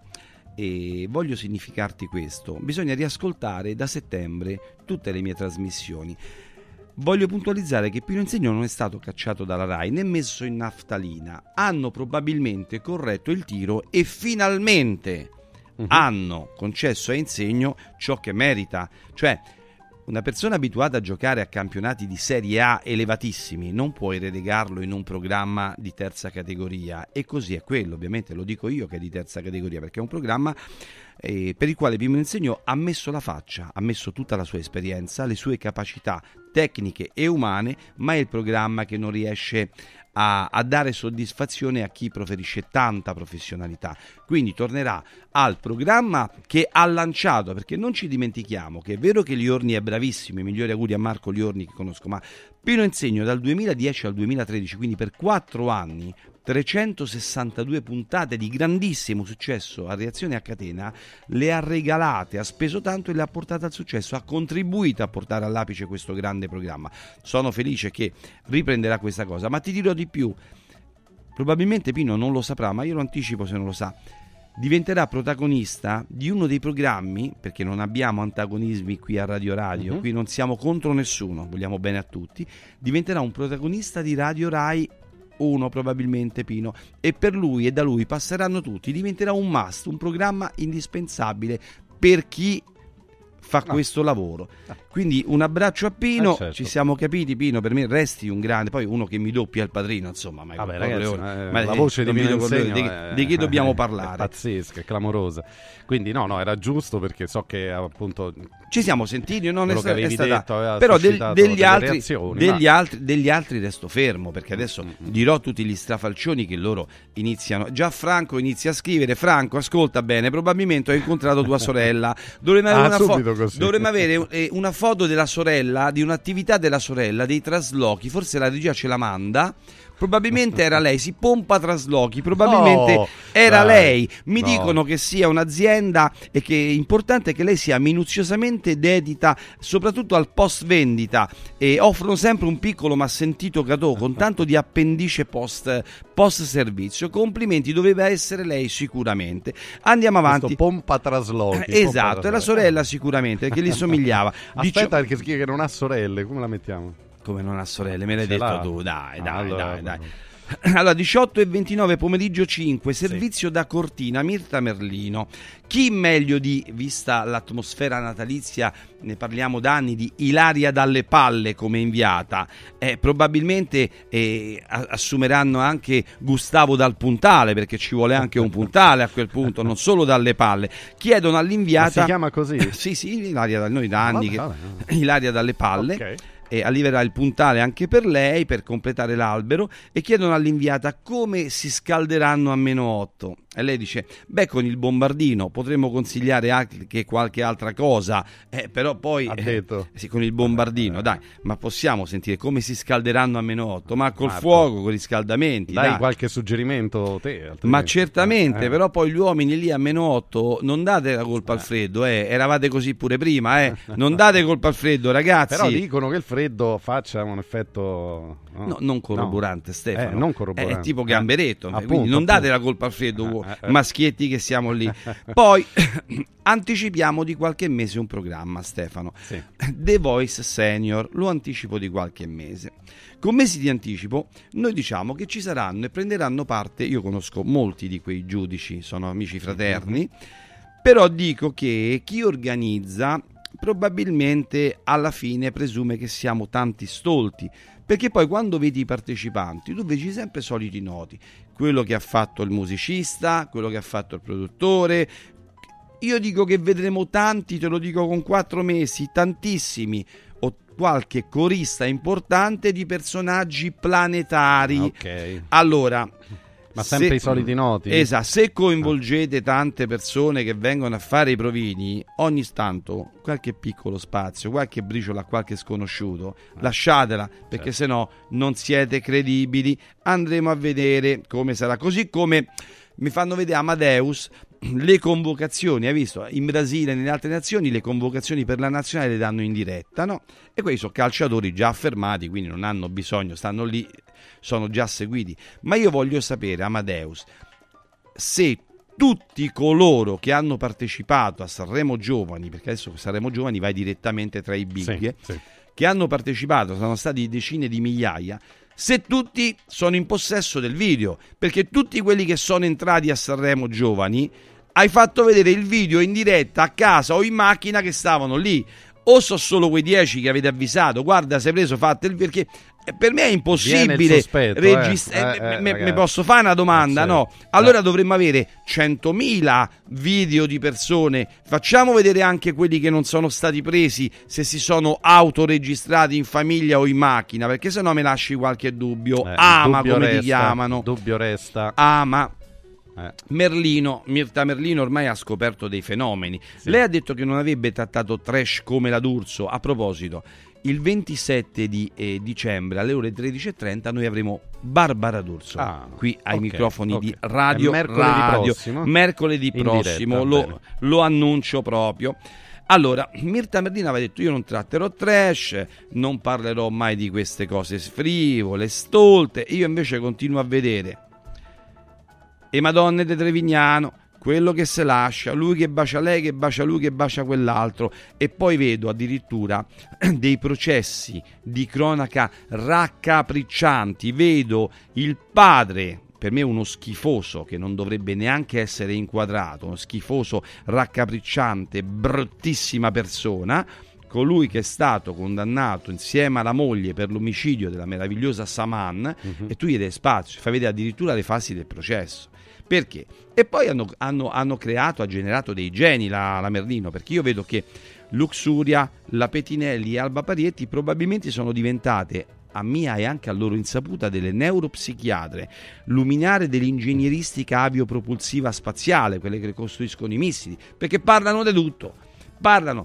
e voglio significarti questo, bisogna riascoltare da settembre tutte le mie trasmissioni. Voglio puntualizzare che Pino Insegno non è stato cacciato dalla Rai né messo in naftalina, hanno probabilmente corretto il tiro e finalmente uh-huh. hanno concesso a Insegno ciò che merita, cioè una persona abituata a giocare a campionati di Serie A elevatissimi non puoi relegarlo in un programma di terza categoria, e così è quello, ovviamente lo dico io che è di terza categoria, perché è un programma eh, per il quale Pino Insegno ha messo la faccia, ha messo tutta la sua esperienza, le sue capacità tecniche e umane, ma è il programma che non riesce a, a dare soddisfazione a chi preferisce tanta professionalità. Quindi tornerà al programma che ha lanciato, perché non ci dimentichiamo che è vero che Liorni è bravissimo, i migliori auguri a Marco Liorni che conosco, ma Pino Insegno dal duemiladieci al duemilatredici, quindi per quattro anni, trecentosessantadue puntate di grandissimo successo a Reazione a Catena, le ha regalate, ha speso tanto e le ha portate al successo, ha contribuito a portare all'apice questo grande programma. Sono felice che riprenderà questa cosa, ma ti dirò di più, probabilmente Pino non lo saprà, ma io lo anticipo se non lo sa, diventerà protagonista di uno dei programmi, perché non abbiamo antagonismi qui a Radio Radio, uh-huh. qui non siamo contro nessuno, vogliamo bene a tutti, diventerà un protagonista di Radio Rai uno probabilmente Pino, e per lui e da lui passeranno tutti, diventerà un must, un programma indispensabile per chi fa ah. questo lavoro. Quindi un abbraccio a Pino, eh certo. ci siamo capiti Pino, per me resti un grande, poi uno che mi doppia il padrino, insomma, ma, Vabbè, ragazzi, ma, eh, ma la voce di Pino Insegno di, è, di chi dobbiamo parlare? È pazzesca, è clamorosa. Quindi no, no, era giusto, perché so che appunto ci siamo sentiti, non è, sta, è stata detto, però del, degli, altri, reazioni, degli, ma... altri, degli altri resto fermo, perché adesso mm-hmm. dirò tutti gli strafalcioni che loro iniziano. Già Franco inizia a scrivere: Franco, ascolta bene, probabilmente ho incontrato tua sorella, dovremmo avere, ah, una, fo- dovremmo avere eh, una foto della sorella, di un'attività della sorella, dei traslochi, forse la regia ce la manda. Probabilmente era lei, si pompa traslochi, probabilmente oh, era dai, lei. Mi no. dicono che sia un'azienda e che è importante che lei sia minuziosamente dedita soprattutto al post vendita, e offrono sempre un piccolo ma sentito cadeau con tanto di appendice post, post servizio. Complimenti, doveva essere lei sicuramente. Andiamo avanti. Questo pompa traslochi. Eh, esatto, pompa è la sorella sicuramente, perché gli somigliava. Aspetta, perché scrive che non ha sorelle, come la mettiamo? Come non ha sorelle, me l'hai Ce detto l'ha? tu, dai, Ah, dai, allora, dai, dai. Allora, diciotto e ventinove, pomeriggio cinque, servizio sì. da Cortina, Mirta Merlino. Chi meglio di, vista l'atmosfera natalizia, ne parliamo da anni, di Ilaria Dalle Palle come inviata? Eh, probabilmente eh, assumeranno anche Gustavo Dal Puntale, perché ci vuole anche un puntale a quel punto, non solo Dalle Palle. Chiedono all'inviata... Ma si chiama così? sì, sì, Ilaria, noi da anni, vabbè, che... vabbè. Ilaria Dalle Palle. Ok. E arriverà il puntale anche per lei per completare l'albero, e chiedono all'inviata come si scalderanno a meno otto, e lei dice: beh, con il bombardino potremmo consigliare anche qualche altra cosa, eh, però poi ha detto eh, sì, con il bombardino dai, ma possiamo sentire come si scalderanno a meno otto, ma col Marco, fuoco, con i riscaldamenti, dai, dai. qualche suggerimento te, altrimenti. Ma certamente, eh. però poi gli uomini lì a meno otto non date la colpa al freddo, eh. eravate così pure prima, eh. non date colpa al freddo, ragazzi. Però dicono che il freddo faccia un effetto no, no, non corroborante, no. Stefano, eh, non corroborante. è tipo gamberetto, eh, quindi appunto, non appunto. date la colpa al freddo, eh, eh, maschietti che siamo lì. Poi anticipiamo di qualche mese un programma, Stefano, sì. The Voice Senior, lo anticipo di qualche mese. Con mesi di anticipo noi diciamo che ci saranno e prenderanno parte, io conosco molti di quei giudici, sono amici fraterni, però dico che chi organizza probabilmente alla fine presume che siamo tanti stolti, perché poi quando vedi i partecipanti tu vedi sempre soliti noti, quello che ha fatto il musicista, quello che ha fatto il produttore. Io dico che vedremo tanti, te lo dico con quattro mesi, tantissimi, o qualche corista importante di personaggi planetari. Ok. Allora, ma sempre se, i soliti noti. Esatto, se coinvolgete tante persone che vengono a fare i provini, ogni tanto qualche piccolo spazio, qualche briciola, qualche sconosciuto, lasciatela, perché certo. sennò non siete credibili. Andremo a vedere come sarà. Così come mi fanno vedere Amadeus, le convocazioni, hai visto? In Brasile e nelle altre nazioni le convocazioni per la nazionale le danno in diretta, no? E quelli sono calciatori già affermati, quindi non hanno bisogno, stanno lì, sono già seguiti. Ma io voglio sapere, Amadeus, se tutti coloro che hanno partecipato a Sanremo Giovani, perché adesso Sanremo Giovani vai direttamente tra i big, sì, sì. che hanno partecipato, sono stati decine di migliaia, se tutti sono in possesso del video, perché tutti quelli che sono entrati a Sanremo Giovani hai fatto vedere il video in diretta a casa o in macchina che stavano lì, o so solo quei dieci che avete avvisato, guarda sei preso, fate il, perché per me è impossibile sospetto, registrare. eh. Eh, eh, mi ragazzi. posso fare una domanda? Eh, sì. No, allora eh. dovremmo avere centomila video di persone, facciamo vedere anche quelli che non sono stati presi, se si sono autoregistrati in famiglia o in macchina, perché sennò me lasci qualche dubbio. Eh, Ama, dubbio come resta, ti chiamano? Dubbio resta. Ama. Eh. Merlino, Mirta Merlino ormai ha scoperto dei fenomeni. Sì. Lei ha detto che non avrebbe trattato trash come la D'Urso. A proposito, il ventisette di eh, dicembre alle ore tredici e trenta noi avremo Barbara D'Urso ah, qui ai okay, microfoni okay. di Radio È mercoledì Radio prossimo, mercoledì prossimo diretta, lo, lo annuncio proprio. Allora, Mirta Merlino aveva detto: io non tratterò trash, non parlerò mai di queste cose frivole, stolte. Io invece continuo a vedere e Madonne de Trevignano, quello che se lascia, lui che bacia lei, che bacia lui, che bacia quell'altro, e poi vedo addirittura dei processi di cronaca raccapriccianti, vedo il padre, per me uno schifoso che non dovrebbe neanche essere inquadrato, uno schifoso raccapricciante, bruttissima persona, colui che è stato condannato insieme alla moglie per l'omicidio della meravigliosa Saman, uh-huh. e tu gli dai spazio, fai vedere addirittura le fasi del processo. Perché? E poi hanno, hanno, hanno creato, ha generato dei geni la, la Merlino, perché io vedo che Luxuria, la Petinelli e Alba Parietti probabilmente sono diventate, a mia e anche a loro insaputa, delle neuropsichiatre, luminare dell'ingegneristica aviopropulsiva spaziale, quelle che costruiscono i missili, perché parlano di tutto, parlano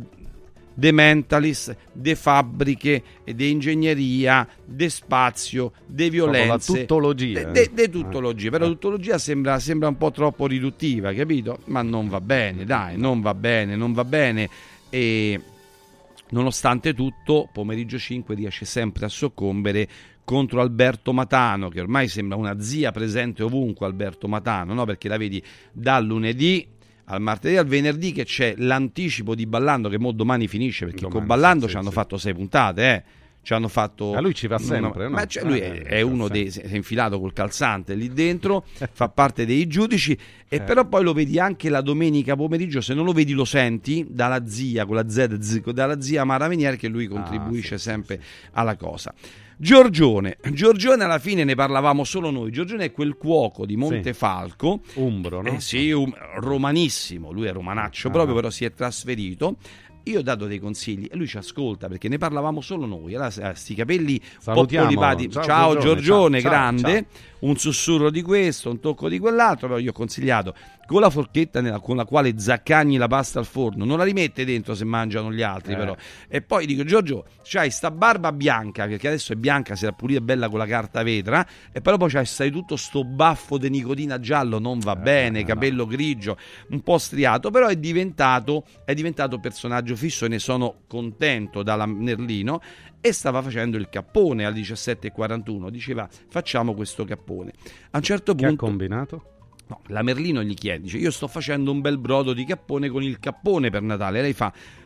de mentalist, de fabbriche, de ingegneria, de spazio, de violenze, la tuttologia, de, de, de tuttologia. Però la tuttologia sembra, sembra un po' troppo riduttiva, capito? Ma non va bene, dai, non va bene, non va bene. E nonostante tutto, Pomeriggio cinque riesce sempre a soccombere contro Alberto Matano, che ormai sembra una zia presente ovunque. Alberto Matano, no? Perché la vedi dal lunedì al martedì al venerdì, che c'è l'anticipo di Ballando, che mo domani finisce, perché domani, con Ballando sì, ci sì, hanno sì. fatto sei puntate, eh. Ci hanno fatto. Ma lui ci va sempre, no? no? Ma cioè, lui eh, è, è uno dei. Si è infilato col calzante lì dentro, fa parte dei giudici, e eh. però poi lo vedi anche la domenica pomeriggio. Se non lo vedi, lo senti dalla zia, con la Z, z dalla zia Mara Venier, che lui contribuisce ah, sì, sempre sì, sì. alla cosa. Giorgione, Giorgione alla fine ne parlavamo solo noi. Giorgione è quel cuoco di Montefalco, sì. Umbro, no? Eh sì, um, romanissimo, lui è romanaccio ah. proprio, però si è trasferito. Io ho dato dei consigli e lui ci ascolta, perché ne parlavamo solo noi. Allora, sti capelli popolipati. Ciao, ciao Giorgione, Giorgione ciao, grande, ciao. Un sussurro di questo, un tocco di quell'altro. Però io ho consigliato con la forchetta nella, con la quale zaccagni la pasta al forno, non la rimette dentro se mangiano gli altri, eh. però. E poi dico: Giorgio, c'hai sta barba bianca, perché adesso è bianca, si era pulita bella con la carta vetra, e però poi c'hai stai tutto sto baffo di nicotina giallo, non va eh, bene, capello no. grigio, un po' striato, però è diventato è diventato personaggio fisso, e ne sono contento dalla Merlino. E stava facendo il cappone alle diciassette e quarantuno, diceva: facciamo questo cappone. A un certo punto, che ha combinato? No, la Merlino gli chiede, dice: io sto facendo un bel brodo di cappone con il cappone per Natale. Lei fa: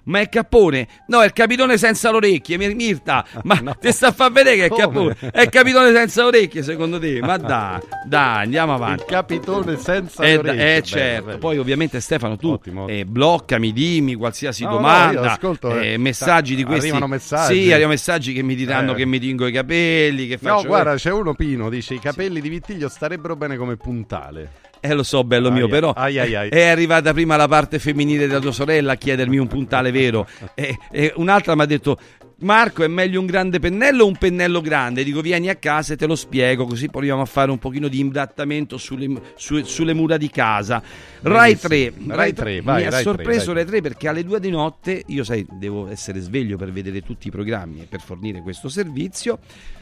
ma è Cappone? No, è il capitone senza le orecchie, Mir- Mirta, ma no. Te sta a far vedere che è Cappone? È il capitone senza orecchie, secondo te? Ma dai, dai, andiamo avanti. Il capitone senza eh, orecchie. Eh, certo. Bello. Poi ovviamente Stefano, tu ottimo. Eh, bloccami, dimmi qualsiasi no, domanda, no, ascolto, eh, messaggi di questi. Arrivano messaggi. Sì, arrivano messaggi che mi diranno eh. che mi tingo i capelli, che faccio... No, guarda, c'è uno Pino, dice i capelli di Vittiglio starebbero bene come puntale. Eh lo so, bello mio, ai, però ai, ai, ai. è arrivata prima la parte femminile della tua sorella a chiedermi un puntale vero e, e un'altra mi ha detto: Marco, è meglio un grande pennello o un pennello grande? Dico, vieni a casa e te lo spiego, così proviamo a fare un pochino di imbrattamento sulle, su, sulle mura di casa. Rai tre, Rai tre, vai, mi ha Rai sorpreso tre, Rai tre perché alle due di notte, io sai, devo essere sveglio per vedere tutti i programmi e per fornire questo servizio.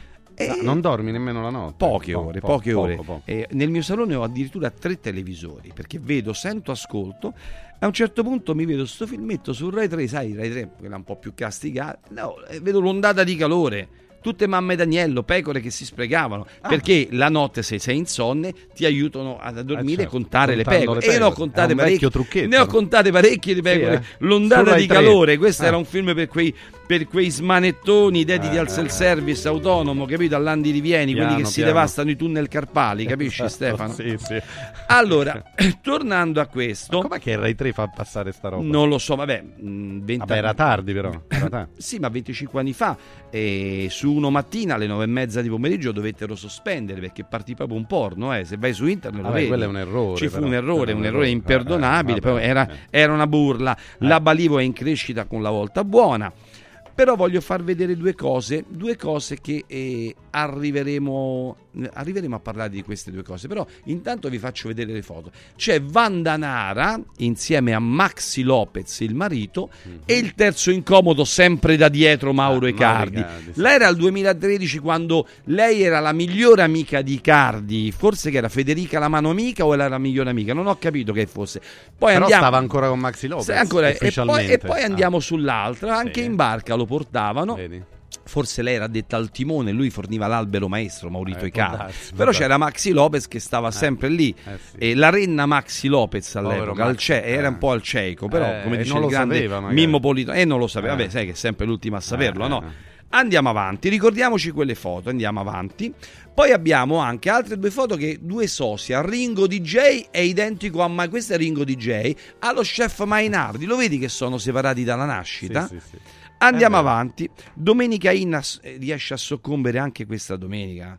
E no, non dormi nemmeno la notte? Poche po- ore, po- poche poco, ore. poco. E nel mio salone ho addirittura tre televisori perché vedo, sento, ascolto. A un certo punto mi vedo sto filmetto su Rai tre, sai, Rai tre, quella un po' più castigata. No, vedo l'ondata di calore. Tutte mamme d'agnello, pecore che si sprecavano, ah. perché la notte, se sei insonne, ti aiutano ad dormire e eh certo, contare le pecore. le pecore. E ne ho contate parecchie, ne ho no? contate parecchie di pecore. Sì, eh? L'ondata di calore, questo ah. era un film per quei, per quei smanettoni dediti eh, al self-service autonomo, capito? All'Andi Rivieni, piano, quelli che si piano. devastano i tunnel carpali, capisci esatto, Stefano? Sì, sì. Allora, tornando a questo... Ma com'è che Rai tre fa passare sta roba? Non lo so, vabbè... venti Vabbè, era tardi però. Era tardi. Sì, ma venticinque anni fa, eh, su Uno Mattina alle nove e mezza di pomeriggio dovettero sospendere perché partì proprio un porno, eh. Se vai su internet lo vabbè, vedi. quello è un errore. Ci fu però. un errore, un, un errore errore imperdonabile, eh, però vabbè, era, eh. era una burla. Eh. La Balivo è in crescita con La Volta Buona. Però voglio far vedere due cose, due cose che eh, arriveremo, arriveremo a parlare di queste due cose. Però intanto vi faccio vedere le foto. C'è Wanda Nara insieme a Maxi Lopez, il marito, mm-hmm. e il terzo incomodo sempre da dietro, Mauro ah, Icardi. Mauro Icardi, sì. Lei era al duemilatredici quando lei era la migliore amica di Icardi, forse che era Federica la mano amica o era la migliore amica, non ho capito che fosse. Poi però andiamo, stava ancora con Maxi Lopez ancora, e, poi, e poi andiamo ah. sull'altra, anche sì. in barca lo portavano. Vedi? Forse lei era detta al timone, lui forniva l'albero maestro, Maurito eh, Icardi. darsi, però c'era Maxi Lopez che stava eh, sempre lì, eh, sì. e la renna Maxi Lopez all'epoca al ce- eh. era un po' al cieco, però eh, come dice non il lo grande sapeva, Mimmo Polito, e eh, non lo sapeva, eh. vabbè, sai che è sempre l'ultimo a saperlo, eh, no? eh. Andiamo avanti, ricordiamoci quelle foto, andiamo avanti. Poi abbiamo anche altre due foto che due sosia, Ringo D J è identico a ma questo è Ringo D J, allo chef Mainardi, lo vedi che sono separati dalla nascita? Sì, sì, sì. Andiamo avanti. Domenica Inna riesce a soccombere anche questa domenica,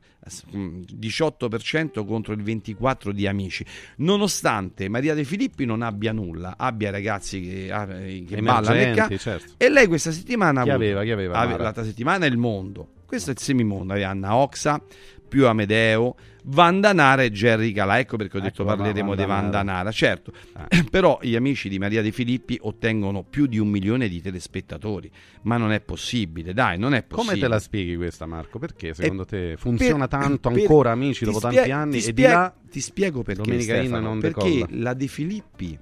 diciotto per cento contro il ventiquattro per cento di Amici, nonostante Maria De Filippi non abbia nulla, abbia ragazzi che, che ballano e, ca- certo. e lei questa settimana chi ha aveva, chi aveva ave- l'altra settimana è il mondo, questo è il semimondo, aveva Anna Oxa più Amedeo, Wanda Nara e Jerry Calà. Ecco perché ho detto ecco, parleremo di Wanda Nara, certo. Eh. Però gli Amici di Maria De Filippi ottengono più di un milione di telespettatori, ma non è possibile, dai, non è possibile. Come te la spieghi questa, Marco? Perché secondo e te funziona per, tanto per, ancora Amici dopo spie- tanti anni spie- e di là ti spiego perché, Domenica Stefano, non perché decolla. la De Filippi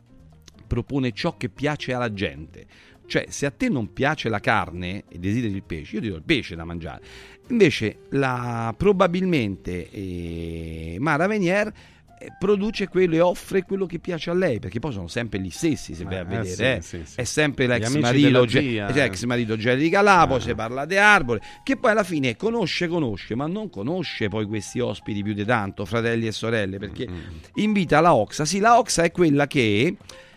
propone ciò che piace alla gente. Cioè, se a te non piace la carne e desideri il pesce, io ti do il pesce da mangiare. Invece, la, probabilmente eh, Mara Venier eh, produce quello e offre quello che piace a lei, perché poi sono sempre gli stessi, se vai a Eh, vedere. sì, eh. sì, sì. È sempre Gli l'ex amici marito, della Ge- zia, cioè, eh. ex marito Jerry Calà, poi Eh. si parla di Arbore, che poi alla fine conosce, conosce, ma non conosce poi questi ospiti più di tanto, fratelli e sorelle, perché Mm-hmm. invita la Oxa. Sì, la Oxa è quella che...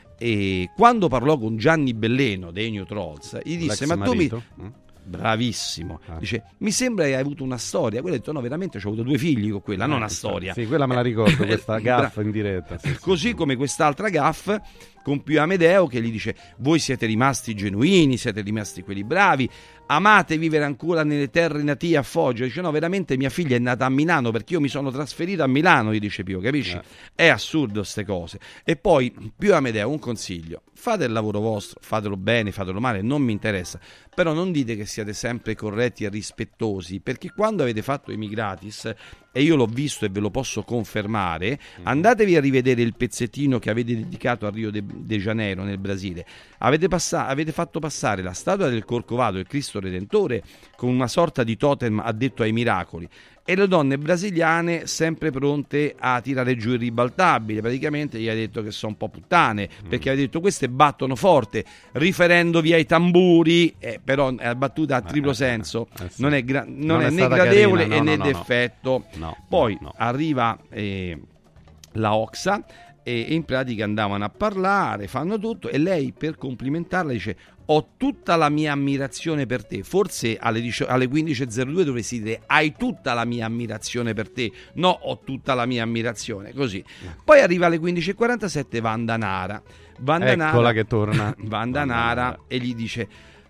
E quando parlò con Gianni Belleno dei New Trolls, gli disse: L'ex ma tu mi... marito? Bravissimo, Ah. dice: mi sembra che hai avuto una storia. Quella ha detto: no, veramente ho avuto due figli con quella, non Eh, una storia. Sì, quella me la ricordo, questa Bra- gaffa in diretta. Sì, sì. Così come quest'altra gaff con Pio Amedeo che gli dice: voi siete rimasti genuini, siete rimasti quelli bravi, amate vivere ancora nelle terre natie a Foggia. Dice: no, veramente mia figlia è nata a Milano perché io mi sono trasferito a Milano, gli dice Pio, capisci? Eh. È assurdo ste cose. E poi Pio Amedeo, un consiglio: fate il lavoro vostro, fatelo bene, fatelo male, non mi interessa, però non dite che siate sempre corretti e rispettosi, perché quando avete fatto Emigratis, e io l'ho visto e ve lo posso confermare, mm. andatevi a rivedere il pezzettino che avete dedicato a Rio de, de Janeiro nel Brasile, avete, passa- avete fatto passare la statua del Corcovado, il Cristo Redentore, con una sorta di totem addetto ai miracoli, e le donne brasiliane sempre pronte a tirare giù il ribaltabile. Praticamente gli ha detto che sono un po' puttane, mm. perché ha detto queste battono forte, riferendovi ai tamburi, eh, però è battuta a triplo senso, eh, sì. non è, gra- non non è, è né gradevole carina, no, e né no, d'effetto. No, no, Poi no. arriva eh, la Oxa e in pratica andavano a parlare, fanno tutto, e lei per complimentarla dice: ho tutta la mia ammirazione per te. Forse alle, dici- alle quindici e zero due dovresti dire: hai tutta la mia ammirazione per te, no ho tutta la mia ammirazione, così. Poi arriva alle quindici e quarantasette Vanda Nara Vanda eccola Nara, che torna Vanda Nara e gli dice: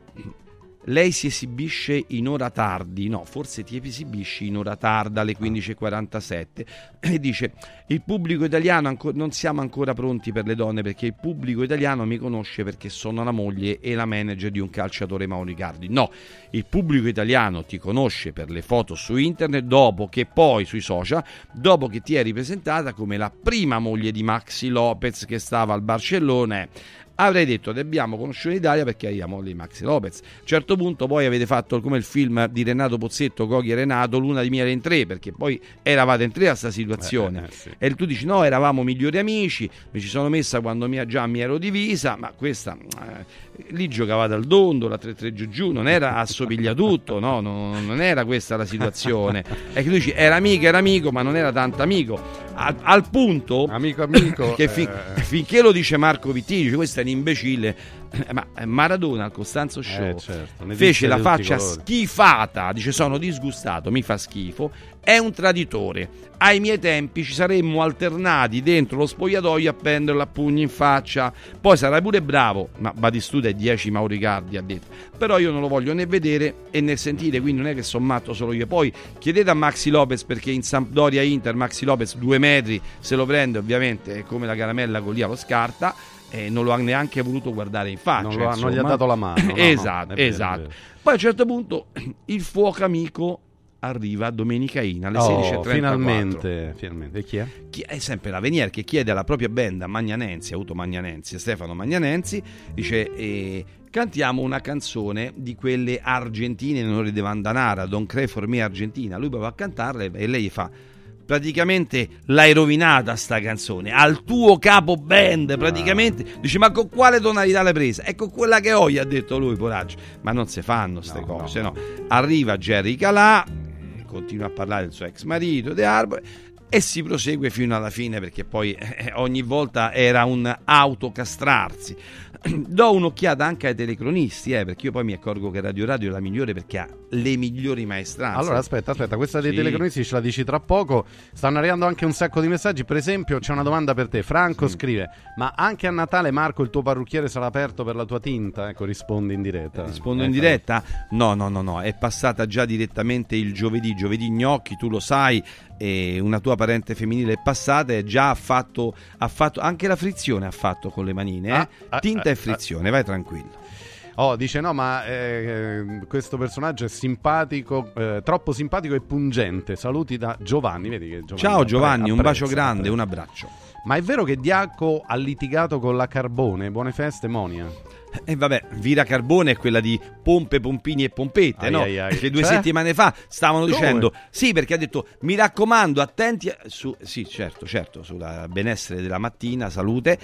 lei si esibisce in ora tardi, no, forse ti esibisci in ora tarda alle quindici e quarantasette, e dice: il pubblico italiano anco- non siamo ancora pronti per le donne, perché il pubblico italiano mi conosce perché sono la moglie e la manager di un calciatore, Mauro Icardi. No, il pubblico italiano ti conosce per le foto su internet, dopo che poi sui social, dopo che ti eri presentata come la prima moglie di Maxi Lopez che stava al Barcellona. Avrei detto: abbiamo conosciuto in Italia perché è la moglie di Maxi Lopez. A un certo punto poi avete fatto come il film di Renato Pozzetto, Goghi e Renato, Luna di miele in tre, perché poi eravate in tre a sta situazione, eh, eh, sì. E tu dici: no, eravamo migliori amici, mi ci sono messa quando mi, già mi ero divisa, ma questa eh, lì giocavate al dondo, la tre tre giù giù, non era assomiglia tutto, no, no, non era questa la situazione. E che tu dici: era amico, era amico, ma non era tanto amico, al, al punto amico amico che fin, eh. finché lo dice Marco Vittini, dice: questo è un imbecille, ma Maradona al Costanzo Show eh, certo, fece la faccia schifata, dice: sono disgustato, mi fa schifo, è un traditore, ai miei tempi ci saremmo alternati dentro lo spogliatoio a prenderlo a pugni in faccia, poi sarai pure bravo, ma Batistuta è dieci Mauro Icardi, ha detto, però io non lo voglio né vedere e né sentire, quindi non è che sono matto solo io. Poi chiedete a Maxi Lopez, perché in Sampdoria Inter Maxi Lopez due metri se lo prende, ovviamente è come la caramella con lì lo scarta, e non lo ha neanche voluto guardare in faccia, non, lo ha, non gli ha dato la mano. No, esatto, no, vero, esatto. Poi a un certo punto il fuoco amico arriva a Domenica In alle oh, sedici e trentaquattro. Finalmente, finalmente. E chi è? Chi è sempre la Venier, che chiede alla propria band, a Magnanensi, ha avuto Magnanensi, Stefano Magnanensi, dice: eh, cantiamo una canzone di quelle argentine in onore di Vanda Nara, Don't Cry For Me Argentina. Lui va a cantarla e lei fa: praticamente l'hai rovinata sta canzone, al tuo capo band, praticamente. Ah. Dice: ma con quale tonalità l'hai presa? Ecco quella che ho, gli ha detto lui, poraggio. Ma non si fanno ste no, cose, no. no. Arriva Jerry Calà, continua a parlare del suo ex marito De Arbore, e si prosegue fino alla fine, perché poi eh, ogni volta era un autocastrarsi. Do un'occhiata anche ai telecronisti, eh, perché io poi mi accorgo che Radio Radio è la migliore perché ha le migliori maestranze. Allora aspetta, aspetta, questa dei sì. telecronisti ce la dici tra poco. Stanno arrivando anche un sacco di messaggi. Per esempio c'è una domanda per te. Franco sì. scrive: ma anche a Natale, Marco, il tuo parrucchiere sarà aperto per la tua tinta? Ecco, rispondi in diretta. Rispondo eh, in diretta? No, no, no, no, è passata già direttamente il giovedì, giovedì gnocchi, tu lo sai, e una tua parente femminile è passata e già ha fatto, ha fatto anche la frizione, ha fatto con le manine, eh? ah, tinta ah, e frizione, ah. vai tranquillo. Oh, dice no, ma eh, questo personaggio è simpatico, eh, troppo simpatico e pungente. Saluti da Giovanni. Vedi che Giovanni Ciao Giovanni, apprezza, un bacio apprezza, grande, apprezza. un abbraccio. Ma è vero che Diaco ha litigato con la Carbone? Buone feste, Monia. E eh, vabbè, Vira Carbone è quella di Pompe, Pompini e Pompette, ai, no? Ai, ai. Perché due cioè? settimane fa stavano Come? dicendo sì, perché ha detto: mi raccomando, attenti a... su... sì, certo, certo, sulla benessere della mattina, salute,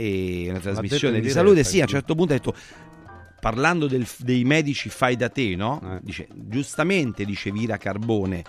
e una trasmissione di diretta, salute. Sì, a un certo punto ha detto, parlando del, dei medici fai da te, no? Eh. Dice, giustamente dice Vira Carbone,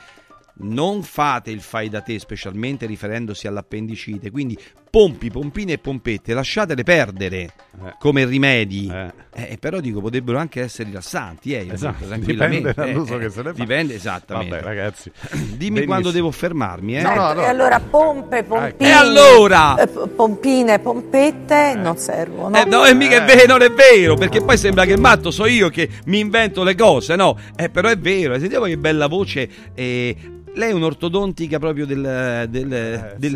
non fate il fai da te, specialmente riferendosi all'appendicite, quindi pompi, pompine e pompette lasciatele perdere eh. come rimedi, eh. Eh, però dico potrebbero anche essere rilassanti, eh, esatto, tranquillamente, dipende dall'uso eh, che se ne fa. Dipende, esattamente. Vabbè, ragazzi, dimmi benissimo. Quando devo fermarmi, eh? No, no, no. E allora pompe, pompine, e allora eh, pompine, pompette eh. non servono. Eh, no, è mica è vero, non è vero, perché poi sembra che matto so io che mi invento le cose, no? Eh, però è vero, sentiamo che bella voce. Eh, lei è un'ortodontica proprio del, del, eh, del sì.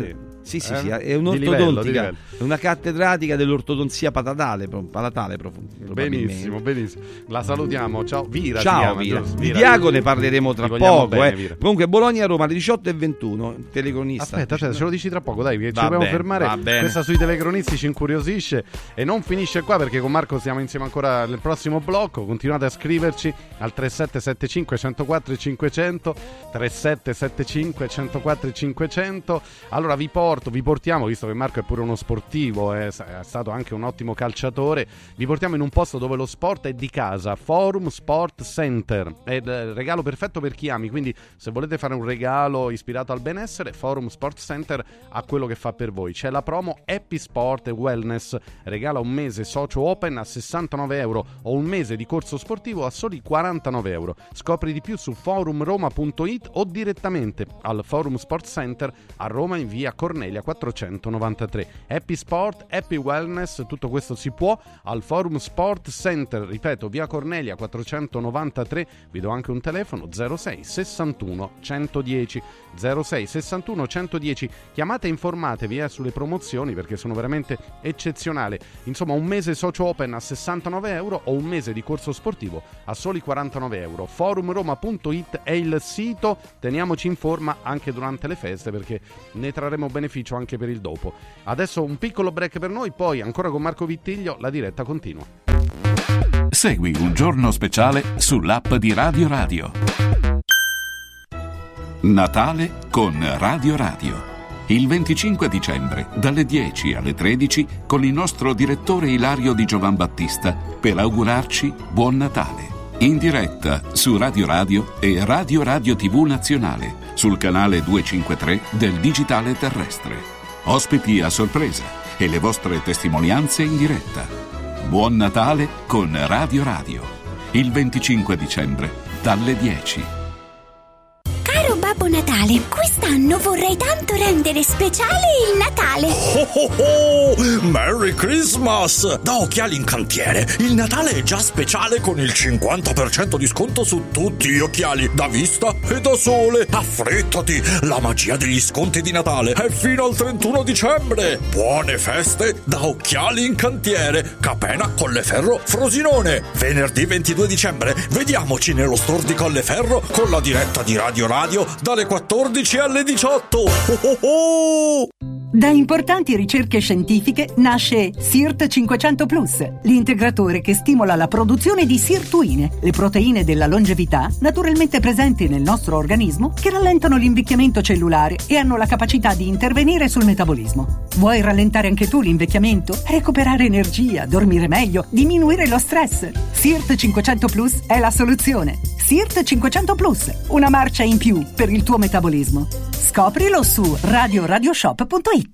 Sì, sì, Eh? sì, è Di livello, di un'ortodontica, livello. è una cattedratica dell'ortodonzia patatale, pro- palatale proprio, probabilmente. Benissimo, benissimo. La salutiamo. Ciao, Vira. si Ciao chiama, Vira. giusto? Di Diago ne parleremo tra Ti vogliamo poco. bene, eh. Vira. Comunque Bologna-Roma alle diciotto e ventuno, telecronista. Aspetta, aspetta, ce lo dici tra poco, dai, che ci Va dobbiamo bene, fermare. va bene. Questa sui telecronisti ci incuriosisce e non finisce qua, perché con Marco stiamo insieme ancora nel prossimo blocco. Continuate a scriverci al tre sette sette cinque uno zero quattro cinquecento, tre sette sette cinque uno zero quattro cinquecento. Allora vi porto, vi portiamo, visto che Marco è pure uno sportivo, è, è stato anche un ottimo calciatore, vi portiamo in un posto dove lo sport è di casa, Forum Sport Center. È il regalo perfetto per chi ami, quindi se volete fare un regalo ispirato al benessere, Forum Sport Center ha quello che fa per voi. C'è la promo Happy Sport e Wellness, regala un mese socio open a sessantanove euro o un mese di corso sportivo a soli quarantanove euro. Scopri di più su forum roma punto it o direttamente al Forum Sport Center a Roma in via Cornelia quattrocentonovantatré. Happy Sport, Happy Wellness, tutto questo si può al Forum Sport Center, ripeto, via Cornelia quattrocentonovantatré. Vi do anche un telefono zero sei sessantuno centodieci zero sei sessantuno centodieci. Chiamate e informatevi eh, sulle promozioni, perché sono veramente eccezionali. Insomma, un mese socio open a sessantanove euro o un mese di corso sportivo a soli quarantanove euro. forum roma punto it è il sito, teniamoci in forma anche durante le feste, perché ne trarremo beneficio anche per il dopo. Adesso un piccolo break per noi, poi ancora con Marco Vittiglio la diretta continua. Segui Un Giorno Speciale sull'app di Radio Radio. Natale con Radio Radio. Il venticinque dicembre, dalle dieci alle tredici, con il nostro direttore Ilario Di Giovan Battista, per augurarci buon Natale. In diretta su Radio Radio e Radio Radio tivù Nazionale, sul canale duecentocinquantatré del digitale terrestre. Ospiti a sorpresa e le vostre testimonianze in diretta. Buon Natale con Radio Radio. Il venticinque dicembre, dalle dieci. Caro Babbo Natale, quest'anno vorrei tanto rendere speciale il Natale. Oh oh oh! Merry Christmas! Da Occhiali in Cantiere, il Natale è già speciale con il cinquanta per cento di sconto su tutti gli occhiali, da vista e da sole. Affrettati! La magia degli sconti di Natale è fino al trentuno dicembre. Buone feste da Occhiali in Cantiere, Capena, Colleferro, Frosinone. Venerdì ventidue dicembre, vediamoci nello store di Colleferro con la diretta di Radio Radio dalle quattordici alle diciotto. Oh oh oh! Da importanti ricerche scientifiche nasce SIRT cinquecento plus, l'integratore che stimola la produzione di sirtuine, le proteine della longevità naturalmente presenti nel nostro organismo che rallentano l'invecchiamento cellulare e hanno la capacità di intervenire sul metabolismo. Vuoi rallentare anche tu l'invecchiamento? Recuperare energia, dormire meglio, diminuire lo stress? SIRT cinquecento plus è la soluzione. SIRT cinquecento plus, una marcia in più per il tuo metabolismo. Scoprilo su radio radioshop punto it.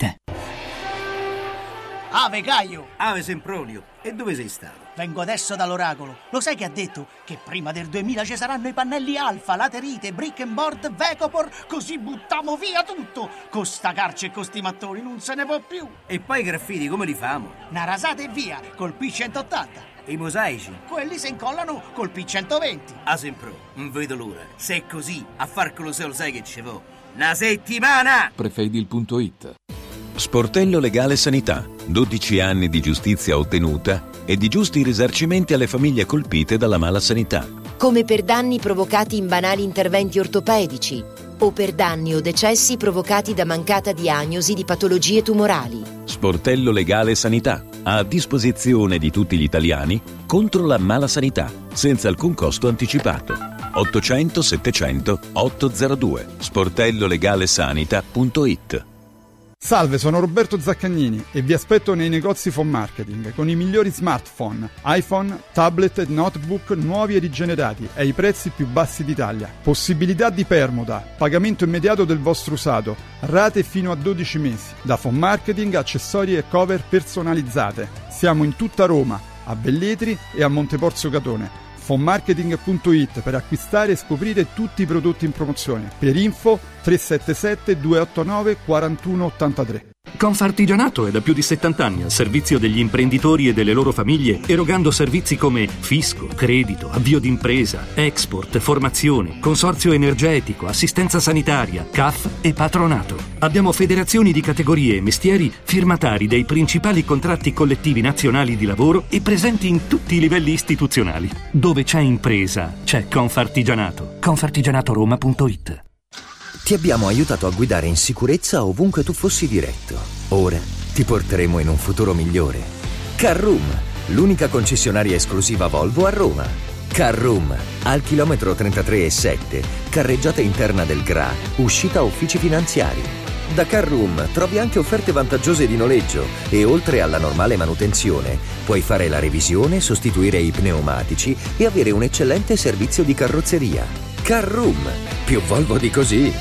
Ave Caio! Ave Sempronio, e dove sei stato? Vengo adesso dall'oracolo. Lo sai che ha detto? Che prima del duemila ci saranno i pannelli Alfa, Laterite, Brick and Board, Vecopor, così buttiamo via tutto. Con sta carce e con sti mattoni non se ne può più. E poi i graffiti come li famo? Una rasata e via, col P centottanta. E i mosaici? Quelli si incollano col P centoventi. A Sempro, non vedo l'ora. Se è così, a far Colosseo lo sai che ci vo'. Una settimana! Prefedil punto it. Sportello Legale Sanità. dodici anni di giustizia ottenuta e di giusti risarcimenti alle famiglie colpite dalla mala sanità. Come per danni provocati in banali interventi ortopedici o per danni o decessi provocati da mancata diagnosi di patologie tumorali. Sportello Legale Sanità. A disposizione di tutti gli italiani contro la mala sanità, senza alcun costo anticipato. ottocento settecento ottocentodue. sportello legale sanità punto it. Salve, sono Roberto Zaccagnini e vi aspetto nei negozi Phone Marketing con i migliori smartphone, iPhone, tablet e notebook nuovi e rigenerati ai prezzi più bassi d'Italia. Possibilità di permuta, pagamento immediato del vostro usato, rate fino a dodici mesi. Da Phone Marketing, accessori e cover personalizzate. Siamo in tutta Roma, a Velletri e a Monteporzio Catone. phone marketing punto it per acquistare e scoprire tutti i prodotti in promozione. Per info tre sette sette due otto nove quattro uno otto tre. Confartigianato è da più di settanta anni al servizio degli imprenditori e delle loro famiglie, erogando servizi come fisco, credito, avvio d'impresa, export, formazione, consorzio energetico, assistenza sanitaria, C A F e patronato. Abbiamo federazioni di categorie e mestieri firmatari dei principali contratti collettivi nazionali di lavoro e presenti in tutti i livelli istituzionali. Dove c'è impresa, c'è Confartigianato. Confartigianatoroma punto it. Ti abbiamo aiutato a guidare in sicurezza ovunque tu fossi diretto. Ora ti porteremo in un futuro migliore. Carroom, l'unica concessionaria esclusiva Volvo a Roma. Carroom, al chilometro trentatré e sette, carreggiata interna del Gra, uscita uffici finanziari. Da Carroom trovi anche offerte vantaggiose di noleggio e oltre alla normale manutenzione puoi fare la revisione, sostituire i pneumatici e avere un eccellente servizio di carrozzeria. Carroom, più Volvo di così.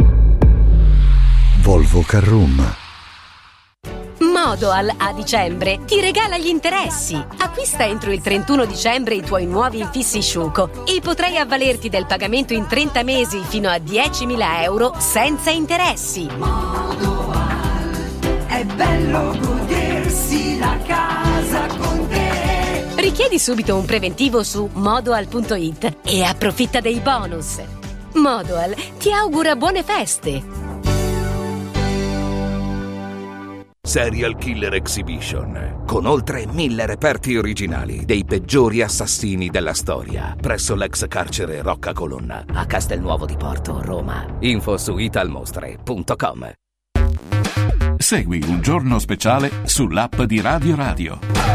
Volvo Carroom. Modoal a dicembre ti regala gli interessi. Acquista entro il trentuno dicembre i tuoi nuovi infissi Sciuco e potrai avvalerti del pagamento in trenta mesi fino a diecimila euro senza interessi. Modoal, è bello godersi la casa con te. Richiedi subito un preventivo su modoal punto it e approfitta dei bonus. Modoal ti augura buone feste. Serial Killer Exhibition, con oltre mille reperti originali dei peggiori assassini della storia, presso l'ex carcere Rocca Colonna a Castelnuovo di Porto, Roma. Info su italmostre punto com. Segui Un Giorno Speciale sull'app di Radio Radio.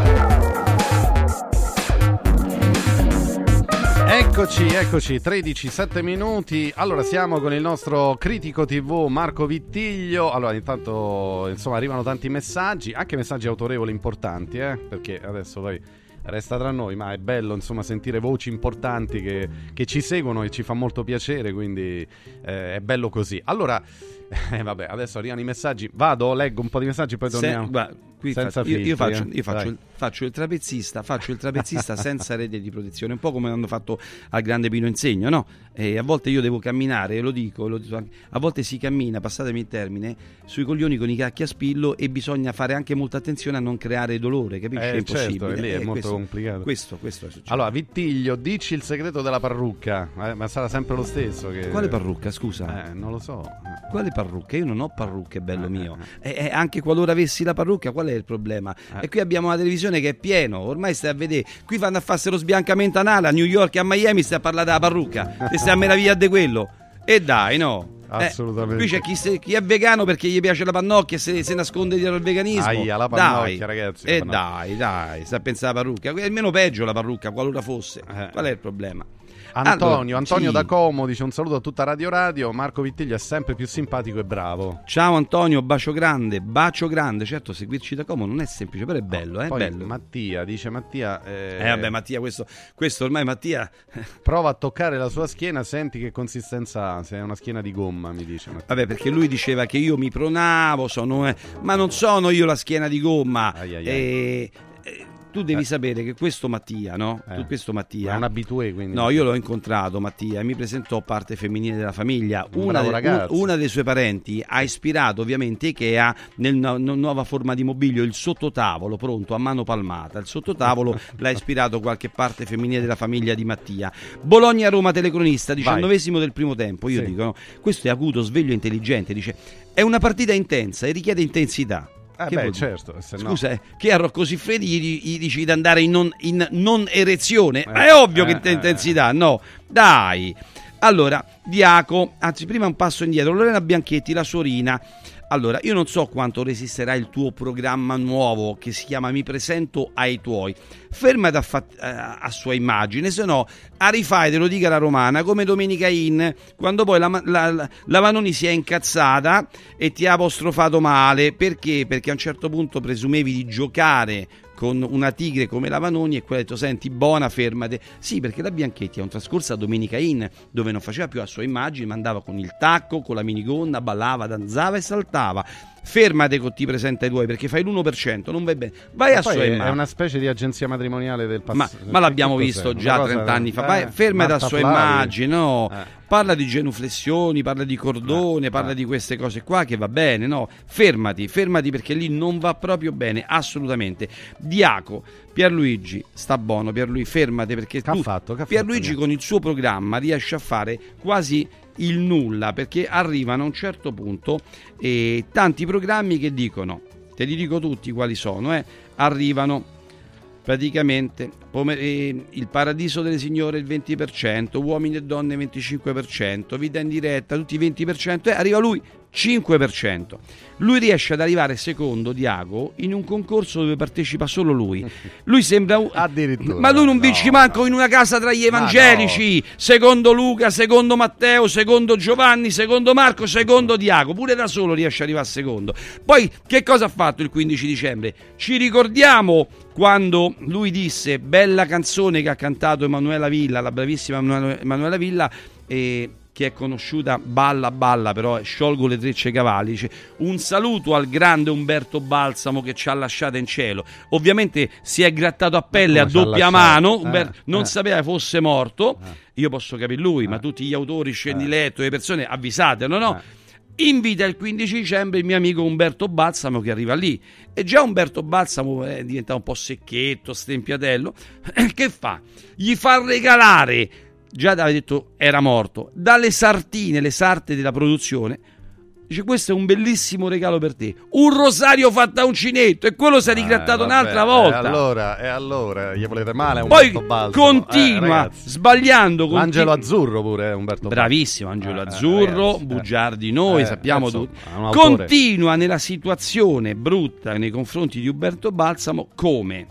Eccoci, eccoci, tredici, sette minuti. Allora siamo con il nostro critico tivù Marco Vittiglio. Allora intanto insomma arrivano tanti messaggi, anche messaggi autorevoli importanti, eh? Perché adesso poi resta tra noi, ma è bello insomma sentire voci importanti che, che ci seguono e ci fa molto piacere, quindi eh, è bello così. Allora, eh, vabbè, adesso arrivano i messaggi, vado, leggo un po' di messaggi poi torniamo. Se, bah, qui senza fa, io, filtri, io, faccio, eh? io faccio, il, faccio il trapezzista, faccio il trapezzista senza rete di protezione, un po' come hanno fatto al Grande Pino Insegno, no? E a volte io devo camminare, lo dico, lo dico anche, a volte si cammina, passatemi il termine, sui coglioni con i cacchi a spillo e bisogna fare anche molta attenzione a non creare dolore, capisci? Eh, è impossibile. Certo, lì è eh, molto questo, complicato. Questo, questo è successo. Allora, Vittiglio, dici il segreto della parrucca, eh, ma sarà sempre lo stesso che... Quale parrucca, scusa? Eh, non lo so. Quale parrucca? Io non ho parrucche, bello mio. E, e anche qualora avessi la parrucca, qual è il problema? Eh. E qui abbiamo una televisione che è pieno, ormai stai a vedere, qui vanno a farsi lo sbiancamento anale a New York e a Miami, stai a parlare della parrucca e stai a meravigliare di quello. E dai, no? Assolutamente. Eh, qui c'è chi, se, chi è vegano perché gli piace la pannocchia e se, se nasconde dietro il veganismo. Aia, la pannocchia, dai, ragazzi. E dai, dai, sta a pensare alla parrucca. È meno peggio la parrucca, qualora fosse. Eh. Qual è il problema? Antonio, allora, Antonio sì. da Como dice un saluto a tutta Radio Radio. Marco Vittiglio è sempre più simpatico e bravo. Ciao Antonio, bacio grande, bacio grande. Certo, seguirci da Como non è semplice, però è bello, eh? Poi bello. Mattia dice Mattia eh... eh vabbè Mattia, questo, questo ormai Mattia prova a toccare la sua schiena, senti che consistenza ha, se è una schiena di gomma, mi dice Mattia. Vabbè, perché lui diceva che io mi pronavo, sono, eh, ma non sono io la schiena di gomma. Ai ai ai. E... Tu devi eh. sapere che questo Mattia, no? Eh. Tu, questo Mattia è un abitué, quindi. No, io l'ho incontrato Mattia e mi presentò parte femminile della famiglia. Un Una, bravo de, ragazzo. un, una dei suoi parenti ha ispirato ovviamente Ikea nel no, no, nuova forma di mobilio, il sottotavolo pronto a mano palmata. Il sottotavolo l'ha ispirato qualche parte femminile della famiglia di Mattia. Bologna-Roma telecronista, diciannovesimo del primo tempo. Io sì. dico, no? Questo è acuto, sveglio, intelligente. Dice, è una partita intensa e richiede intensità. Eh che beh, vuol... certo, se Scusa, no... eh, che a Rocco Siffredi gli, gli dici di andare in non, in non erezione? Eh, è ovvio eh, che eh, intensità, no? Dai. Allora, Diaco, anzi prima un passo indietro, Lorena Bianchetti, la suorina. Allora, io non so quanto resisterà il tuo programma nuovo che si chiama Mi presento ai tuoi. Fermati a, fa- a sua immagine, se no a rifai, te lo dica la romana, come Domenica In, quando poi la, la, la, la Vanoni si è incazzata e ti ha apostrofato male. Perché? Perché a un certo punto presumevi di giocare con una tigre come la Vanoni e quella ha detto, senti, buona, fermate. Sì, perché la Bianchetti ha un trascorso a Domenica In dove non faceva più a sua immagine, ma andava con il tacco, con la minigonna, ballava, danzava e saltava. fermate con ti presenta i tuoi, perché fai l'uno per cento, non vai bene, vai e a poi sua è, immagine. è una specie di agenzia matrimoniale del passato. Ma, ma l'abbiamo visto già trent'anni fa. Vai, fermati a sua immagine, no? Eh. Parla di genuflessioni, parla di cordone, eh. parla eh. di queste cose qua che va bene, no? Fermati, fermati perché lì non va proprio bene, assolutamente. Diaco, Pierluigi, sta buono, Pierluigi, fermati perché che tu, ha fatto, che ha Pierluigi fatto, con il suo programma riesce a fare quasi il nulla, perché arrivano a un certo punto eh, tanti programmi che dicono, te li dico tutti quali sono, eh, arrivano praticamente pomer- eh, il Paradiso delle Signore il venti per cento, Uomini e Donne venticinque per cento, Vita in diretta tutti venti per cento, e eh, arriva lui cinque per cento. Lui riesce ad arrivare secondo, Diaco, in un concorso dove partecipa solo lui. Lui sembra un... addirittura, ma lui non no, vince manco no. in una casa tra gli evangelici, no. Secondo Luca, secondo Matteo, secondo Giovanni, secondo Marco, secondo Diaco, pure da solo riesce ad arrivare secondo. Poi che cosa ha fatto il quindici dicembre? Ci ricordiamo quando lui disse, bella canzone che ha cantato Emanuela Villa, la bravissima Emanuela Villa, e che è conosciuta, balla balla però sciolgo le trecce cavalli, dice un saluto al grande Umberto Balsamo che ci ha lasciato in cielo. Ovviamente si è grattato a pelle a doppia mano, Umberto eh, non eh. sapeva fosse morto, eh. io posso capire lui, eh. ma tutti gli autori, scendiletto, le persone avvisate, no no? Eh. Invita il quindici dicembre il mio amico Umberto Balsamo che arriva lì, e già Umberto Balsamo è diventato un po' secchetto, stempiatello, che fa? Gli fa regalare, già aveva detto era morto, dalle sartine, le sarte della produzione, dice questo è un bellissimo regalo per te, un rosario fatto da uncinetto, e quello si è rigrattato eh, vabbè, un'altra volta. E allora, e allora, gli volete male a poi Umberto Balsamo? continua, eh, sbagliando. Continu- L'angelo azzurro pure, Umberto Balsamo. Bravissimo, Angelo eh, Azzurro, ragazzi, bugiardi noi, eh, sappiamo cazzo, tutti. Continua nella situazione brutta nei confronti di Umberto Balsamo come...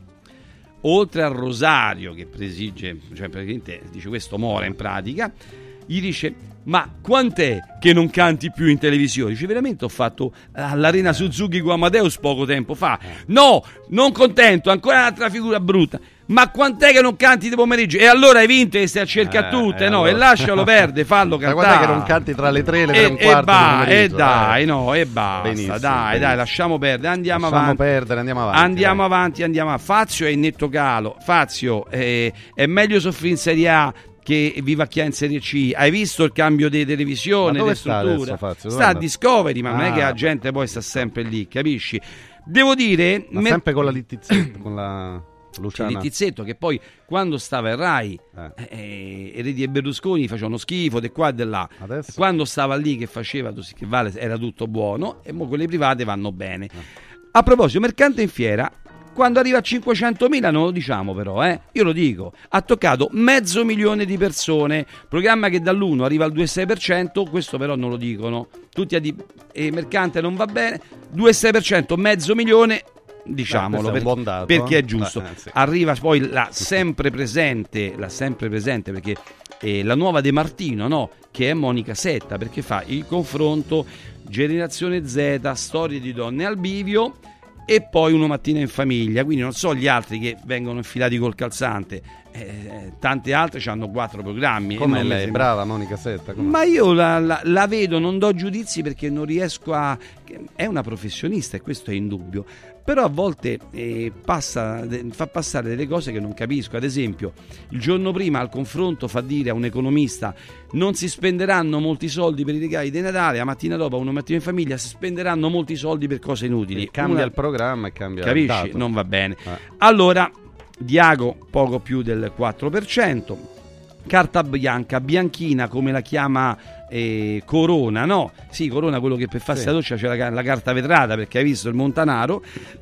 oltre al rosario che presige, cioè praticamente dice questo muore in pratica, gli dice ma quant'è che non canti più in televisione? Dice veramente ho fatto all'Arena Suzuki con Amadeus poco tempo fa. No, non contento, ancora un'altra figura brutta. Ma quant'è che non canti di pomeriggio? E allora hai vinto e stai a cercare eh, tutte, eh, no? Allora. E lascialo perdere, fallo cantare. Ma quant'è che non canti tra le tre e le tre e un quarto? E, ba- e dai, eh. no, e basta, benissimo, dai, benissimo. dai, lasciamo perdere, andiamo lasciamo avanti. perdere, andiamo avanti. Andiamo dai. avanti, andiamo avanti. Fazio è in netto calo. Fazio è, è meglio soffrire in Serie A che vivacchiare in Serie C. Hai visto il cambio di televisione, di struttura? Sta, sta a Discovery, ma ah. non è che la gente poi sta sempre lì, capisci? Devo dire... Ma mer- sempre con la Littizzetto, con la... Luciana. Littizzetto che poi quando stava in Rai eh. Eh, Eredi e Berlusconi facevano schifo di qua e di là. Adesso? Quando stava lì che faceva che vale, era tutto buono, e mo quelle private vanno bene. eh. A proposito, Mercante in Fiera, quando arriva a cinquecentomila non lo diciamo però, eh? Io lo dico, ha toccato mezzo milione di persone, programma che dall'uno arriva al due virgola sei per cento, questo però non lo dicono tutti a di- eh, Mercante non va bene, due virgola sei per cento, mezzo milione, diciamolo, Beh, è per, dato, perché eh? è giusto. Beh, eh, sì. Arriva poi la sempre presente, la sempre presente perché eh, la nuova De Martino, no? Che è Monica Setta, perché fa il confronto Generazione Z, storie di donne al bivio, e poi Una mattina in famiglia. Quindi non so gli altri che vengono infilati col calzante, eh, tante altre hanno quattro programmi. Come lei, sembra... brava Monica Setta. Com'è? Ma io la, la, la vedo, non do giudizi perché non riesco a... È una professionista e questo è indubbio, però a volte eh, passa, fa passare delle cose che non capisco. Ad esempio, il giorno prima al confronto fa dire a un economista non si spenderanno molti soldi per i regali di Natale, la mattina dopo a Una mattina in famiglia si spenderanno molti soldi per cose inutili. E cambia una... il programma e cambia Capisci? il dato. Non va bene. Eh. Allora, Diago poco più del quattro per cento. Carta bianca, bianchina come la chiama eh, Corona, no? Sì, Corona, quello che per farsi sì. la doccia c'è la, la carta vetrata, perché hai visto il Montanaro.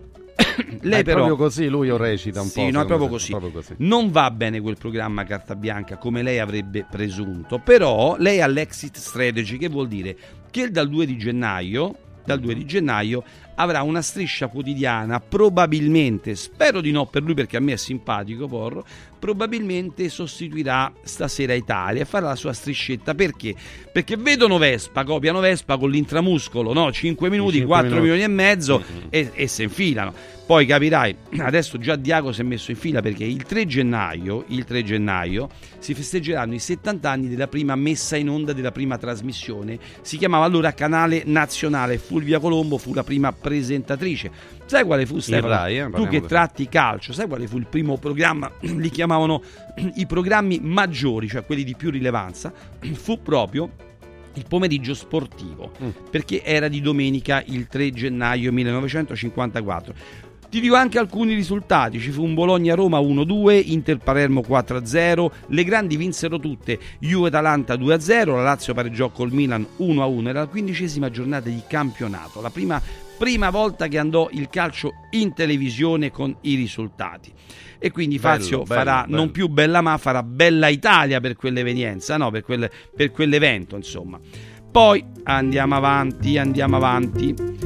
Lei è però proprio così, lui o recita un sì, po'. No, è proprio così. proprio così. Non va bene quel programma Carta Bianca come lei avrebbe presunto, però lei ha l'exit strategy, che vuol dire che dal due di gennaio dal due di gennaio avrà una striscia quotidiana, probabilmente, spero di no per lui perché a me è simpatico Porro, probabilmente sostituirà Stasera Italia e farà la sua striscetta. Perché? Perché vedono Vespa, copiano Vespa con l'intramuscolo, no? cinque minuti, cinque quattro minuti. milioni e mezzo Mm-hmm. e, e si infilano. Poi capirai, adesso già Diaco si è messo in fila perché il tre gennaio, il tre gennaio si festeggeranno i settanta anni della prima messa in onda della prima trasmissione. Si chiamava allora Canale Nazionale. Fulvia Colombo fu la prima presentatrice. Sai quale fu, Stefano? Rai, eh, tu parliamo che di- tratti calcio, sai quale fu il primo programma? Li chiamavano i programmi maggiori, cioè quelli di più rilevanza. Fu proprio il pomeriggio sportivo, Mm. perché era di domenica il tre gennaio millenovecentocinquantaquattro. Ti dico anche alcuni risultati: ci fu un Bologna-Roma uno due, Inter-Palermo quattro a zero, le grandi vinsero tutte, Juve-Atalanta due a zero, la Lazio pareggiò col Milan uno a uno, era la quindicesima giornata di campionato, la prima, prima volta che andò il calcio in televisione con i risultati. E quindi Bello, Fazio bello, farà bello. non più Bella Ma, farà Bella Italia per quell'evenienza, no? per, quel, per quell'evento, insomma. Poi andiamo avanti, andiamo avanti.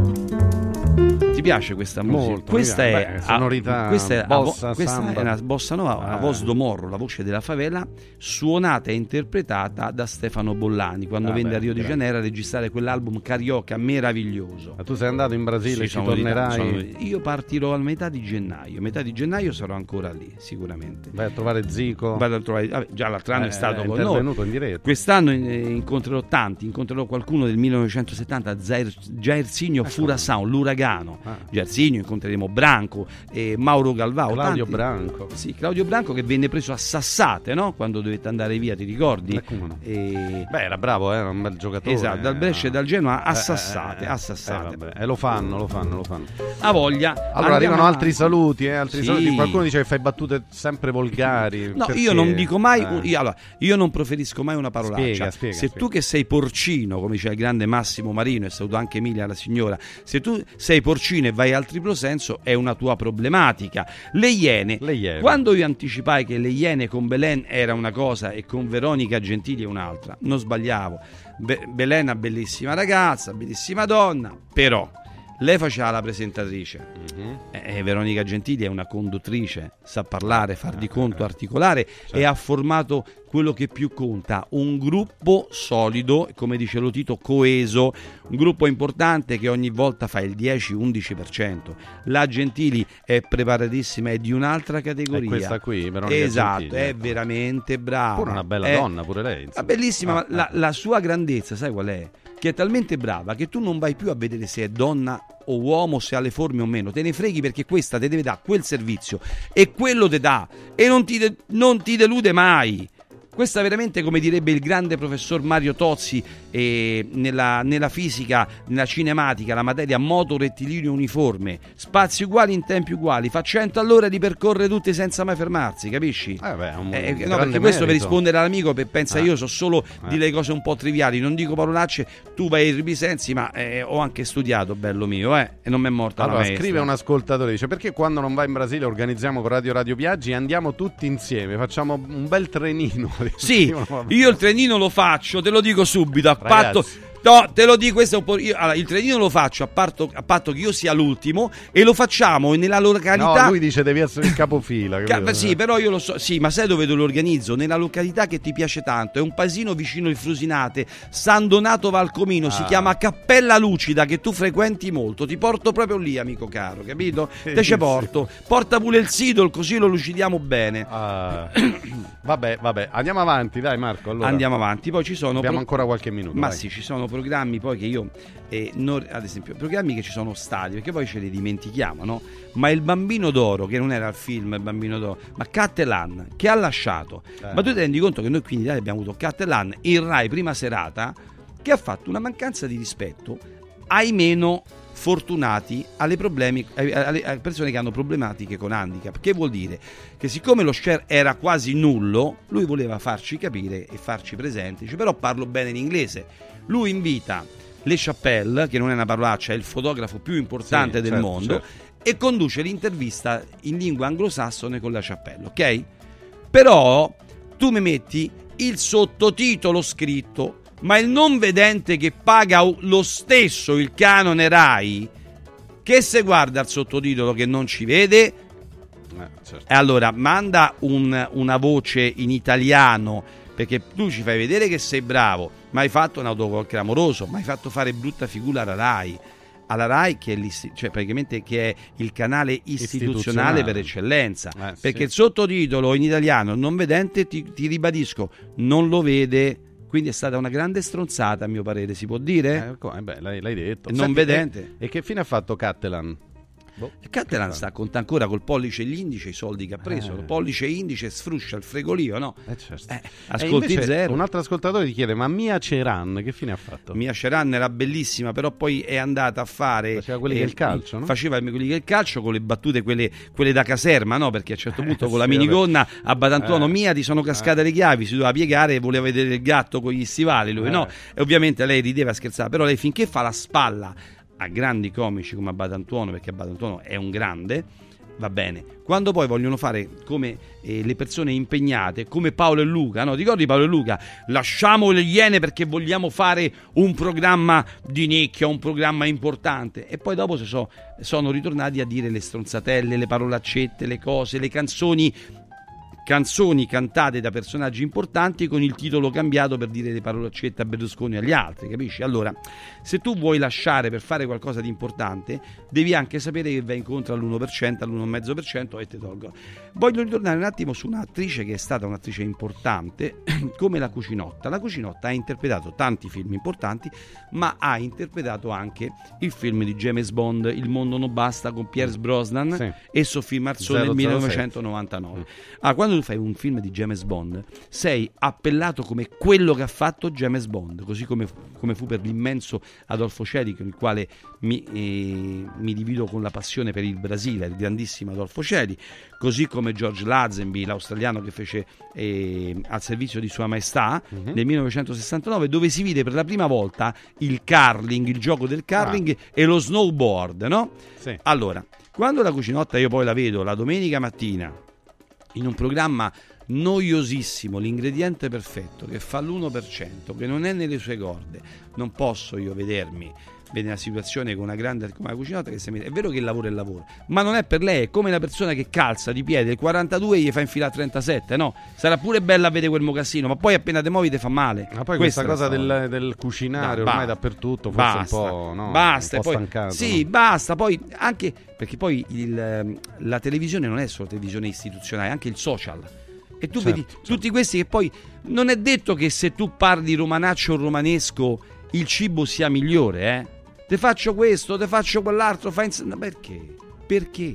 Ti piace questa musica? Molto, Questa mi è, piace. Beh, sonorità, a, questa è, bossa, a, questa samba. è una bossa nova, la Eh. voce d'Omorro, la voce della favela, suonata e interpretata da Stefano Bollani quando Ah, venne beh, a Rio de grande. Janeiro a registrare quell'album Carioca meraviglioso. Ma tu sei andato in Brasile, Sì, ci sono di- tornerai? sono- io partirò a metà di gennaio. Metà di gennaio sarò ancora lì, sicuramente. Vai a trovare Zico. Vado a trovare, vabbè, già l'altro anno Eh, è stato è con intervenuto noi. in diretta. Quest'anno eh, incontrerò tanti. Incontrerò qualcuno del millenovecentosettanta, Jair, Jairzinho Furasan, l'uragano. Ah. Jairzinho, incontreremo Branco, eh, Mauro Galvao. Claudio tanti. Branco. Sì, Claudio Branco che venne preso a sassate, no? Quando dovette andare via, ti ricordi? Eh, come no? E- Beh, era bravo, eh, era un bel giocatore. Esatto, dal Brescia e dal Genoa a Eh, sassate, eh, a sassate. eh, vabbè, e lo fanno, lo fanno, lo fanno. A voglia. Allora Andiamo arrivano avanti. altri saluti, eh, altri Sì. saluti. Qualcuno dice che fai battute sempre volgari. No, perché? io non dico mai, Eh. io, allora, io non preferisco mai una parolaccia. Spiega, spiega, se spiega. tu che sei porcino, come dice il grande Massimo Marino, e saluto anche Emilia la signora, se tu sei porcino e vai al triplo senso è una tua problematica. Le Iene, Le Iene. quando io anticipai che le Iene con Belen era una cosa e con Veronica Gentili è un'altra, non sbagliavo. Be- Belen è una bellissima ragazza, bellissima donna, però lei faceva la presentatrice. Mhm. Eh, Veronica Gentili è una conduttrice, sa parlare, far di conto, articolare e ha formato quello che più conta, un gruppo solido, come dice lo Tito, coeso, un gruppo importante che ogni volta fa il dieci undici per cento. La Gentili è preparatissima, è di un'altra categoria. È questa qui, Veronica Esatto, Gentili, è ecco. veramente brava. Pure una bella È- donna, pure lei. ma insomma. bellissima, ma Ah, la, la sua grandezza, sai qual è? Che è talmente brava che tu non vai più a vedere se è donna o uomo, se ha le forme o meno, te ne freghi perché questa te deve dare quel servizio e quello te dà e non ti, de- non ti delude mai. Questa veramente, come direbbe il grande professor Mario Tozzi, eh, nella, nella fisica, nella cinematica, la materia moto rettilineo uniforme, spazi uguali in tempi uguali, fa cento all'ora di percorrere tutti senza mai fermarsi, capisci? Eh beh, è un Eh, no, grande perché questo per merito. rispondere all'amico che pensa Ah. io so solo Eh. dire cose un po' triviali, non dico parolacce, tu vai ai ripisensi, ma eh, ho anche studiato, bello mio, eh, e non mi è morta Allora, la maestra. scrive un ascoltatore, dice: perché quando non vai in Brasile organizziamo con Radio Radio Viaggi e andiamo tutti insieme, facciamo un bel trenino. Sì, io il trenino lo faccio, te lo dico subito, a Ragazzi. patto... No, te lo dico, questo è un po'. Io, allora, il trenino lo faccio a patto, a patto che io sia l'ultimo e lo facciamo nella località. No, lui dice devi essere il capofila. Ca- capito? sì, però io lo so, sì, ma sai dove te lo organizzo? Nella località che ti piace tanto, è un paesino vicino il Frusinate, San Donato Valcomino, si Ah. chiama Cappella Lucida, che tu frequenti molto, ti porto proprio lì, amico caro, capito? Te ci Benissimo. porto, porta pure il Sidol, così lo lucidiamo bene. Ah, vabbè, vabbè, andiamo avanti, dai Marco. Allora. Andiamo avanti, poi ci sono Abbiamo pro- ancora qualche minuto. Ma vai. sì, ci sono programmi poi che io eh, non- ad esempio programmi che ci sono stati, perché poi ce li dimentichiamo, no? Ma il Bambino d'Oro, che non era il film Il Bambino d'Oro, ma Cattelan, che ha lasciato. Eh. Ma tu ti rendi conto che noi qui in Italia abbiamo avuto Cattelan in Rai prima serata, che ha fatto una mancanza di rispetto ai meno fortunati, alle, problemi, alle, alle persone che hanno problematiche con handicap. Che vuol dire? Che siccome lo share era quasi nullo, lui voleva farci capire e farci presente, dice, però parlo bene in inglese. Lui invita Le Chappelle, che non è una parolaccia, è il fotografo più importante Sì, del certo, mondo, certo. e conduce l'intervista in lingua anglosassone con La Chappelle, ok? Però tu mi metti il sottotitolo scritto, ma il non vedente che paga lo stesso il canone Rai che se guarda il sottotitolo che non ci vede, Eh, certo. e allora manda un- una voce in italiano, perché tu ci fai vedere che sei bravo, ma hai fatto un autogol clamoroso, ma hai fatto fare brutta figura alla Rai. Alla Rai, che è, l'isti- cioè praticamente che è il canale istituzionale, Istituzionale. per eccellenza, Eh, perché sì. il sottotitolo in italiano non vedente, ti, ti ribadisco, non lo vede, quindi è stata una grande stronzata, a mio parere, si può dire? Eh, co- eh beh, l'hai, l'hai detto. Non Senti, vedente. E, e che fine ha fatto Cattelan? Boh. E Cattelan sta conta ancora col pollice e l'indice i soldi che ha preso, Eh. il pollice e indice sfruscia il fregolio, no? Eh, certo. Eh, E ascolti invece zero. Un altro ascoltatore ti chiede: ma Mia Ceran che fine ha fatto? Mia Ceran era bellissima, però poi è andata a fare. Faceva quelli che il calcio, no? Faceva quelli che il calcio con le battute, quelle, quelle da caserma, no? Perché a un certo punto Eh, con la sì, minigonna a Batantuono Eh. Mia ti sono cascate le chiavi, si doveva piegare e voleva vedere il gatto con gli stivali, lui Eh. no? E ovviamente lei rideva, scherzava, però lei finché fa la spalla a grandi comici come a Batantuono, perché a Batantuono è un grande, va bene. Quando poi vogliono fare come eh, le persone impegnate, come Paolo e Luca, no? Ti ricordi Paolo e Luca? Lasciamo le Iene perché vogliamo fare un programma di nicchia, un programma importante. E poi dopo si so- sono ritornati a dire le stronzatelle, le parolaccette, le cose, le canzoni canzoni cantate da personaggi importanti con il titolo cambiato per dire le parolaccette a Berlusconi e agli altri, capisci? Allora, se tu vuoi lasciare per fare qualcosa di importante, devi anche sapere che vai incontro all'uno per cento, all'uno virgola cinque per cento e te tolgo. Voglio ritornare un attimo su un'attrice che è stata un'attrice importante come la Cucinotta. La Cucinotta ha interpretato tanti film importanti, ma ha interpretato anche il film di James Bond, Il mondo non basta, con Pierce Brosnan Sì. e Sophie Marceau nel zero zero sette. millenovecentonovantanove. Ah, quando tu fai un film di James Bond sei appellato come quello che ha fatto James Bond, così come, come fu per l'immenso Adolfo Celi, con il quale mi, eh, mi divido con la passione per il Brasile, il grandissimo Adolfo Celi, così come George Lazenby, l'australiano che fece eh, Al servizio di Sua Maestà Mhm. nel millenovecentosessantanove, dove si vide per la prima volta il curling, il gioco del curling e lo snowboard, no? Sì. Allora, quando la Cucinotta io poi la vedo la domenica mattina in un programma noiosissimo, l'ingrediente perfetto, che fa l'uno per cento, che non è nelle sue corde, non posso io vedermi vede una situazione con una grande come la Cucinotta che si mette. È vero che il lavoro è il lavoro, ma non è per lei, è come una persona che calza di piede il quarantadue e gli fa infilare trentasette, no? Sarà pure bella a vedere quel mocassino, ma poi appena te muovi te fa male. Ma poi Questa questa è la cosa storia. del, del cucinare No, ormai ba- dappertutto, forse basta, un po', no, basta, un po' e poi, stancato. sì, no? basta, poi anche perché poi il, la televisione non è solo televisione istituzionale, è anche il social. E tu Certo, vedi tutti questi che poi non è detto che se tu parli romanaccio o romanesco il cibo sia migliore, eh? Te faccio questo, te faccio quell'altro, fai ins- no, perché? Perché?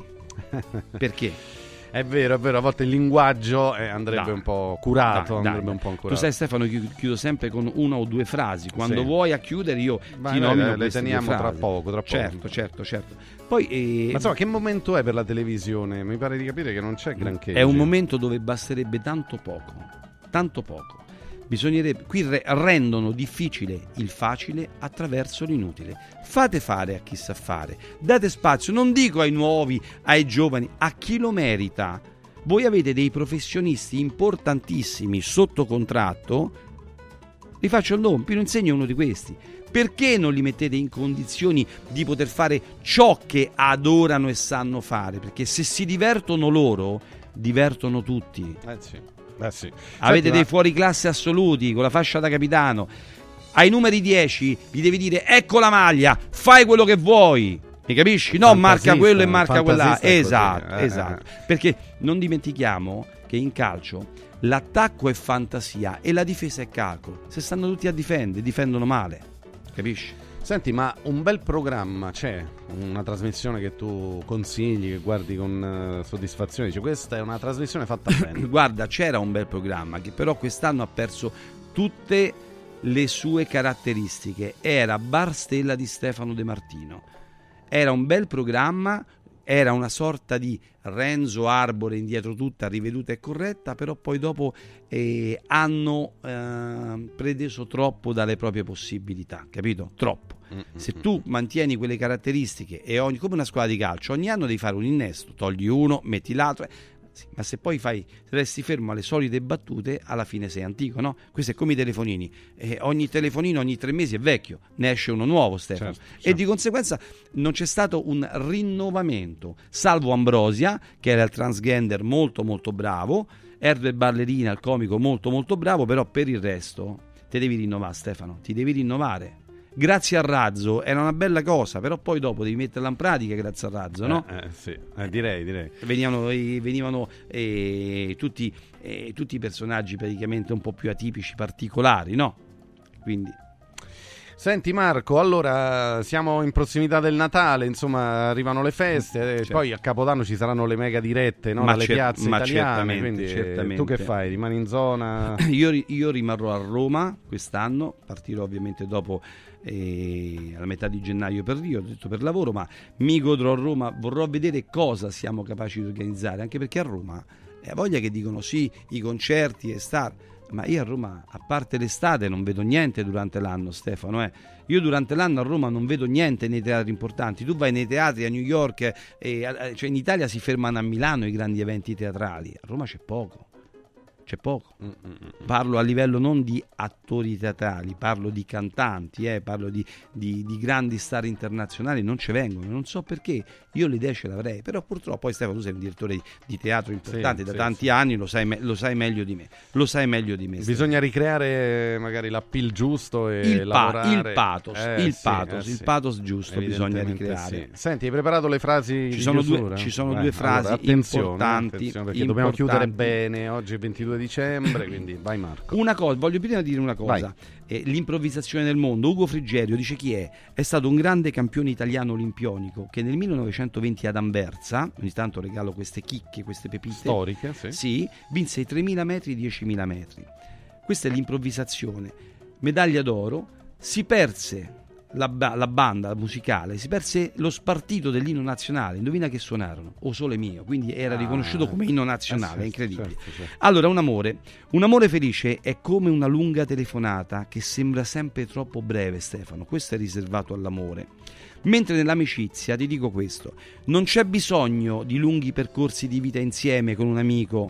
Perché? È vero, è vero, a volte il linguaggio eh, andrebbe Dai. un po' curato, Dai, dai, andrebbe dai. un po' Tu curato. sai Stefano, chi- chiudo sempre con una o due frasi. Quando Sì. vuoi a chiudere io Vai, ti vai, nomino le queste due teniamo tra frasi. poco, tra poco. Certo, certo, certo. Poi eh, Ma insomma, che momento è per la televisione? Mi pare di capire che non c'è granché. è un momento dove basterebbe tanto poco, tanto poco. Bisognerebbe, qui re- rendono difficile il facile attraverso l'inutile. Fate fare a chi sa fare, date spazio, non dico ai nuovi, ai giovani, a chi lo merita. Voi avete dei professionisti importantissimi sotto contratto, vi faccio il nome, Pino Insegno è uno di questi. Perché non li mettete in condizioni di poter fare ciò che adorano e sanno fare? Perché se si divertono loro, divertono tutti. Eh sì. Eh sì. Avete Senti, dei ma- fuoriclasse assoluti con la fascia da capitano. Ai numeri dieci gli devi dire ecco la maglia, fai quello che vuoi. Mi capisci? No, Fantasista, marca quello e marca quella. fantasista è così, Esatto, eh, esatto. Perché non dimentichiamo che in calcio l'attacco è fantasia e la difesa è calcolo. Se stanno tutti a difendere, difendono male. Capisci? Senti, ma un bel programma c'è? Una trasmissione che tu consigli, che guardi con eh, soddisfazione? Dici, questa è una trasmissione fatta bene. Guarda, c'era un bel programma che però quest'anno ha perso tutte le sue caratteristiche. Era Bar Stella di Stefano De Martino. Era un bel programma, era una sorta di Renzo Arbore indietro tutta, riveduta e corretta, però poi dopo eh, hanno eh, preteso troppo dalle proprie possibilità, capito? Troppo. Se tu mantieni quelle caratteristiche e ogni, come una squadra di calcio, ogni anno devi fare un innesto, togli uno, metti l'altro, Sì, ma se poi fai resti fermo alle solite battute, alla fine sei antico, no? Questo è come i telefonini. Eh, ogni telefonino ogni tre mesi è vecchio, ne esce uno nuovo, Stefano. Certo, certo. E di conseguenza non c'è stato un rinnovamento, salvo Ambrosia, che era il transgender molto molto bravo, Herbert Ballerina, il comico molto molto bravo, però per il resto ti devi rinnovare, Stefano, ti devi rinnovare. Grazie al razzo era una bella cosa, però poi dopo devi metterla in pratica grazie al razzo, no? Eh, eh, sì, eh, direi, direi. Venivano, eh, venivano eh, tutti, eh, tutti i personaggi praticamente un po' più atipici, particolari, no? Quindi... Senti Marco, allora siamo in prossimità del Natale, insomma arrivano le feste, certo. Poi a Capodanno ci saranno le mega dirette, no? Ma dalle cer- piazze ma italiane, certamente, quindi certamente. Tu che fai? Rimani in zona? Io, io rimarrò a Roma quest'anno, partirò ovviamente dopo eh, alla metà di gennaio per Rio, ho detto per lavoro, ma mi godrò a Roma, vorrò vedere cosa siamo capaci di organizzare, anche perché a Roma è voglia che dicono sì, i concerti e star. Ma io a Roma, a parte l'estate, non vedo niente durante l'anno, Stefano. Eh. Io durante l'anno a Roma non vedo niente nei teatri importanti. Tu vai nei teatri a New York, eh, eh, cioè in Italia si fermano a Milano i grandi eventi teatrali. A Roma c'è poco. C'è poco. Parlo a livello non di attori teatrali, parlo di cantanti, eh, parlo di, di, di grandi star internazionali, non ci vengono, non so perché. Io le idee ce l'avrei, però purtroppo poi Stefano tu sei un direttore di, di teatro importante sì, da sì, tanti sì. anni, lo sai, me, lo sai meglio di me. Lo sai meglio di me. Bisogna Stefano. ricreare magari l'appeal giusto e il lavorare. Pa- il pathos, eh, il sì, pathos, eh, il sì. pathos giusto bisogna ricreare. Sì. Senti, hai preparato le frasi ci di sono chiusura? due, ci sono Beh, due frasi allora, attenzione, importanti, attenzione, perché importanti. dobbiamo chiudere bene. Oggi è il ventidue dicembre, quindi vai Marco. Una cosa, voglio prima dire una cosa. Eh, l'improvvisazione del mondo. Ugo Frigerio dice chi è? È stato un grande campione italiano olimpionico che nel millenovecentoventi ad Anversa, ogni tanto regalo queste chicche, queste pepite storiche, sì. Sì, vinse i tremila metri e i diecimila metri. Questa è l'improvvisazione. Medaglia d'oro, si perse la, ba- la banda musicale, si perse lo spartito dell'inno nazionale. Indovina che suonarono? O Sole Mio, quindi era riconosciuto come inno nazionale, eh sì, è incredibile. Certo, certo. Allora, un amore, un amore felice è come una lunga telefonata che sembra sempre troppo breve, Stefano. Questo è riservato all'amore. Mentre nell'amicizia ti dico questo: non c'è bisogno di lunghi percorsi di vita insieme con un amico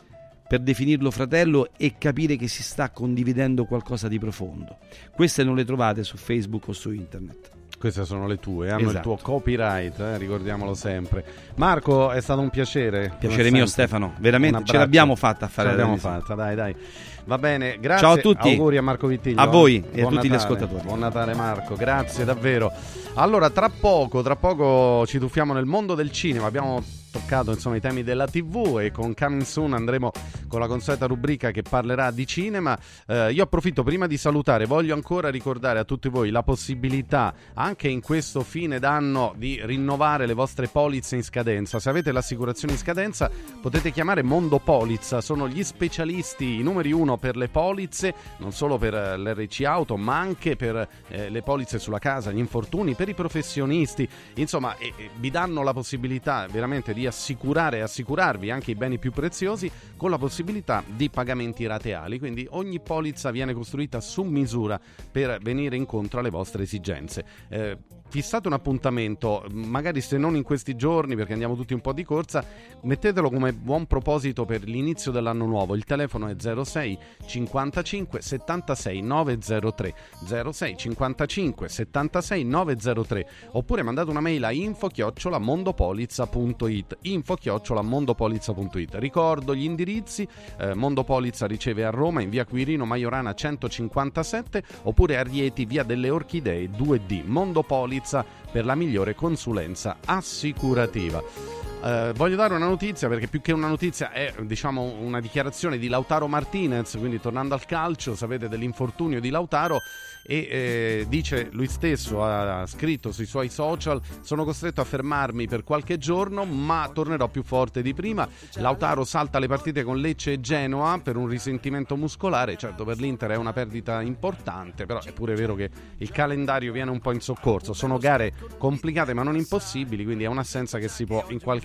per definirlo fratello e capire che si sta condividendo qualcosa di profondo. Queste non le trovate su Facebook o su internet. Queste sono le tue, hanno Esatto. il tuo copyright, eh, ricordiamolo sempre. Marco, è stato un piacere. Piacere mio, Stefano, veramente ce l'abbiamo fatta a fare. Ce l'abbiamo fatta, dai, dai. Va bene, grazie. Ciao a tutti. Auguri a Marco Vittiglio. A voi e Buon a tutti Natale. gli ascoltatori. Buon Natale Marco, grazie davvero. Allora, tra poco, tra poco ci tuffiamo nel mondo del cinema. Abbiamo toccato insomma i temi della tivù e con Coming Soon andremo con la consueta rubrica che parlerà di cinema. Eh, io approfitto prima di salutare, voglio ancora ricordare a tutti voi la possibilità anche in questo fine d'anno di rinnovare le vostre polizze in scadenza. Se avete l'assicurazione in scadenza potete chiamare Mondo Polizza, sono gli specialisti, i numeri uno per le polizze, non solo per l'R C Auto ma anche per eh, le polizze sulla casa, gli infortuni, per i professionisti, insomma eh, eh, vi danno la possibilità veramente di assicurare e assicurarvi anche i beni più preziosi con la possibilità di pagamenti rateali, quindi ogni polizza viene costruita su misura per venire incontro alle vostre esigenze. Eh, fissate un appuntamento, magari se non in questi giorni perché andiamo tutti un po' di corsa, mettetelo come buon proposito per l'inizio dell'anno nuovo. Il telefono è zero sei cinquantacinque settantasei novecentotre zero sei cinquantacinque settantasei novecentotre, oppure mandate una mail a info chiocciola mondopolizza punto it info chiocciola mondopolizza punto it. Ricordo gli indirizzi: eh, Mondopolizza riceve a Roma in via Quirino Maiorana centocinquantasette, oppure a Rieti via delle Orchidee due D. Mondopolizza per la migliore consulenza assicurativa. Uh, voglio dare una notizia, perché più che una notizia è, diciamo, una dichiarazione di Lautaro Martinez, quindi tornando al calcio, sapete dell'infortunio di Lautaro, e eh, dice lui stesso, ha scritto sui suoi social: sono costretto a fermarmi per qualche giorno ma tornerò più forte di prima. Lautaro salta le partite con Lecce e Genoa per un risentimento muscolare. Certo, per l'Inter è una perdita importante, però è pure vero che il calendario viene un po' in soccorso, sono gare complicate ma non impossibili, quindi è un'assenza che si può in qualche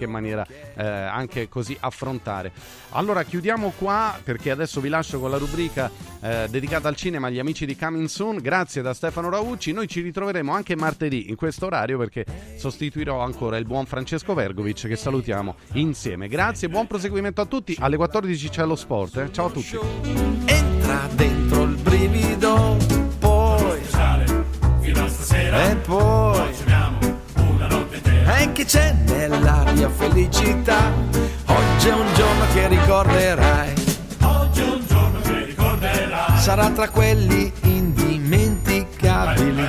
qualche maniera eh, anche così affrontare. Allora chiudiamo qua, perché adesso vi lascio con la rubrica eh, dedicata al cinema, agli amici di Coming Soon. Grazie da Stefano Raucci. Noi ci ritroveremo anche martedì in questo orario, perché sostituirò ancora il buon Francesco Vergovic, che salutiamo insieme. Grazie, buon proseguimento a tutti. Alle quattordici c'è lo sport, eh? Ciao a tutti. Entra dentro il brivido, poi fino a stasera, e poi una notte intera. E che c'è nell'aria felicità, oggi è un giorno che ricorderai, oggi è un giorno che ricorderai, sarà tra quelli indimenticabili.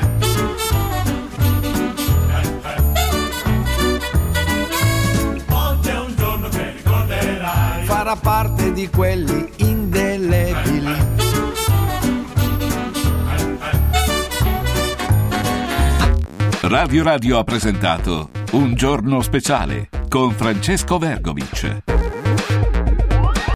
Oggi è un giorno che ricorderai, farà parte di quelli indelebili. Radio Radio ha presentato Un giorno speciale con Francesco Vergovic.